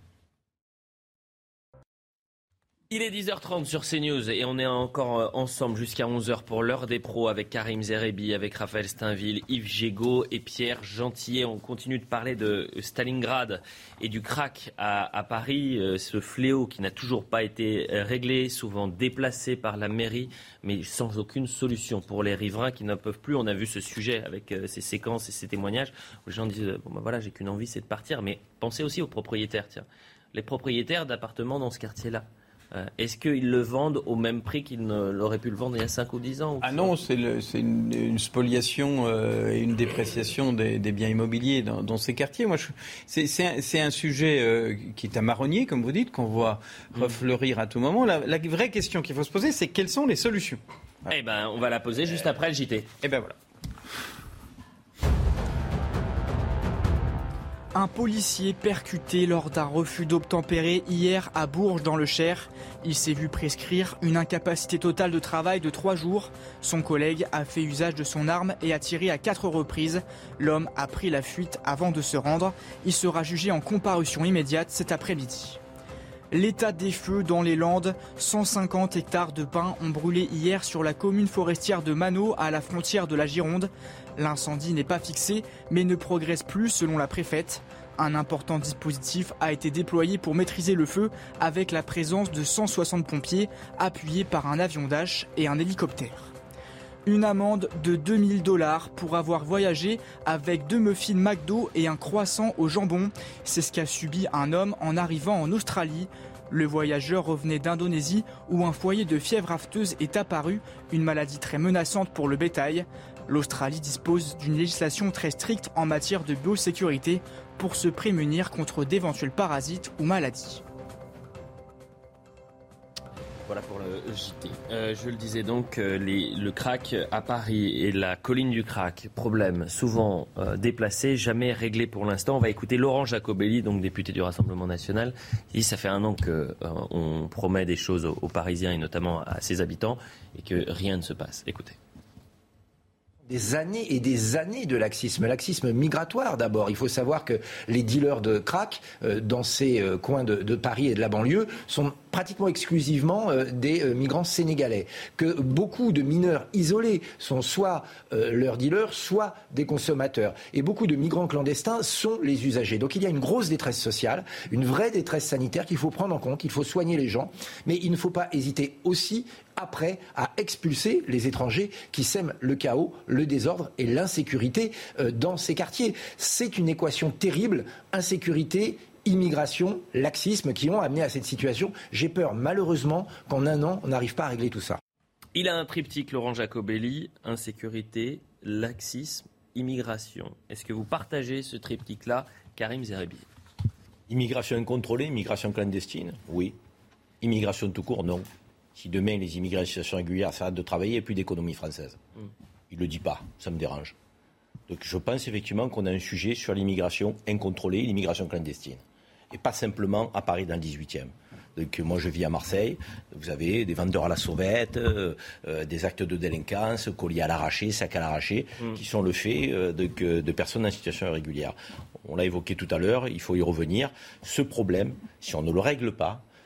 Il est dix heures trente sur CNews et on est encore ensemble jusqu'à onze heures pour l'heure des pros avec Karim Zerebi, avec Raphaël Steinville, Yves Gégaud et Pierre Gentillet. On continue de parler de Stalingrad et du crack à, à Paris, ce fléau qui n'a toujours pas été réglé, souvent déplacé par la mairie, mais sans aucune solution pour les riverains qui n'en peuvent plus. On a vu ce sujet avec ces séquences et ces témoignages où les gens disent bon ben voilà, j'ai qu'une envie, c'est de partir. Mais pensez aussi aux propriétaires, tiens, les propriétaires d'appartements dans ce quartier-là. Euh, est-ce qu'ils le vendent au même prix qu'ils ne l'auraient pu le vendre il y a cinq ou dix ans ou Ah non, c'est, le, c'est une, une spoliation euh, et une dépréciation des, des biens immobiliers dans, dans ces quartiers. Moi, je, c'est, c'est, un, c'est un sujet euh, qui est à marronnier, comme vous dites, qu'on voit refleurir à tout moment. La, la vraie question qu'il faut se poser, c'est quelles sont les solutions. Eh ben, on va la poser juste après le J T. Eh ben voilà. Un policier percuté lors d'un refus d'obtempérer hier à Bourges dans le Cher. Il s'est vu prescrire une incapacité totale de travail de trois jours. Son collègue a fait usage de son arme et a tiré à quatre reprises. L'homme a pris la fuite avant de se rendre. Il sera jugé en comparution immédiate cet après-midi. L'état des feux dans les Landes, cent cinquante hectares de pins ont brûlé hier sur la commune forestière de Manot à la frontière de la Gironde. L'incendie n'est pas fixé mais ne progresse plus selon la préfète. Un important dispositif a été déployé pour maîtriser le feu avec la présence de cent soixante pompiers appuyés par un avion Dash et un hélicoptère. Une amende de deux mille dollars pour avoir voyagé avec deux muffins McDo et un croissant au jambon. C'est ce qu'a subi un homme en arrivant en Australie. Le voyageur revenait d'Indonésie où un foyer de fièvre afteuse est apparu, une maladie très menaçante pour le bétail. L'Australie dispose d'une législation très stricte en matière de biosécurité pour se prémunir contre d'éventuels parasites ou maladies. Voilà pour le J T. Euh, je le disais donc, euh, les, le crack à Paris et la colline du crack, problème souvent euh, déplacé, jamais réglé pour l'instant. On va écouter Laurent Jacobelli, donc député du Rassemblement national. Il dit ça fait un an qu'on euh, promet des choses aux, aux Parisiens et notamment à ses habitants et que rien ne se passe. Écoutez. Des années et des années de laxisme, laxisme migratoire d'abord. Il faut savoir que les dealers de crack euh, dans ces euh, coins de, de Paris et de la banlieue sont pratiquement exclusivement euh, des euh, migrants sénégalais. Que beaucoup de mineurs isolés sont soit euh, leurs dealers, soit des consommateurs. Et beaucoup de migrants clandestins sont les usagers. Donc il y a une grosse détresse sociale, une vraie détresse sanitaire qu'il faut prendre en compte. Il faut soigner les gens, mais il ne faut pas hésiter aussi après à expulser les étrangers qui sèment le chaos, le désordre et l'insécurité euh, dans ces quartiers. C'est une équation terrible, insécurité, immigration, laxisme qui ont amené à cette situation. J'ai peur malheureusement qu'en un an, on n'arrive pas à régler tout ça. Il a un triptyque, Laurent Jacobelli, insécurité, laxisme, immigration. Est-ce que vous partagez ce triptyque-là, Karim Zerebi ? Immigration incontrôlée, immigration clandestine, oui. Immigration tout court, non. Si demain les immigrés en situation régulière s'arrêtent de travailler, il n'y a plus d'économie française. Mm. Il ne le dit pas, ça me dérange. Donc je pense effectivement qu'on a un sujet sur l'immigration incontrôlée, l'immigration clandestine. Et pas simplement à Paris dans le dix-huitième. Donc moi je vis à Marseille, vous avez des vendeurs à la sauvette, euh, euh, des actes de délinquance, colliers à l'arraché, sacs à l'arraché, mm. qui sont le fait euh, de, de personnes en situation irrégulière. On l'a évoqué tout à l'heure, il faut y revenir. Ce problème, si on ne le règle pas,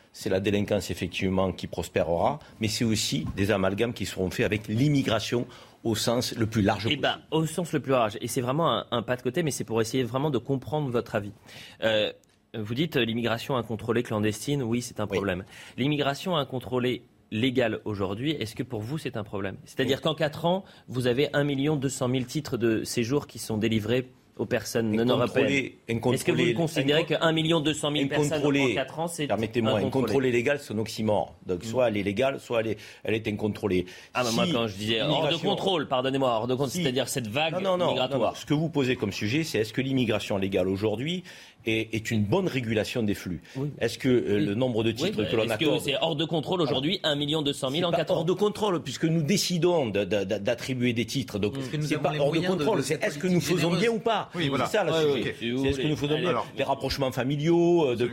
c'est la délinquance effectivement qui prospérera, mais c'est aussi des amalgames qui seront faits avec l'immigration au sens le plus large. Eh ben, au sens le plus large. Et c'est vraiment un, un pas de côté, mais c'est pour essayer vraiment de comprendre votre avis. Euh, vous dites euh, l'immigration incontrôlée clandestine, oui, c'est un problème. Oui. L'immigration incontrôlée légale aujourd'hui, est-ce que pour vous c'est un problème ? C'est-à-dire oui. qu'en quatre ans, vous avez un million deux cent mille titres de séjour qui sont délivrés aux personnes non européennes. Est-ce que vous considérez que un million deux cent mille personnes en quatre ans, c'est permettez-moi, incontrôlée légale, c'est un oxymore. Donc soit elle est légale, soit elle est, elle est incontrôlée. Ah bah si moi quand je disais hors de contrôle, pardonnez-moi, hors de contrôle, si. C'est-à-dire cette vague non, non, non, migratoire. Non, non. Ce que vous posez comme sujet, c'est est-ce que l'immigration légale aujourd'hui est, est une bonne régulation des flux ? oui. Est-ce que euh, oui. le nombre de titres oui, que l'on est-ce accorde... Est-ce que c'est hors de contrôle aujourd'hui, un million deux cent mille en quatre ans ? Hors de contrôle, puisque nous décidons de, de, de, d'attribuer des titres. Donc mmh. c'est pas hors de contrôle, de, de c'est est-ce que nous faisons bien ou pas ? Oui, voilà. C'est ça, là, okay. C'est est-ce que nous faisons bien ? Les rapprochements familiaux, de...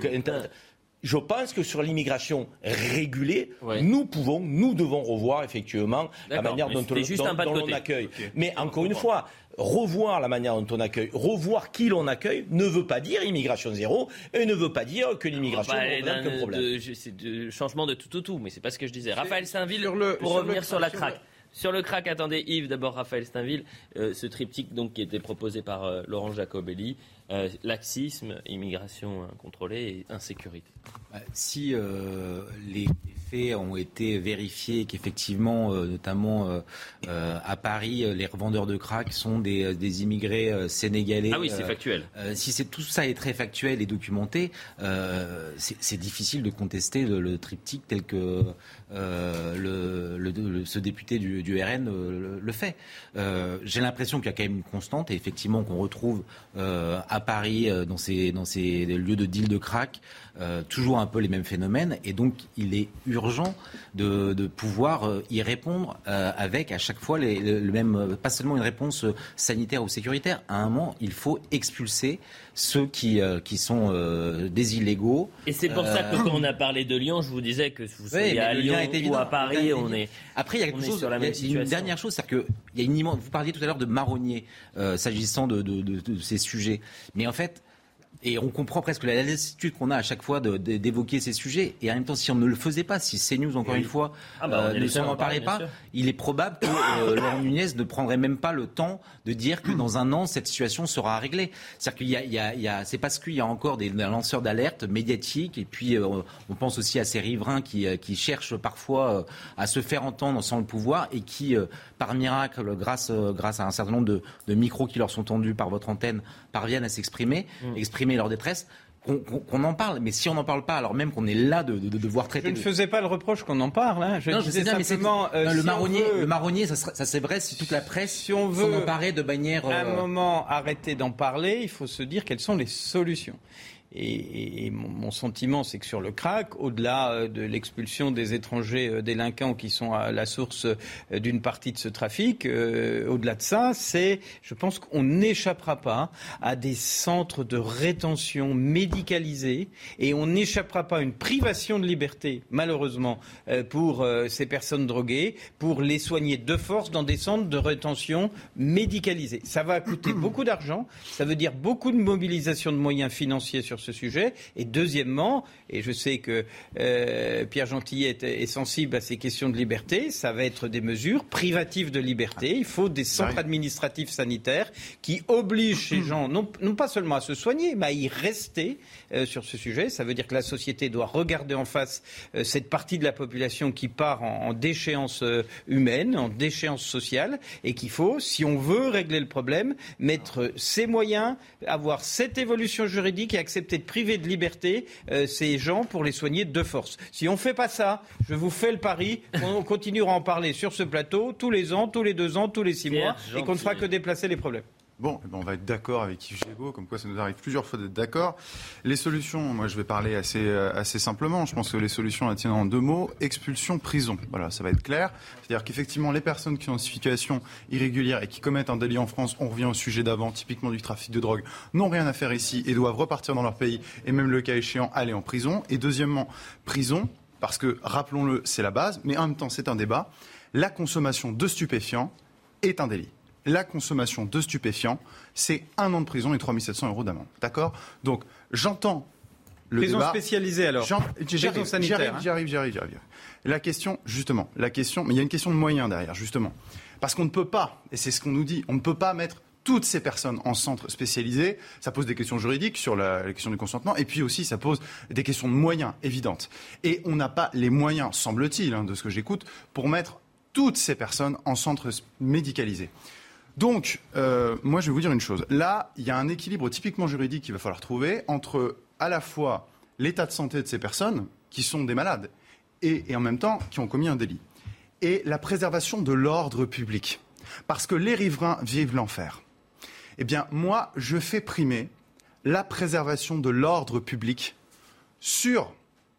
Je pense que sur l'immigration régulée, ouais. nous pouvons, nous devons revoir effectivement D'accord, la manière dont, on, juste dont, dont l'on accueille. Okay. Mais encore une fois, revoir la manière dont on accueille, revoir qui l'on accueille, ne veut pas dire immigration zéro et ne veut pas dire que l'immigration n'est pas un problème. De, c'est de changement de tout au tout, mais c'est pas ce que je disais. Raphaël Stainville, le, pour sur revenir le, sur la craque. Sur, sur le crack, attendez Yves, d'abord Raphaël Stainville, euh, ce triptyque donc qui était proposé par euh, Laurent Jacobelli. Euh, laxisme, immigration incontrôlée et insécurité. Si euh, les faits ont été vérifiés, qu'effectivement, euh, notamment euh, euh, à Paris, les revendeurs de crack sont des, des immigrés euh, sénégalais. Ah oui, c'est euh, factuel. Euh, si c'est, tout ça est très factuel et documenté, euh, c'est, c'est difficile de contester le, le triptyque tel que euh, le, le, le, ce député du, du R N euh, le, le fait. Euh, j'ai l'impression qu'il y a quand même une constante et effectivement qu'on retrouve euh, à Paris, euh, dans ces, dans ces lieux de deal de crack, euh, toujours un peu les mêmes phénomènes. Et donc, il est urgent de, de pouvoir euh, y répondre euh, avec à chaque fois les, le, le même, pas seulement une réponse sanitaire ou sécuritaire. À un moment, il faut expulser ceux qui, euh, qui sont euh, des illégaux. Et c'est pour euh... ça que quand on a parlé de Lyon, je vous disais que vous soyez oui, à Lyon ou à Paris, on est, Après, il y a quelque chose, sur la même situation. Une dernière chose, c'est-à-dire qu'il y a une immense, vous parliez tout à l'heure de marronniers, euh, s'agissant de, de, de, de ces sujets. Mais en fait, et on comprend presque la lassitude qu'on a à chaque fois de, de, d'évoquer ces sujets. Et en même temps, si on ne le faisait pas, si CNews, encore oui. une fois, ah bah, euh, ne s'en parlait pas, sûr. il est probable que euh, Laurent Nunez ne prendrait même pas le temps de dire que dans un an, cette situation sera réglée. C'est-à-dire qu'il y a, il y a, il y a c'est parce qu'il y a encore des, des lanceurs d'alerte médiatiques. Et puis, euh, on pense aussi à ces riverains qui, euh, qui cherchent parfois euh, à se faire entendre sans le pouvoir et qui, euh, par miracle, grâce, euh, grâce à un certain nombre de, de micros qui leur sont tendus par votre antenne, parviennent à s'exprimer, mmh. exprimer leur détresse, qu'on, qu'on, qu'on en parle. Mais si on n'en parle pas, alors même qu'on est là de, de, de devoir traiter... Je ne faisais pas le reproche qu'on en parle. Hein. Je non, disais je sais bien, simplement... Mais c'est, euh, non, le, si marronnier, veut, le marronnier, ça, sera, ça c'est vrai si toute la presse si on veut s'en emparait de manière... À euh... un moment, arrêter d'en parler, il faut se dire quelles sont les solutions. Et, et, et mon, mon sentiment, c'est que sur le crack, au-delà euh, de l'expulsion des étrangers euh, délinquants qui sont à la source euh, d'une partie de ce trafic, euh, au-delà de ça, c'est, je pense qu'on n'échappera pas à des centres de rétention médicalisés et on n'échappera pas à une privation de liberté, malheureusement, euh, pour euh, ces personnes droguées, pour les soigner de force dans des centres de rétention médicalisés. Ça va coûter beaucoup d'argent, ça veut dire beaucoup de mobilisation de moyens financiers sur ce sujet. Et deuxièmement, et je sais que euh, Pierre Gentillet est, est sensible à ces questions de liberté, ça va être des mesures privatives de liberté. Il faut des centres administratifs sanitaires qui obligent ces gens non, non pas seulement à se soigner, mais à y rester euh, sur ce sujet. Ça veut dire que la société doit regarder en face euh, cette partie de la population qui part en, en déchéance euh, humaine, en déchéance sociale, et qu'il faut, si on veut régler le problème, mettre ses moyens, avoir cette évolution juridique et accepter de priver de liberté euh, ces gens pour les soigner de force. Si on ne fait pas ça, je vous fais le pari qu'on continuera à en parler sur ce plateau tous les ans, tous les deux ans, tous les six mois, et qu'on ne fera que déplacer les problèmes. Bon, eh ben on va être d'accord avec Yves Gégaud, comme quoi ça nous arrive plusieurs fois d'être d'accord. Les solutions, moi je vais parler assez, euh, assez simplement. Je pense que les solutions, elles tiennent en deux mots. Expulsion, prison. Voilà, ça va être clair. C'est-à-dire qu'effectivement, les personnes qui sont en situation irrégulière et qui commettent un délit en France, on revient au sujet d'avant, typiquement du trafic de drogue, n'ont rien à faire ici et doivent repartir dans leur pays et même le cas échéant, aller en prison. Et deuxièmement, prison, parce que, rappelons-le, c'est la base, mais en même temps, c'est un débat. La consommation de stupéfiants est un délit. La consommation de stupéfiants, c'est un an de prison et trois mille sept cents euros d'amende. D'accord ? Donc, j'entends le prison débat... spécialisée alors. J'en- J'y arrive, j'y sanitaire, arrive, hein. j'y arrive, j'y arrive, j'y arrive. La question, justement, la question, mais il y a une question de moyens derrière, justement. Parce qu'on ne peut pas, et c'est ce qu'on nous dit, on ne peut pas mettre toutes ces personnes en centre spécialisé. Ça pose des questions juridiques sur la, la question du consentement, et puis aussi ça pose des questions de moyens évidentes. Et on n'a pas les moyens, semble-t-il, hein, de ce que j'écoute, pour mettre toutes ces personnes en centre médicalisé. Donc, euh, moi, je vais vous dire une chose. Là, il y a un équilibre typiquement juridique qu'il va falloir trouver entre à la fois l'état de santé de ces personnes, qui sont des malades, et, et en même temps qui ont commis un délit, et la préservation de l'ordre public. Parce que les riverains vivent l'enfer. Eh bien, moi, je fais primer la préservation de l'ordre public sur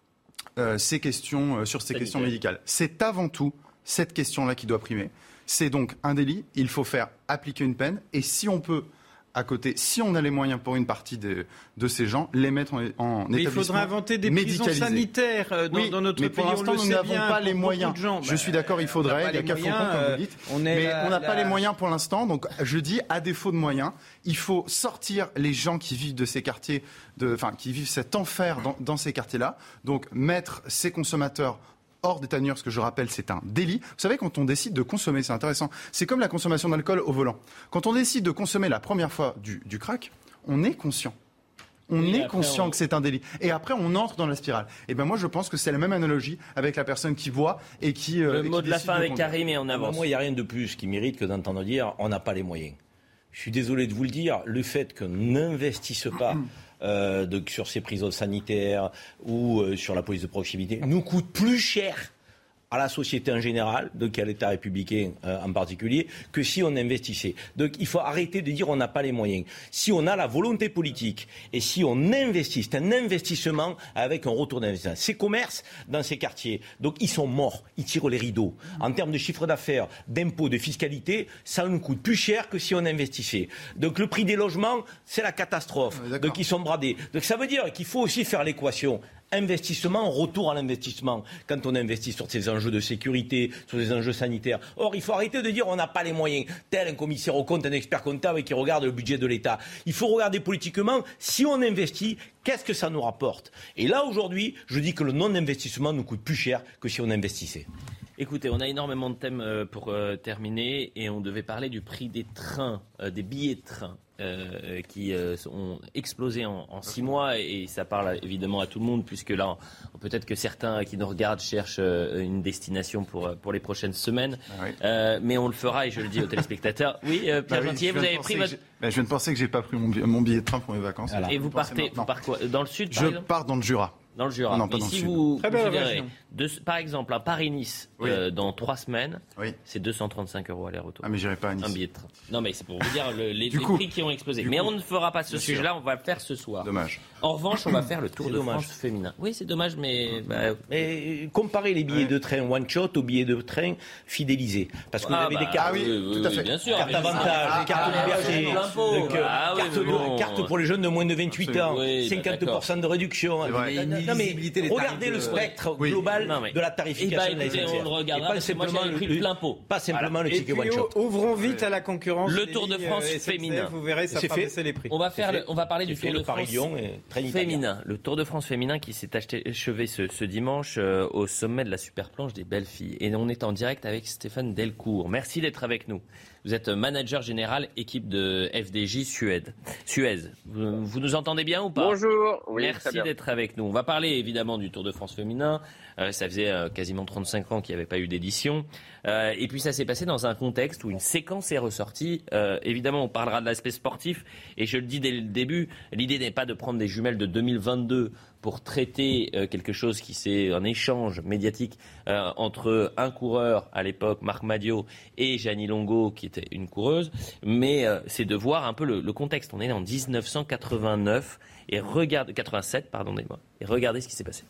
euh, ces questions, euh, sur ces questions médicales. C'est avant tout cette question-là qui doit primer. C'est donc un délit, il faut faire appliquer une peine, et si on peut, à côté, si on a les moyens pour une partie de, de ces gens, les mettre en, en Mais établissement il faudrait inventer des prisons médicalisé. sanitaires euh, dans, Oui, dans notre mais pays. pour l'instant, on le nous sait n'avons bien, pas les pour moyens. beaucoup de gens. Je suis d'accord, il on faudrait, n'a il y a pas qu'à les Faucon, moyens, comme vous dites. euh, on est mais la- on n'a pas la- les moyens pour l'instant, donc je dis, à défaut de moyens, il faut sortir les gens qui vivent de ces quartiers, de, enfin, qui vivent cet enfer dans, dans ces quartiers-là, donc mettre ces consommateurs hors d'état de nuire, ce que je rappelle, c'est un délit. Vous savez, quand on décide de consommer, c'est intéressant, c'est comme la consommation d'alcool au volant. Quand on décide de consommer la première fois du, du crack, on est conscient. On Oui, est après, conscient on- que c'est un délit. Et après, on entre dans la spirale. Et ben moi, je pense que c'est la même analogie avec la personne qui boit et qui. euh, Le et qui mot de la décide fin avec conduire. Karim et on avance. Moi, il n'y a rien de plus qui mérite que d'entendre dire on n'a pas les moyens. Je suis désolé de vous le dire, le fait qu'on n'investisse pas euh, de, sur ces prisons sanitaires ou euh, sur la police de proximité nous coûte plus cher à la société en général, donc à l'État républicain euh, en particulier, que si on investissait. Donc il faut arrêter de dire on n'a pas les moyens. Si on a la volonté politique et si on investit, c'est un investissement avec un retour d'investissement. Ces commerces dans ces quartiers, donc ils sont morts, ils tirent les rideaux. En termes de chiffre d'affaires, d'impôts, de fiscalité, ça nous coûte plus cher que si on investissait. Donc le prix des logements, c'est la catastrophe. Donc ils sont bradés. Donc ça veut dire qu'il faut aussi faire l'équation. Investissement, retour à l'investissement. Quand on investit sur ces enjeux de sécurité, sur des enjeux sanitaires. Or, il faut arrêter de dire on n'a pas les moyens. Tel un commissaire aux comptes, un expert comptable qui regarde le budget de l'État. Il faut regarder politiquement, si on investit, qu'est-ce que ça nous rapporte ? Et là, aujourd'hui, je dis que le non-investissement nous coûte plus cher que si on investissait. Écoutez, on a énormément de thèmes euh, pour euh, terminer et on devait parler du prix des trains, euh, des billets de train euh, qui euh, ont explosé en, en six mois et, et ça parle évidemment à tout le monde puisque là, peut-être que certains qui nous regardent cherchent euh, une destination pour, pour les prochaines semaines. Ah oui. Euh, mais on le fera et je le dis aux téléspectateurs. Oui, euh, Pierre Bah oui, Gentillet, je vous viens de avez penser pris que votre... j'ai- bah, je viens de penser que j'ai pas pris mon billet, mon billet de train pour mes vacances. Et Je vous pensais partez, maintenant. vous partez quoi ? Dans le sud, par Je exemple ? pars dans le Jura. Dans le Jura. Non, pas Mais dans le si sud. vous Très belle considérez, région. de- par exemple, un Paris-Nice Oui. euh, dans trois semaines, Oui. c'est deux cent trente-cinq euros aller-retour. Ah mais j'irai pas à Nice. Un billet de train. Non, mais c'est pour vous dire le- les, Du les coup, prix qui ont explosé. du Mais coup, on ne fera pas ce bien sûr. sujet-là, on va le faire ce soir. Dommage. En revanche, on va faire le Tour C'est de dommage. France féminin. Oui, c'est dommage, mais bah, Mais euh, comparez les billets Ouais. de train one shot aux billets de train fidélisés. Parce que vous Ah avez bah, des cartes. Ah oui, oui, tout à oui, fait. bien sûr. Carte mais- avantage, Ah, carte ah, liberté, de l'impôt. donc, euh, Ah oui, carte, mais de- bon. carte pour les jeunes de moins de vingt-huit ans, Oui, bah, cinquante pour cent de réduction. C'est vrai. Non, non, Une mais illisibilité des regardez tarifs le de- spectre Oui. global Non, mais- de la Eh tarification bah, de la écoutez, S N C F. on le regardera Et pas parce que moi, simplement j'avais pris le, le plein pot. pas simplement le Et ticket puis, one shot. ouvrons vite à la concurrence. Le les Tour de lignes, France euh, S N C F, féminin. Vous verrez, ça C'est fera fait. baisser les prix. On va faire, C'est le- on va parler C'est du fait Tour le de France Paris-Lyon et train italien. féminin. Le Tour de France féminin qui s'est achevé ce, ce dimanche euh, au sommet de la super planche des belles filles. Et on est en direct avec Stéphane Delcourt. Merci d'être avec nous. Vous êtes manager général équipe de F D J Suède. Suez. Vous, vous nous entendez bien ou pas ? Bonjour. Oui, très Merci bien. d'être avec nous. On va parler évidemment du Tour de France féminin. Euh, ça faisait euh, quasiment trente-cinq ans qu'il n'y avait pas eu d'édition. Euh, et puis ça s'est passé dans un contexte où une séquence est ressortie. Euh, évidemment, on parlera de l'aspect sportif. Et je le dis dès le début, l'idée n'est pas de prendre des jumelles de deux mille vingt-deux pour traiter euh, quelque chose qui c'est un échange médiatique euh, entre un coureur à l'époque, Marc Madiot, et Jeannie Longo, qui était une coureuse. Mais euh, c'est de voir un peu le, le contexte. On est en dix-neuf cent quatre-vingt-neuf et regarde quatre-vingt-sept, pardonnez-moi, et regardez ce qui s'est passé.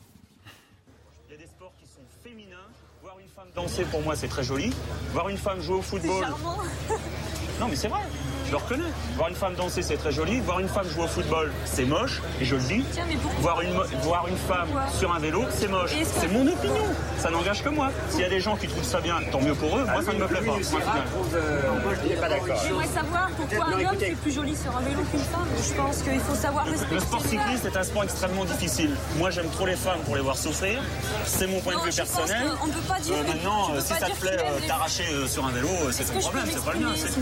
Il y a des sports qui sont féminins. Voir une femme danser, pour moi, c'est très joli. Voir une femme jouer au football. C'est charmant. Non, mais c'est vrai. Je le reconnais. Voir une femme danser, c'est très joli. Voir une femme jouer au football, c'est moche. Et je le dis. Tiens, mais pourquoi voir une, voir une femme pourquoi sur un vélo, c'est moche. C'est mon opinion. Ça n'engage que moi. S'il y a des gens qui trouvent ça bien, tant mieux pour eux. Moi, ça ne me plaît pas. Moi, je n'étais pas d'accord. J'aimerais savoir pourquoi un homme est plus joli sur un vélo qu'une femme. Je pense qu'il faut savoir respecter. Le sport cycliste est un sport extrêmement difficile. Moi, j'aime trop les femmes pour les voir souffrir. C'est mon point de vue personnel. On ne peut pas dire. Euh, maintenant, si ça te plaît euh, t'arracher euh, sur un vélo, c'est ton problème, c'est pas le mien, c'est tout.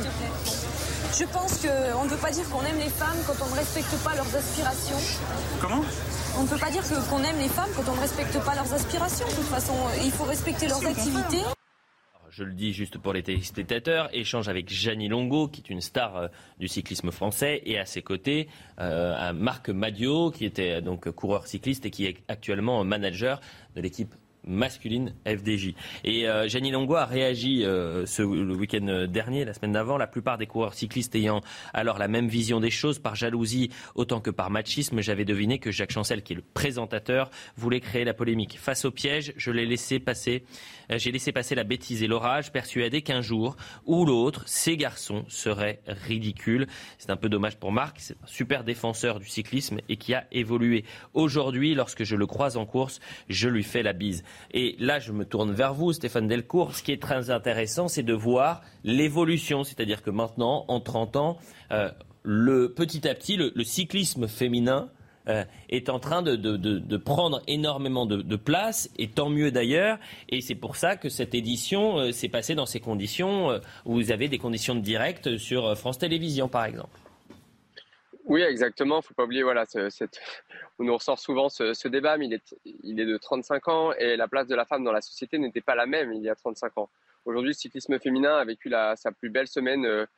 Je pense qu'on ne peut pas dire qu'on aime les femmes quand on ne respecte pas leurs aspirations. Comment ? On ne peut pas dire que, qu'on aime les femmes quand on ne respecte pas leurs aspirations. De toute façon, il faut respecter leurs activités. Je le dis juste pour les téléspectateurs, échange avec Jeannie Longo, qui est une star euh, du cyclisme français, et à ses côtés, euh, Marc Madiot, qui était donc coureur cycliste et qui est actuellement manager de l'équipe masculine F D J. Et euh, Jeannie Longo a réagi euh, ce, le week-end dernier, la semaine d'avant, la plupart des coureurs cyclistes ayant alors la même vision des choses, par jalousie autant que par machisme, j'avais deviné que Jacques Chancel, qui est le présentateur, voulait créer la polémique. Face au piège, je l'ai laissé passer, euh, j'ai laissé passer la bêtise et l'orage, persuadé qu'un jour ou l'autre, ces garçons seraient ridicules. C'est un peu dommage pour Marc, c'est un super défenseur du cyclisme et qui a évolué. Aujourd'hui, lorsque je le croise en course, je lui fais la bise. Et là, je me tourne vers vous, Stéphane Delcourt. Ce qui est très intéressant, c'est de voir l'évolution. C'est-à-dire que maintenant, en trente ans, euh, le, petit à petit, le, le cyclisme féminin euh, est en train de, de, de, de prendre énormément de, de place, et tant mieux d'ailleurs. Et c'est pour ça que cette édition euh, s'est passée dans ces conditions, euh, où vous avez des conditions de direct sur France Télévisions, par exemple. Oui, exactement. Il ne faut pas oublier, voilà, ce, cette... on nous ressort souvent ce, ce débat, mais il est, il est de trente-cinq ans et la place de la femme dans la société n'était pas la même il y a trente-cinq ans. Aujourd'hui, le cyclisme féminin a vécu la, sa plus belle semaine. Euh,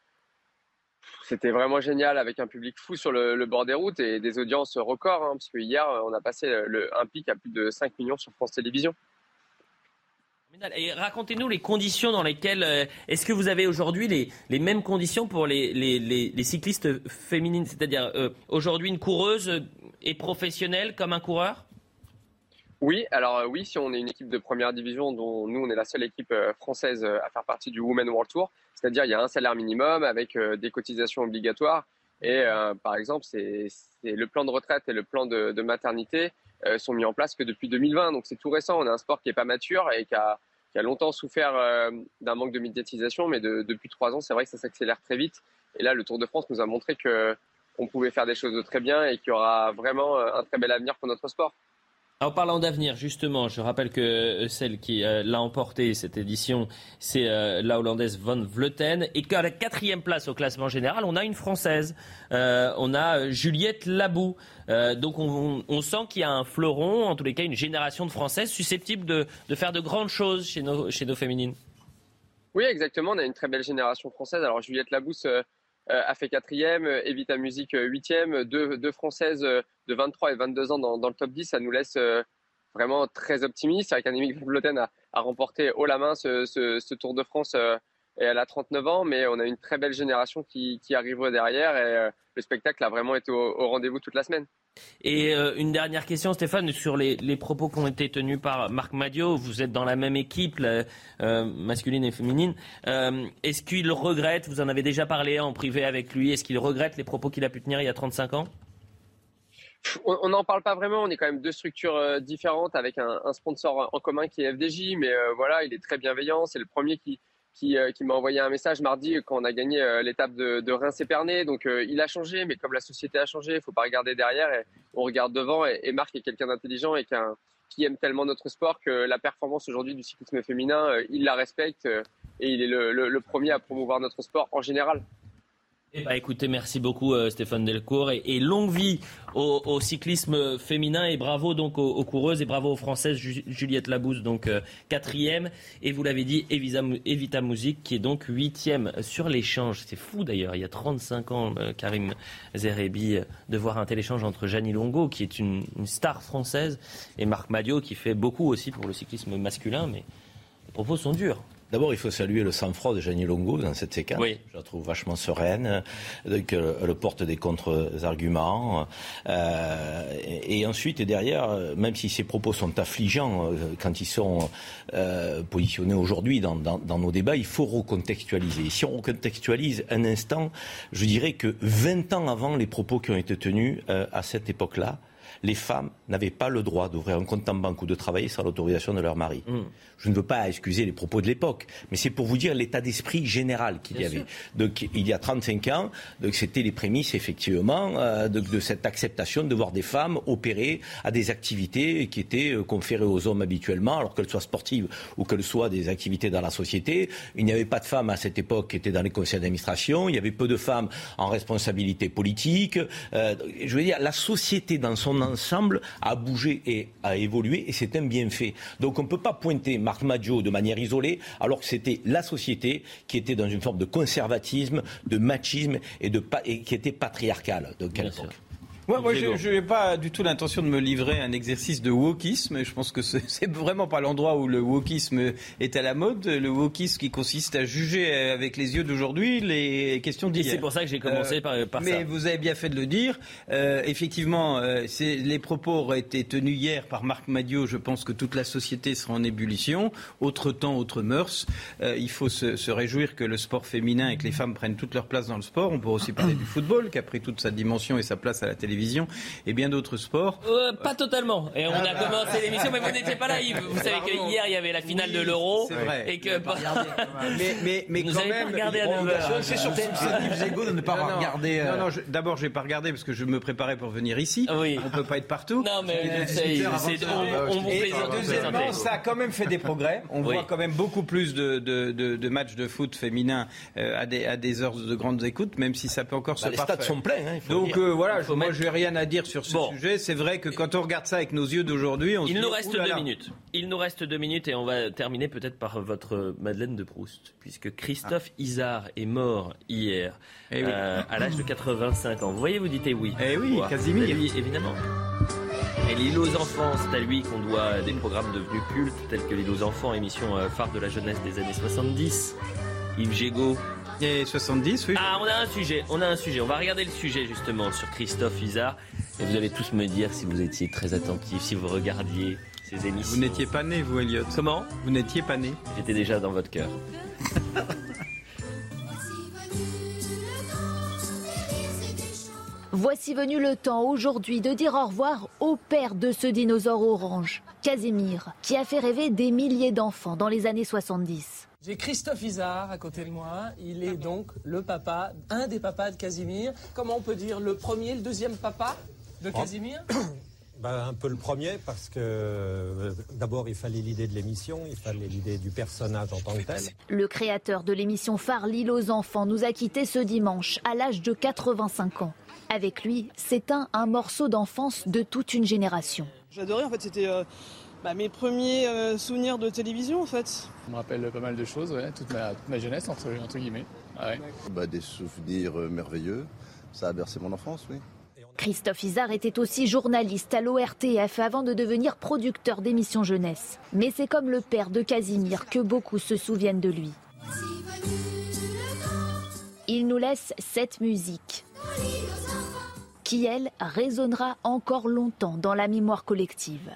c'était vraiment génial, avec un public fou sur le, le bord des routes et des audiences records, hein, parce que hier, on a passé le, un pic à plus de cinq millions sur France Télévisions. Et racontez-nous les conditions dans lesquelles... Euh, est-ce que vous avez aujourd'hui les, les mêmes conditions pour les, les, les, les cyclistes féminines ? C'est-à-dire, euh, aujourd'hui, une coureuse est professionnelle comme un coureur ? Oui, alors euh, oui, si on est une équipe de première division, dont nous, on est la seule équipe euh, française euh, à faire partie du Women's World Tour, c'est-à-dire il y a un salaire minimum avec euh, des cotisations obligatoires. Et euh, par exemple, c'est, c'est le plan de retraite et le plan de, de maternité euh, sont mis en place que depuis deux mille vingt. Donc c'est tout récent. On a un sport qui n'est pas mature et qui a, qui a longtemps souffert euh, d'un manque de médiatisation. Mais de, depuis trois ans, c'est vrai que ça s'accélère très vite. Et là, le Tour de France nous a montré qu'on pouvait faire des choses de très bien et qu'il y aura vraiment un très bel avenir pour notre sport. En parlant d'avenir, justement, je rappelle que celle qui euh, l'a emporté cette édition, c'est euh, la Hollandaise Van Vleuten, et qu'à la quatrième place au classement général, on a une Française, euh, on a Juliette Labou. Euh, donc on, on sent qu'il y a un fleuron, en tous les cas une génération de Françaises susceptibles de, de faire de grandes choses chez nos, chez nos féminines. Oui, exactement, on a une très belle génération française. Alors Juliette Labous euh, a fait quatrième, Evita Music huitième, deux, deux Françaises de vingt-trois et vingt-deux ans dans, dans le top dix, ça nous laisse euh, vraiment très optimistes. Avec Annemiek van Vleuten a, a remporté haut la main ce, ce, ce Tour de France euh, et elle a trente-neuf ans, mais on a une très belle génération qui, qui arrive derrière et euh, le spectacle a vraiment été au, au rendez-vous toute la semaine. Et euh, une dernière question, Stéphane, sur les, les propos qui ont été tenus par Marc Madiot. Vous êtes dans la même équipe, la, euh, masculine et féminine. Euh, est-ce qu'il regrette, vous en avez déjà parlé en privé avec lui, est-ce qu'il regrette les propos qu'il a pu tenir il y a trente-cinq ans ? On n'en parle pas vraiment, on est quand même deux structures euh, différentes avec un, un sponsor en commun qui est F D J, mais euh, voilà, il est très bienveillant. C'est le premier qui, qui, euh, qui m'a envoyé un message mardi quand on a gagné euh, l'étape de, de Reims-Épernay. Donc euh, il a changé, mais comme la société a changé, il ne faut pas regarder derrière, et on regarde devant. Et, et Marc est quelqu'un d'intelligent et qui, a, qui aime tellement notre sport que la performance aujourd'hui du cyclisme féminin, euh, il la respecte euh, et il est le, le, le premier à promouvoir notre sport en général. Eh ben, écoutez, merci beaucoup euh, Stéphane Delcourt et, et longue vie au, au cyclisme féminin et bravo donc aux, aux coureuses et bravo aux Françaises. Ju- Juliette Labous donc euh, quatrième et vous l'avez dit Evita, Evita Music qui est donc huitième sur l'échange. C'est fou d'ailleurs, il y a trente-cinq ans, euh, Karim Zerebi, euh, de voir un tel échange entre Jeannie Longo qui est une, une star française et Marc Madiot qui fait beaucoup aussi pour le cyclisme masculin, mais les propos sont durs. D'abord, il faut saluer le sang-froid de Jeannie Longo dans cette séquence. Oui. Je la trouve vachement sereine, qu'elle porte des contre-arguments. Euh, et, et ensuite, et derrière, même si ses propos sont affligeants quand ils sont euh, positionnés aujourd'hui dans, dans, dans nos débats, il faut recontextualiser. Et si on recontextualise un instant, je dirais que vingt ans avant les propos qui ont été tenus euh, à cette époque-là, les femmes n'avaient pas le droit d'ouvrir un compte en banque ou de travailler sans l'autorisation de leur mari. Mmh. Je ne veux pas excuser les propos de l'époque, mais c'est pour vous dire l'état d'esprit général qu'il Bien y avait. Sûr. Donc, il y a trente-cinq ans, donc, c'était les prémices, effectivement, euh, de, de cette acceptation de voir des femmes opérer à des activités qui étaient euh, conférées aux hommes habituellement, alors qu'elles soient sportives ou qu'elles soient des activités dans la société. Il n'y avait pas de femmes à cette époque qui étaient dans les conseils d'administration, il y avait peu de femmes en responsabilité politique. Euh, je veux dire, la société dans son ensemble a bougé et a évolué, et c'est un bienfait. Donc on ne peut pas pointer Marc Maggio de manière isolée, alors que c'était la société qui était dans une forme de conservatisme, de machisme et, de, et qui était patriarcale. Donc, à l'époque. Ouais, moi, je n'ai pas du tout l'intention de me livrer à un exercice de wokisme. Je pense que c'est, c'est vraiment pas l'endroit où le wokisme est à la mode. Le wokisme qui consiste à juger avec les yeux d'aujourd'hui les questions d'hier. Et c'est pour ça que j'ai commencé euh, par, par mais ça. Mais vous avez bien fait de le dire. Euh, effectivement, euh, c'est, les propos auraient été tenus hier par Marc Maggio. Je pense que toute la société sera en ébullition. Autre temps, autre mœurs. Euh, il faut se, se réjouir que le sport féminin et que les femmes prennent toute leur place dans le sport. On peut aussi parler du football qui a pris toute sa dimension et sa place à la télévision. Et bien d'autres sports. Euh, pas totalement. Et on a commencé l'émission, mais vous n'étiez pas là, Yves. Vous savez qu'hier, il y avait la finale oui, de l'Euro. C'est vrai. Et que... mais mais, mais vous quand avez même, pas regardé à neuf heures. C'est sur Yves Zego de ne pas avoir regardé. Non, non, je, d'abord, je n'ai pas regardé parce que je me préparais pour venir ici. Oui. On ne peut pas être partout. Non, mais c'est, c'est, on, on vous plaisante. Deuxièmement, ça a quand même fait des progrès. On oui. voit quand même beaucoup plus de, de, de, de matchs de foot féminin à des, à des heures de grandes écoutes, même si ça peut encore bah, se les parfaire. Les stades sont pleins. Hein, Donc euh, voilà, je, moi, je n'ai rien à dire sur ce bon. sujet. C'est vrai que quand on regarde ça avec nos yeux d'aujourd'hui, on il se dit, nous reste oulala. deux minutes. Il nous reste deux minutes et on va terminer peut-être par votre Madeleine de Proust, puisque Christophe ah. Isard est mort hier eh oui. euh, à l'âge de quatre-vingt-cinq ans. Vous voyez, vous dites eh oui. Eh oui, Casimir. Oui, évidemment. Et l'île aux enfants, c'est à lui qu'on doit des programmes devenus cultes, tels que l'île aux enfants, émission phare de la jeunesse des années soixante-dix. Yves Gégaud. Et soixante-dix, oui. Ah, on a un sujet, on a un sujet. On va regarder le sujet justement sur Christophe Isard. Et vous allez tous me dire si vous étiez très attentifs, si vous regardiez ces émissions. Vous n'étiez pas né, vous, Elliot. Comment ? Vous n'étiez pas né. J'étais déjà dans votre cœur. Voici venu le temps aujourd'hui de dire au revoir au père de ce dinosaure orange, Casimir, qui a fait rêver des milliers d'enfants dans les années soixante-dix. J'ai Christophe Isard à côté de moi. Il est donc le papa, un des papas de Casimir. Comment on peut dire le premier, le deuxième papa de Casimir ? Ben, un peu le premier parce que euh, d'abord il fallait l'idée de l'émission, il fallait l'idée du personnage en tant que tel. Le créateur de l'émission phare L'île aux enfants nous a quittés ce dimanche à l'âge de quatre-vingt-cinq ans. Avec lui, s'éteint un morceau d'enfance de toute une génération. J'adorais, en fait, c'était euh, bah, mes premiers euh, souvenirs de télévision en fait. Ça me rappelle pas mal de choses, ouais, toute, ma, toute ma jeunesse entre, entre guillemets. Ah ouais. Bah, des souvenirs merveilleux, ça a bercé mon enfance, oui. Christophe Isard était aussi journaliste à l'O R T F avant de devenir producteur d'émissions jeunesse. Mais c'est comme le père de Casimir que beaucoup se souviennent de lui. Il nous laisse cette musique qui, elle, résonnera encore longtemps dans la mémoire collective.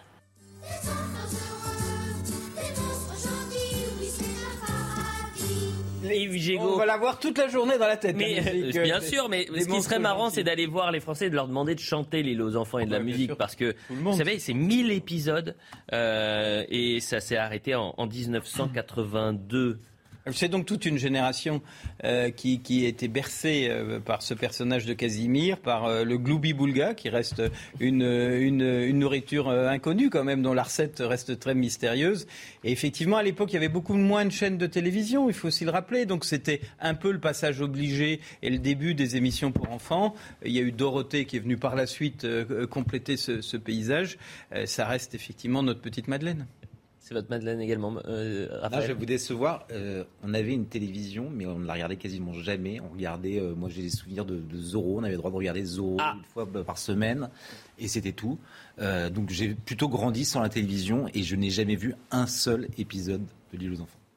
Yves Gégaud. On va l'avoir toute la journée dans la tête. Mais, la musique, bien euh, sûr, mais ce qui serait marrant, c'est d'aller voir les Français et de leur demander de chanter l'île aux enfants et de la ouais, musique. Sûr. Parce que, vous savez, c'est mille épisodes euh, et ça s'est arrêté en, en dix-neuf cent quatre-vingt-deux. C'est donc toute une génération euh, qui, qui a été bercée euh, par ce personnage de Casimir, par euh, le gloubi-boulga, qui reste une, une, une nourriture euh, inconnue quand même, dont la recette reste très mystérieuse. Et effectivement, à l'époque, il y avait beaucoup moins de chaînes de télévision, il faut aussi le rappeler. Donc c'était un peu le passage obligé et le début des émissions pour enfants. Il y a eu Dorothée qui est venue par la suite euh, compléter ce, ce paysage. Euh, ça reste effectivement notre petite Madeleine. C'est votre Madeleine également, euh, Raphaël. Non, je vais vous décevoir. Euh, on avait une télévision, mais on ne la regardait quasiment jamais. On regardait, euh, moi j'ai des souvenirs de, de Zorro. On avait le droit de regarder Zorro ah. une fois par semaine, et c'était tout. Euh, donc j'ai plutôt grandi sans la télévision, et je n'ai jamais vu un seul épisode de L'île aux enfants.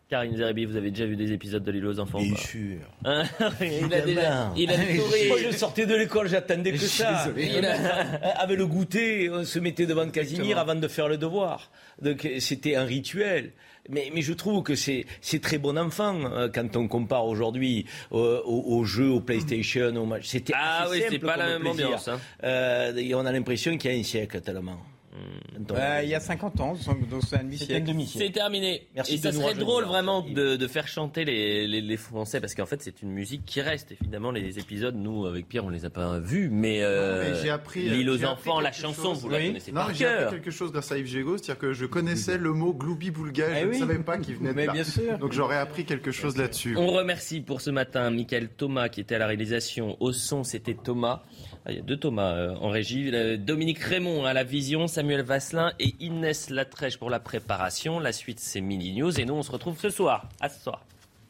Karim Zeribi, vous avez déjà vu des épisodes de L'île aux enfants? Bien sûr. Hein il a déjà, il a souri. Moi, je sortais de l'école, j'attendais que ça. Il a... Avec le goûter, on se mettait devant Casimir avant de faire le devoir. Donc c'était un rituel. Mais, mais je trouve que c'est, c'est très bon enfant euh, quand on compare aujourd'hui euh, aux, aux jeux, aux PlayStation, aux matchs. C'était ah oui, simple c'est pas la même plaisir. ambiance. Hein. Euh, et on a l'impression qu'il y a un siècle tellement. Donc, euh, il y a cinquante ans, donc c'est un demi-siècle. C'est terminé. Merci. Et ça serait drôle vraiment de, de faire chanter les, les, les Français, parce qu'en fait c'est une musique qui reste. Évidemment, les épisodes, nous avec Pierre, on les a pas vus, mais, euh, non, mais j'ai appris, L'île aux j'ai enfants, la chose, chanson, vous la connaissez non, par j'ai cœur. appris quelque chose grâce à Yves Gégaud, c'est-à-dire que je connaissais le mot gloubi-boulga, je eh ne oui. savais pas qu'il venait de mais là. Bien sûr. Donc j'aurais appris quelque chose là-dessus. On remercie pour ce matin Michael Thomas qui était à la réalisation. Au son, c'était Thomas. Ah, il y a deux Thomas euh, en régie. Euh, Dominique Raymond à la vision, Samuel Vasselin et Inès Latrèche pour la préparation. La suite, c'est Mini News. Et nous, on se retrouve ce soir. À ce soir.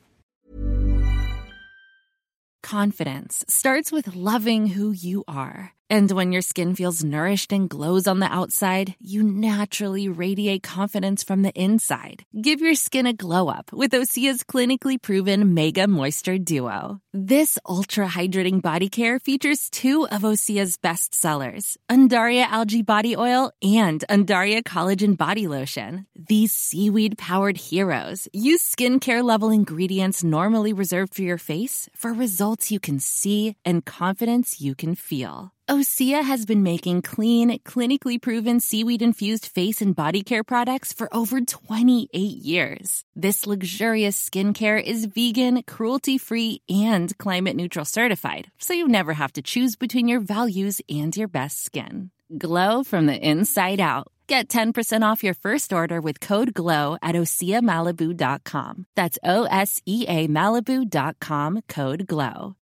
Confidence starts with loving who you are. And when your skin feels nourished and glows on the outside, you naturally radiate confidence from the inside. Give your skin a glow up with Osea's clinically proven Mega Moisture Duo. This ultra-hydrating body care features two of Osea's best sellers, Undaria Algae Body Oil and Undaria Collagen Body Lotion. These seaweed-powered heroes use skincare-level ingredients normally reserved for your face for results you can see and confidence you can feel. Osea has been making clean, clinically proven seaweed-infused face and body care products for over twenty-eight years. This luxurious skincare is vegan, cruelty-free, and climate-neutral certified, so you never have to choose between your values and your best skin. Glow from the inside out. Get ten percent off your first order with code GLOW at osea malibu dot com. That's O S E A Malibu dot com, code GLOW.